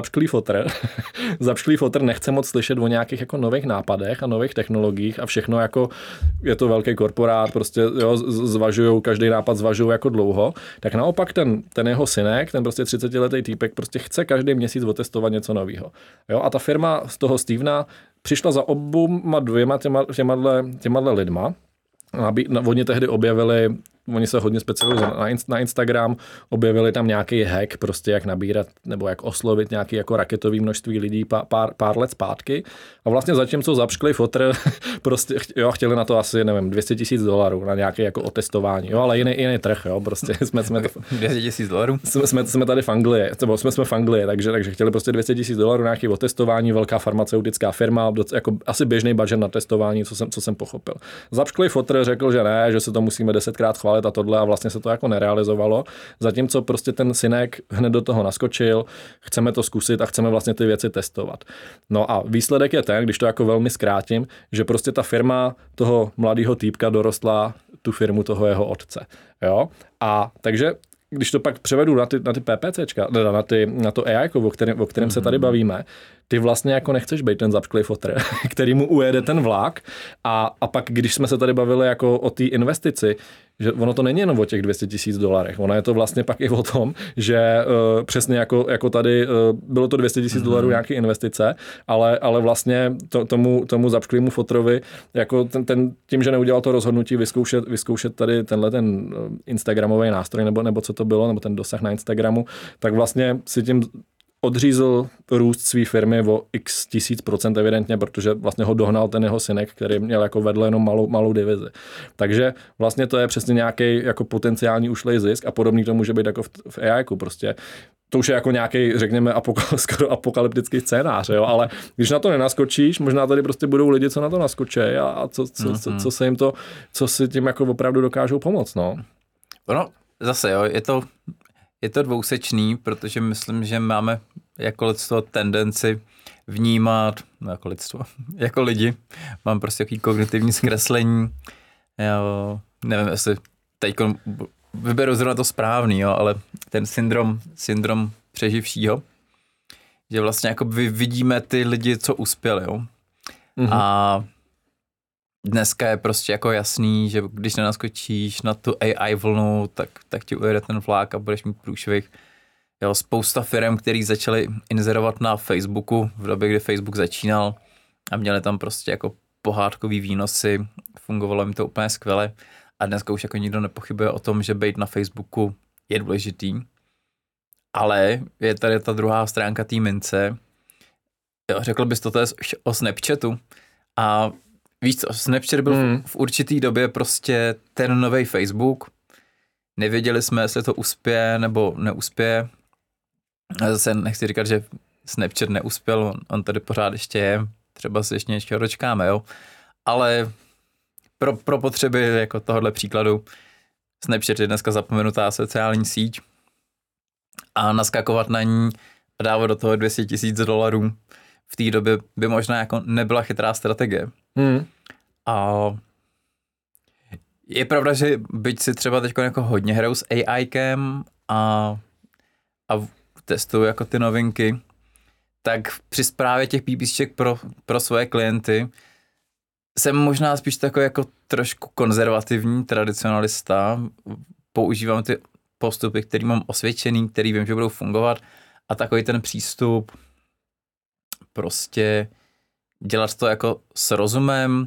zapšklý fotr nechce moc slyšet o nějakých jako nových nápadech a nových technologiích a všechno jako je to velký korporát, prostě jo, každý nápad zvažují jako dlouho, tak naopak ten jeho synek, ten prostě 30letý týpek prostě chce každý měsíc otestovat něco nového. Jo, a ta firma z toho Stevena přišla za oboma dvěma těma lidma. Oni tehdy objevili, oni se hodně specializují na Instagram, objevili tam nějaký hack, prostě jak nabírat nebo jak oslovit nějaký jako raketový množství lidí pár let zpátky. A vlastně zatímco zapšklý fotr, prostě jo, chtěli na to asi, nevím, $200,000 na nějaké jako otestování, jo, ale jiný trh, jo, prostě jsme $200,000? Jsme tady v Anglii, jsme v Anglii, takže chtěli prostě $200,000 na nějaké otestování, velká farmaceutická firma, jako asi běžný budget na testování, co jsem pochopil. Zapšklý fotr řekl, že ne, že se to musíme 10krát chválit a tohle a vlastně se to jako nerealizovalo. Zatímco prostě ten synek hned do toho naskočil, chceme to zkusit a chceme vlastně ty věci testovat. No a výsledek je ten, když to jako velmi zkrátím, že prostě ta firma toho mladého týpka dorostla tu firmu toho jeho otce. Jo? A takže když to pak převedu na ty PPCčka, na to AI, o kterém se tady bavíme, ty vlastně jako nechceš být ten zapšklý fotr, který mu ujede ten vlak a pak, když jsme se tady bavili jako o té investici, že ono to není jenom o těch $200,000, ono je to vlastně pak i o tom, že přesně jako tady bylo to $200,000 nějaké investice, ale vlastně tomu zapšklýmu fotrovi, jako tím, že neudělal to rozhodnutí vyzkoušet tady tenhle ten instagramový nástroj, nebo co to bylo, nebo ten dosah na Instagramu, tak vlastně si tím odřízl růst své firmy o x 1000% evidentně, protože vlastně ho dohnal ten jeho synek, který měl jako vedle jenom malou divizi. Takže vlastně to je přesně nějaký jako potenciální ušlej zisk a podobný to může být jako v AI-ku prostě. To už je jako nějaký, řekněme, skoro apokalyptický scénář, jo? Ale když na to nenaskočíš, možná tady prostě budou lidi, co na to naskočí a co si tím jako opravdu dokážou pomoct, no. No, zase jo, je to dvousečný, protože myslím, že máme jako lidstvo tendenci vnímat, jako lidi, mám prostě jaký kognitivní zkreslení, jo, nevím, jestli teď vyberu zrovna to správný, jo, ale ten syndrom přeživšího, že vlastně jako vidíme ty lidi, co uspěli, jo. A dneska je prostě jako jasný, že když nenaskočíš na tu AI vlnu, tak ti ujede ten vlak a budeš mít průšvih. Jo, spousta firm, který začaly inzerovat na Facebooku v době, kdy Facebook začínal a měli tam prostě jako pohádkový výnosy, fungovalo jim to úplně skvěle a dneska už jako nikdo nepochybuje o tom, že být na Facebooku je důležitý. Ale je tady ta druhá stránka té mince. Jo, řekl bys to o Snapchatu a víš co, Snapchat byl v určitý době prostě ten nový Facebook. Nevěděli jsme, jestli to uspěje nebo neuspěje. A zase nechci říkat, že Snapchat neuspěl, on tady pořád ještě je. Třeba si ještě něčeho dočkáme, jo. Ale pro potřeby jako tohohle příkladu Snapchat je dneska zapomenutá sociální síť a naskakovat na ní a dávat do toho $200,000 v té době by možná jako nebyla chytrá strategie. A je pravda, že byť si třeba teď jako hodně hraju s AIkem a testuju jako ty novinky, tak při správě těch PPCček pro svoje klienty jsem možná spíš takový jako trošku konzervativní tradicionalista. Používám ty postupy, který mám osvědčený, který vím, že budou fungovat a takový ten přístup prostě dělat to jako s rozumem,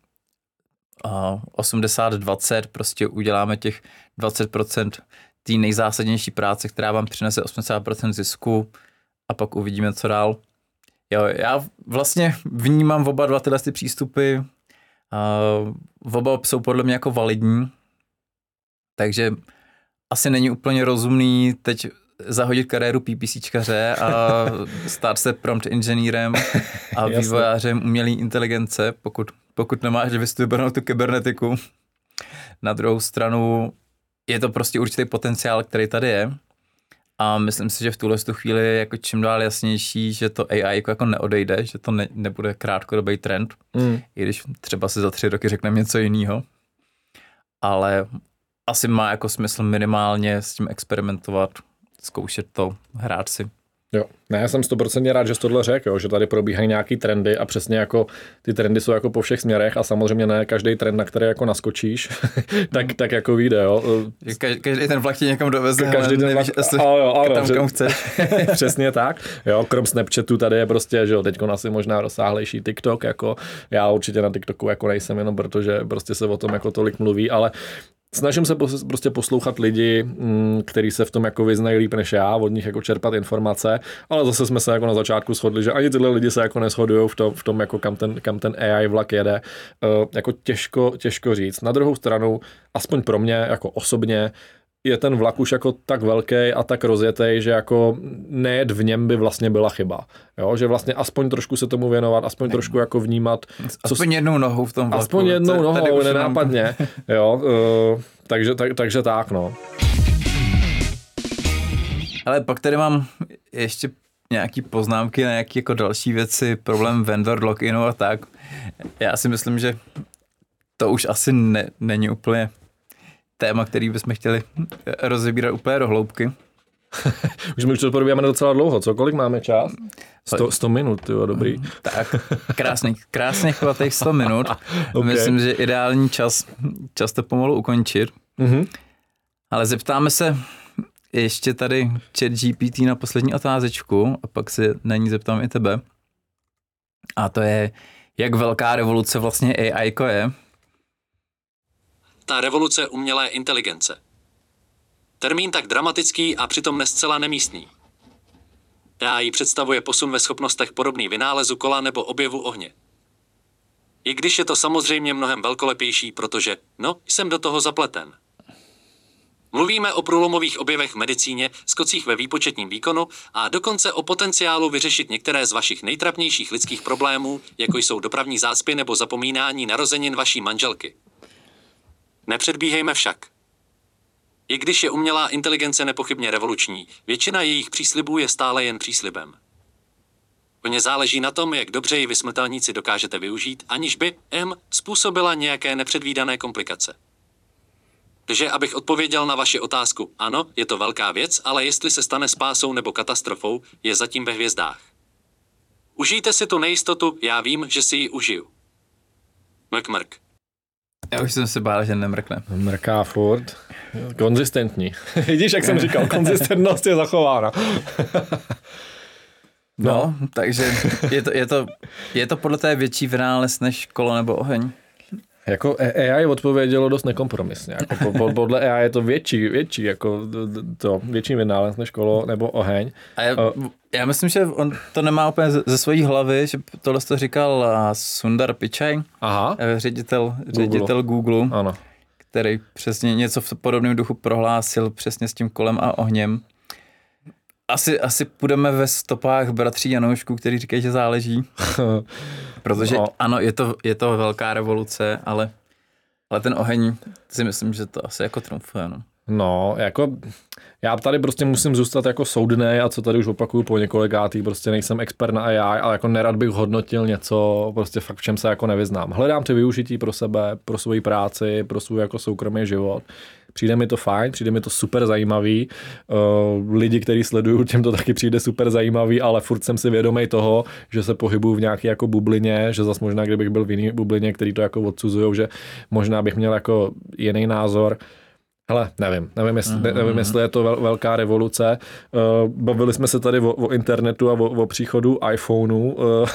80-20, prostě uděláme těch 20% té nejzásadnější práce, která vám přinese 80% zisku a pak uvidíme, co dál. Jo, já vlastně vnímám oba dva tyhle přístupy, oba jsou podle mě jako validní, takže asi není úplně rozumný teď zahodit kariéru PPCčkaře a stát se prompt inženýrem a vývojářem umělé inteligence, pokud nemáš vystudovanou tu kybernetiku. Na druhou stranu je to prostě určitý potenciál, který tady je a myslím si, že v tuhle chvíli je jako čím dál jasnější, že to AI jako neodejde, že to nebude krátkodobý trend, i když třeba si za 3 roky řekneme něco jiného, ale asi má jako smysl minimálně s tím experimentovat, zkoušet to, hrát si. Jo, ne, já jsem 100% rád, že jsi tohle řekl, že tady probíhají nějaký trendy a přesně jako ty trendy jsou jako po všech směrech a samozřejmě ne každý trend, na který jako naskočíš, tak jako vyjde, jo. Každý ten vlak tě někam doveze, každý ten vlak, tam kam chceš. Přesně tak, jo, krom Snapchatu tady je prostě, že jo, teďko asi možná rozsáhlejší TikTok, jako já určitě na TikToku jako nejsem jenom protože prostě se o tom jako tolik mluví, ale snažím se prostě poslouchat lidi, kteří se v tom jako vyznají líp než já, od nich jako čerpat informace, ale zase jsme se jako na začátku shodli, že ani tyhle lidi se jako neshodují v tom jako kam ten AI vlak jede. Jako těžko říct. Na druhou stranu, aspoň pro mě jako osobně, je ten vlak už jako tak velký a tak rozjetý, že jako nejet v něm by vlastně byla chyba. Jo? Že vlastně aspoň trošku se tomu věnovat, aspoň trošku jako vnímat. Aspoň jednou nohou v tom vlaku. Aspoň jednou nohou, nenápadně. Jo? Takže tak, no. Ale pak tady mám ještě nějaký poznámky na nějaké jako další věci, problém vendor loginu a tak. Já si myslím, že to už asi není úplně téma, který bychom chtěli rozebírat úplně do hloubky. Už to probíháme docela dlouho, co? Kolik máme čas? 100 minut, jo, dobrý. Tak, krásně chvatých 100 minut. Okay. Myslím, že ideální čas to pomalu ukončit. Mm-hmm. Ale zeptáme se ještě tady ChatGPT na poslední otázečku a pak se na ní zeptám i tebe. A to je, jak velká revoluce vlastně AI je? Ta revoluce umělé inteligence. Termín tak dramatický a přitom nescela nemístný. AI představuje posun ve schopnostech podobný vynálezu kola nebo objevu ohně. I když je to samozřejmě mnohem velkolepější, protože, jsem do toho zapleten. Mluvíme o průlomových objevech v medicíně, skocích ve výpočetním výkonu a dokonce o potenciálu vyřešit některé z vašich nejtrapnějších lidských problémů, jako jsou dopravní zácpy nebo zapomínání narozenin vaší manželky. Nepředbíhejme však. I když je umělá inteligence nepochybně revoluční, většina jejich příslibů je stále jen příslibem. Plně záleží na tom, jak dobře ji vy smrtelníci dokážete využít, aniž by způsobila nějaké nepředvídané komplikace. Takže abych odpověděl na vaši otázku, ano, je to velká věc, ale jestli se stane spásou nebo katastrofou, je zatím ve hvězdách. Užijte si tu nejistotu, já vím, že si ji užiju. Mrk. Já už jsem se bál, že nemrkne. Mrká furt. Konzistentní. Vidíš, jak jsem říkal, konzistentnost je zachována. No, takže je to podle té větší vynález než kolo nebo oheň? Jako AI odpovědělo dost nekompromisně. Jako podle AI je to větší jako větší vynález než kolo nebo oheň. A já myslím, že on to nemá úplně ze své hlavy, že tohle to říkal Sundar Pichai, ředitel Google, ano. Který přesně něco v podobném duchu prohlásil přesně s tím kolem a ohněm. Asi půjdeme ve stopách bratří Janoušků, který říkají, že záleží. Protože ano, je to velká revoluce, ale ten oheň si myslím, že to asi jako trumfuje. No, jako já tady prostě musím zůstat jako soudnej a co tady už opakuju po několikátý, prostě nejsem expert na AI, ale jako nerad bych hodnotil něco, prostě fakt v čem se jako nevyznám. Hledám ty využití pro sebe, pro svoji práci, pro svůj jako soukromý život. Přijde mi to fajn, přijde mi to super zajímavý. Lidi, kteří sledují, těm to taky přijde super zajímavý, ale furt jsem si vědomý toho, že se pohybuju v nějaké jako bublině, že zas možná, kdybych byl v jiný bublině, který to jako odsuzujou, že možná bych měl jako jiný názor. Hele, nevím, jestli je to velká revoluce. Bavili jsme se tady o internetu a o příchodu iPhoneu,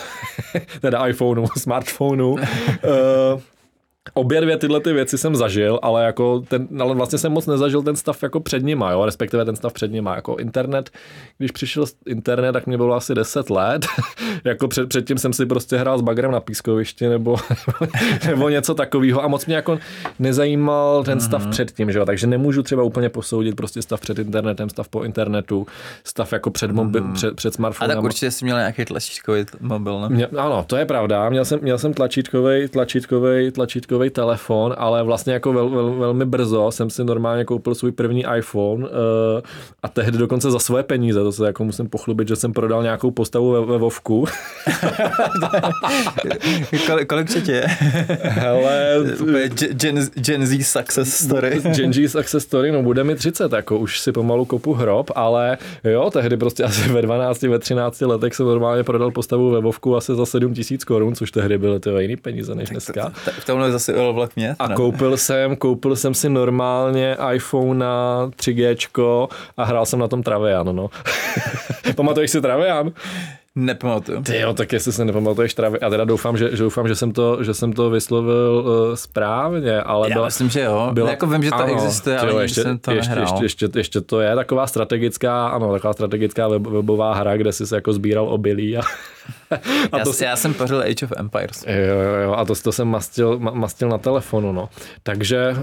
smartphoneu. Obě dvě tyhle ty věci jsem zažil, ale vlastně jsem moc nezažil ten stav jako před nima, jo, respektive ten stav před nima. Jako internet, když přišel internet, tak mě bylo asi 10 let. Jako předtím jsem si prostě hrál s bagrem na pískovišti nebo něco takového a moc mě jako nezajímal ten stav předtím, že jo, takže nemůžu třeba úplně posoudit prostě stav před internetem, stav po internetu, stav jako před smartphonem. A tak určitě jsi měl nějaký tlačítkový mobil, ne? Ano, to je pravda. Měl jsem tlačítkový telefon, ale vlastně jako velmi brzo jsem si normálně koupil svůj první iPhone a tehdy dokonce za svoje peníze, to se jako musím pochlubit, že jsem prodal nějakou postavu ve Vovku. Kolik tě je? Hele, Gen Z success story. Gen Z success story, no bude mi 30, jako už si pomalu kopu hrob, ale jo, tehdy prostě asi ve 12, ve 13 letech jsem normálně prodal postavu ve Vovku asi za 7 000 korun, což tehdy byly ty jiný peníze než dneska. V tomhle zase vlak mě. A koupil jsem si normálně iPhone na 3G a hrál jsem na tom Travian, no. Pamatuješ si Travian? Nepamatuju. Tyjo, tak jestli se nepamatuješ Travian, já teda doufám, že jsem to vyslovil správně, ale já myslím, že jo. Jako vím, že to existuje, ale jsem to nehrál. Ještě to je taková strategická webová hra, kde jsi se jako sbíral obilí a já jsem pařil Age of Empires. Jo, a to jsem mastil na telefonu, no. Takže,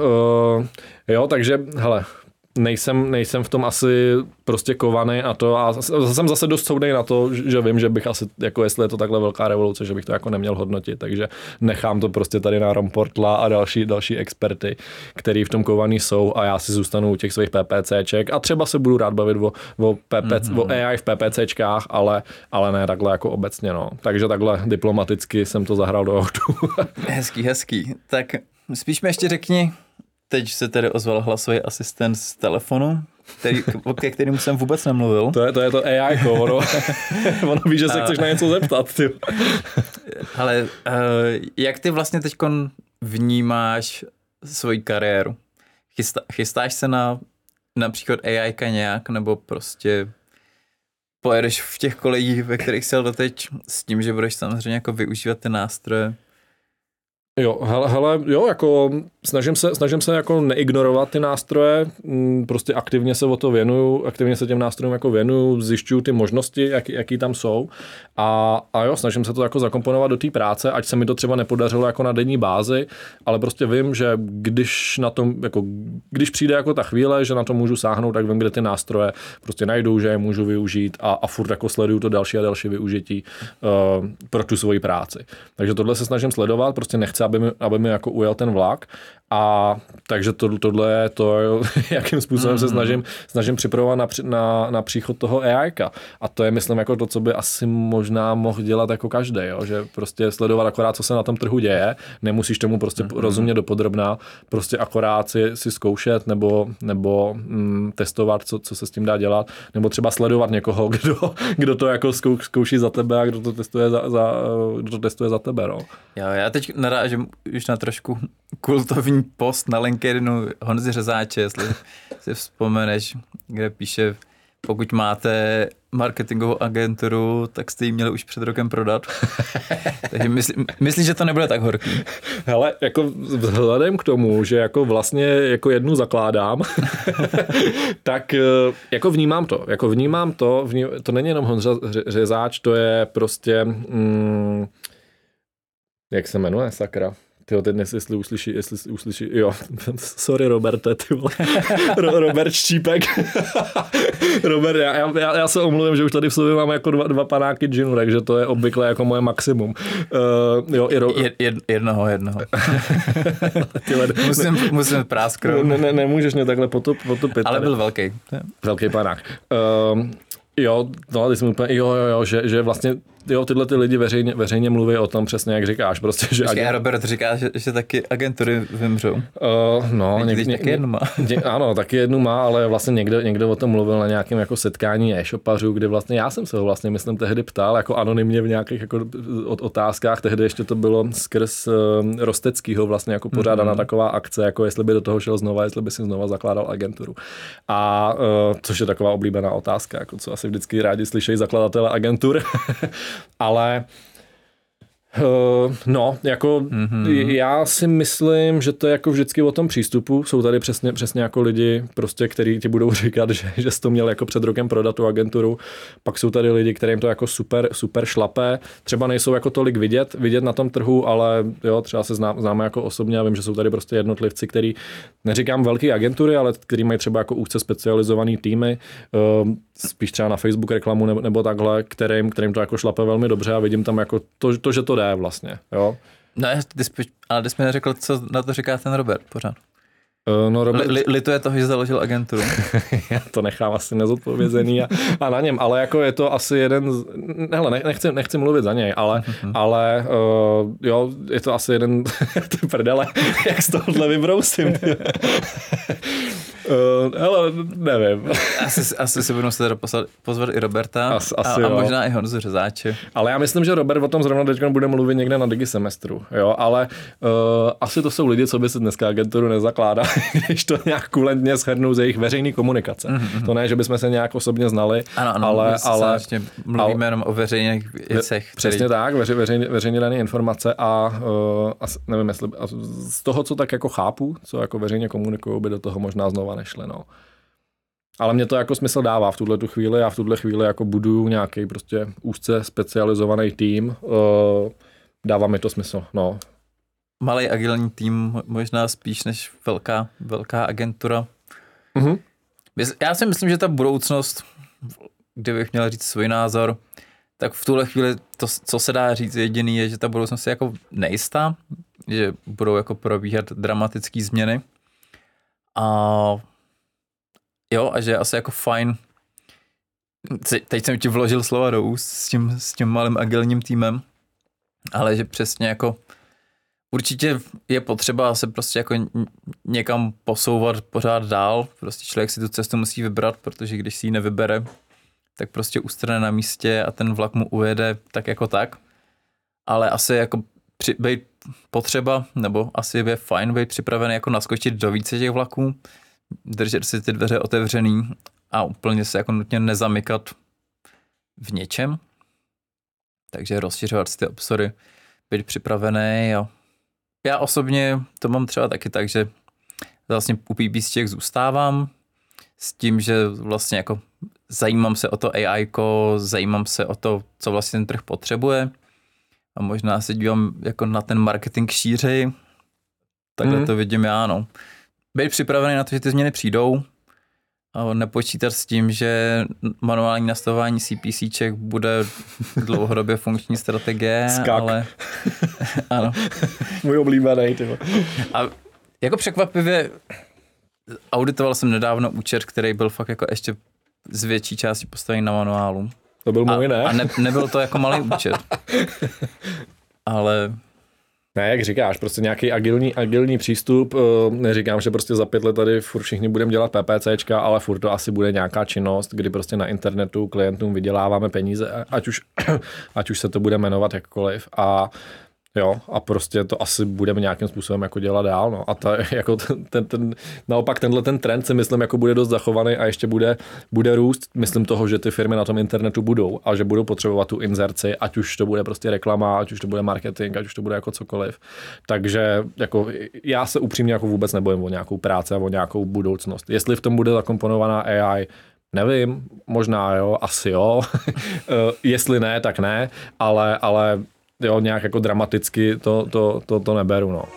takže, hele, nejsem v tom asi prostě kovaný a to a jsem zase dost soudnej na to, že vím, že bych asi, jako jestli je to takhle velká revoluce, že bych to jako neměl hodnotit, takže nechám to prostě tady na Romportla a další experty, který v tom kovaný jsou a já si zůstanu u těch svých PPCček a třeba se budu rád bavit o AI v PPCčkách, ale ne takhle jako obecně, no. Takže takhle diplomaticky jsem to zahrál do autu. Hezký. Tak spíš mi ještě řekni, teď se tedy ozval hlasový asistent z telefonu, ke kterému jsem vůbec nemluvil. To je to AI, ono ví, že se chceš na něco zeptat. Ty. Ale jak ty vlastně teď vnímáš svoji kariéru? Chystáš se na příchod AI nějak, nebo prostě pojedeš v těch kolejích, ve kterých jsi doteď, s tím, že budeš samozřejmě jako využívat ty nástroje? Jo, hele, jako snažím se jako neignorovat ty nástroje, prostě aktivně se o to věnuju, aktivně se těm nástrojům jako věnuju, zjišťuju ty možnosti, jaký tam jsou a jo, snažím se to jako zakomponovat do té práce, ať se mi to třeba nepodařilo jako na denní bázi, ale prostě vím, že když přijde jako ta chvíle, že na to můžu sáhnout, tak vím, kde ty nástroje prostě najdu, že je můžu využít a furt jako sleduju to další a další využití pro tu svoji práci. Takže tohle se snažím sledovat, prostě nechci, aby mi jako ujel ten vlak a takže tohle je to, jakým způsobem se snažím připravovat na příchod toho AIka. A to je, myslím, jako to, co by asi možná mohl dělat jako každý, jo? Že prostě sledovat akorát, co se na tom trhu děje, nemusíš tomu prostě rozumět dopodrobná, prostě akorát si zkoušet nebo testovat, co se s tím dá dělat, nebo třeba sledovat někoho, kdo to jako zkouší za tebe a kdo to testuje za tebe, no. Jo, já teď narážím už na trošku kultovní post na LinkedInu Honzy Řezáče, jestli si vzpomeneš, kde píše, pokud máte marketingovou agenturu, tak jste ji měli už před rokem prodat. Takže myslíš, že to nebude tak horký? Hele, jako vzhledem k tomu, že jako vlastně jako jednu zakládám, tak jako vnímám to, to není jenom Honza Řezáč, to je prostě jak se jmenuje, sakra? Tyjo, teď dnes, jestli uslyší, jo, sorry Roberte, ty vole, Robert Štípek. Robert, já se omluvím, že už tady v sobě mám jako dva panáky džinu, takže to je obvykle jako moje maximum. Jo, jednoho. musím prásknout. Nemůžeš mě takhle potopit. Ale byl velký. Velký panák. Jo, no, teď jsem úplně, že vlastně jo, tyhle ty lidi veřejně mluví o tom přesně, jak říkáš, prostě, že... Robert říká, že taky agentury vymřou. No, taky jednu má. Ano, taky jednu má, ale vlastně někdo o tom mluvil na nějakém jako setkání e-shopařů, kdy vlastně já jsem se ho vlastně, myslím, tehdy ptal, jako anonymně v nějakých jako otázkách, tehdy ještě to bylo skrz Rosteckýho vlastně jako pořádaná taková akce, jako jestli by do toho šel znova, jestli by si znova zakládal agenturu. A což je taková oblíbená otázka, jako co asi vždycky rádi slyšejí zakladatelé agentur, ale no, jako já si myslím, že to je jako vždycky o tom přístupu. Jsou tady přesně jako lidi, prostě, kteří ti budou říkat, že jsi to měl jako před rokem prodat tu agenturu. Pak jsou tady lidi, kterým to jako super šlapé. Třeba nejsou jako tolik vidět na tom trhu, ale jo, třeba se známe jako osobně a vím, že jsou tady prostě jednotlivci, který, neříkám velké agentury, ale který mají třeba jako úzce specializovaný týmy, spíš třeba na Facebook reklamu nebo takhle, kterým to jako šlape velmi dobře a vidím tam jako to že to jde vlastně, jo. No, ale ty jsi mi neřekl, co na to říká ten Robert pořád. No, Robert... Lituje toho, že založil agenturu. Já to nechám asi nezodpovězený a na něm, ale jako je to asi jeden hele, nechci mluvit za něj, ale jo, je to asi jeden ty prdele, jak z tohohle vybrousím. Hele, nevím. Asi si budou se pozvat i Roberta a možná i Honzu Řezáče. Ale já myslím, že Robert o tom zrovna teď bude mluvit někde na Digisemestru, jo, ale asi to jsou lidi, co by se dneska agenturu nezakládá, když to nějak kulentně shrnou z jejich veřejný komunikace. To ne, že bychom se nějak osobně znali, ano, ale mluvíme jenom o veřejných věcech. Přesně tak, veřejně dané informace a nevím, jestli z toho, co tak jako chápu, co jako veřejně komunikují, by do toho možná znova nešli, no. Ale mě to jako smysl dává v tuhle chvíli a v tuhle chvíli jako buduju nějaký prostě úzce specializovaný tým, dává mi to smysl, no. Malý agilní tým, možná spíš než velká agentura. Já si myslím, že ta budoucnost, kdybych měl říct svůj názor, tak v tuhle chvíli to, co se dá říct jediný, je, že ta budoucnost je jako nejistá, že budou jako probíhat dramatické změny. A jo, a že je asi jako fajn, teď jsem ti vložil slova do úst s tím malým agilním týmem, ale že přesně jako určitě je potřeba se prostě jako někam posouvat pořád dál, prostě člověk si tu cestu musí vybrat, protože když si ji nevybere, tak prostě ustrne na místě a ten vlak mu ujede tak jako tak, ale asi jako být potřeba, nebo asi je fajn být připravený jako naskočit do více těch vlaků, držet si ty dveře otevřený a úplně se jako nutně nezamykat v něčem. Takže rozšiřovat si ty obzory, být připravený. A já osobně to mám třeba taky tak, že vlastně u PPCček zůstávám s tím, že vlastně jako zajímám se o to AI-ko, zajímám se o to, co vlastně ten trh potřebuje. A možná se dívám jako na ten marketing šířej. Takhle to vidím já, no. Být připravený na to, že ty změny přijdou a nepočítat s tím, že manuální nastavování CPCček bude dlouhodobě funkční strategie, ale ano. Můj oblíbený, tyvo. A jako překvapivě auditoval jsem nedávno účet, který byl fakt jako ještě z větší části postavený na manuálu. To byl můj, ne? A nebyl to jako malý účet. Ale... Ne, jak říkáš, prostě nějaký agilní přístup, neříkám, že prostě za 5 let tady furt všichni budeme dělat PPCčka, ale furt to asi bude nějaká činnost, kdy prostě na internetu klientům vyděláváme peníze, ať už se to bude jmenovat jakkoliv jo, a prostě to asi budeme nějakým způsobem jako dělat dál, no. A jako naopak tenhle ten trend si myslím, jako bude dost zachovaný a ještě bude růst, myslím toho, že ty firmy na tom internetu budou a že budou potřebovat tu inzerci, ať už to bude prostě reklama, ať už to bude marketing, ať už to bude jako cokoliv. Takže jako já se upřímně jako vůbec nebojím o nějakou práci a o nějakou budoucnost. Jestli v tom bude zakomponovaná AI, nevím, možná jo, asi jo. Jestli ne, tak ne, ale jo, nějak jako dramaticky to neberu, no.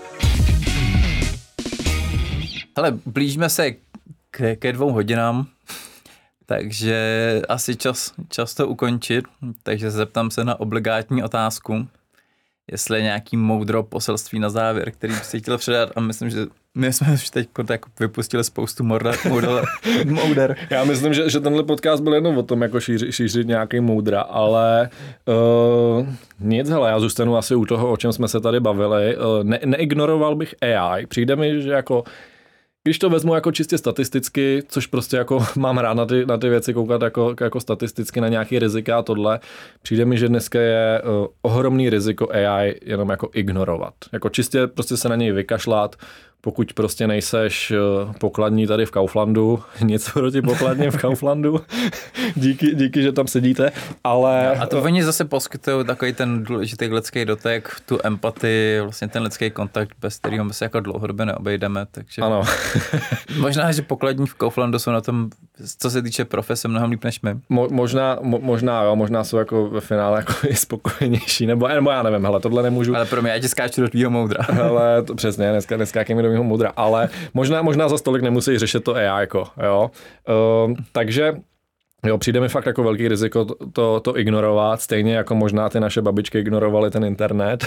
Hele, blížíme se ke 2 hodinám, takže asi čas to ukončit, takže zeptám se na obligátní otázku. jestli je nějaký moudro poselství na závěr, který byste chtěl předat, a myslím, že my jsme už teď jako vypustili spoustu mouder. Já myslím, že tenhle podcast byl jenom o tom, jako šířit nějaký moudra, ale nic, hele, já zůstanu asi u toho, o čem jsme se tady bavili. Neignoroval bych AI. Přijde mi, že jako když to vezmu jako čistě statisticky, což prostě jako mám rád na ty věci koukat jako statisticky na nějaký rizika a tohle, přijde mi, že dneska je ohromný riziko AI jenom jako ignorovat. Jako čistě prostě se na něj vykašlat, pokud prostě nejseš pokladní tady v Kauflandu, nic proti pokladně v Kauflandu, díky, že tam sedíte, ale... A to oni zase poskytují takový ten důležitý lidský dotek, tu empatii, vlastně ten lidský kontakt, bez kterého my se jako dlouhodobě neobejdeme, takže... Ano. Možná, že pokladní v Kauflandu jsou na tom, co se týče profese, mnohem líp než my. Možná jsou jako ve finále jako i spokojenější, nebo já nevím, hele, tohle nemůžu... Ale pro mě, já ti skáču do tvýho moudra. Hele, to přesně, neskákej mi do mýho moudra, ale možná za stolik nemusí řešit to AI, jako, jo. Takže jo, přijde mi fakt jako velký riziko to ignorovat, stejně jako možná ty naše babičky ignorovaly ten internet,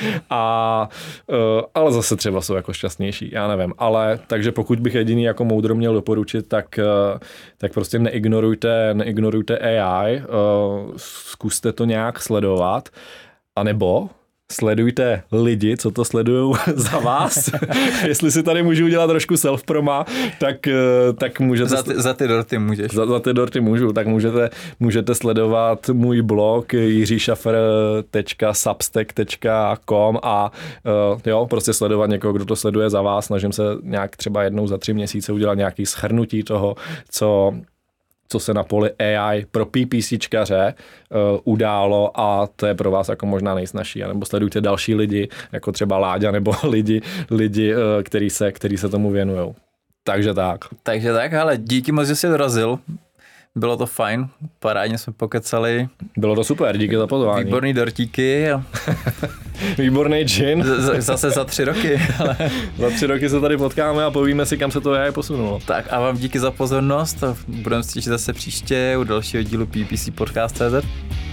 ale zase třeba jsou jako šťastnější, já nevím, ale takže pokud bych jediný jako moudro měl doporučit, tak prostě neignorujte AI, zkuste to nějak sledovat, anebo sledujte lidi, co to sledujou za vás. Jestli si tady můžu udělat trošku self-proma, tak můžete... Za ty dorty můžeš. Za ty dorty můžu, tak můžete sledovat můj blog jiřišafr.substack.com a jo, prostě sledovat někoho, kdo to sleduje za vás. Snažím se nějak třeba jednou za 3 měsíce udělat nějaký shrnutí toho, co se na poli AI pro PPCčkaře událo, a to je pro vás jako možná nejsnažší. Nebo sledujte další lidi, jako třeba Láďa, nebo lidi, který se tomu věnujou. Takže tak, ale díky moc, že jsi dorazil. Bylo to fajn, parádně jsme pokecali. Bylo to super, díky za pozvání. Výborný dortíky. Výborný gin. Zase za 3 roky. Ale... Za 3 roky se tady potkáme a povíme si, kam se to AI posunulo. Tak a vám díky za pozornost. Budeme se těšit zase příště u dalšího dílu PPC Podcast.cz.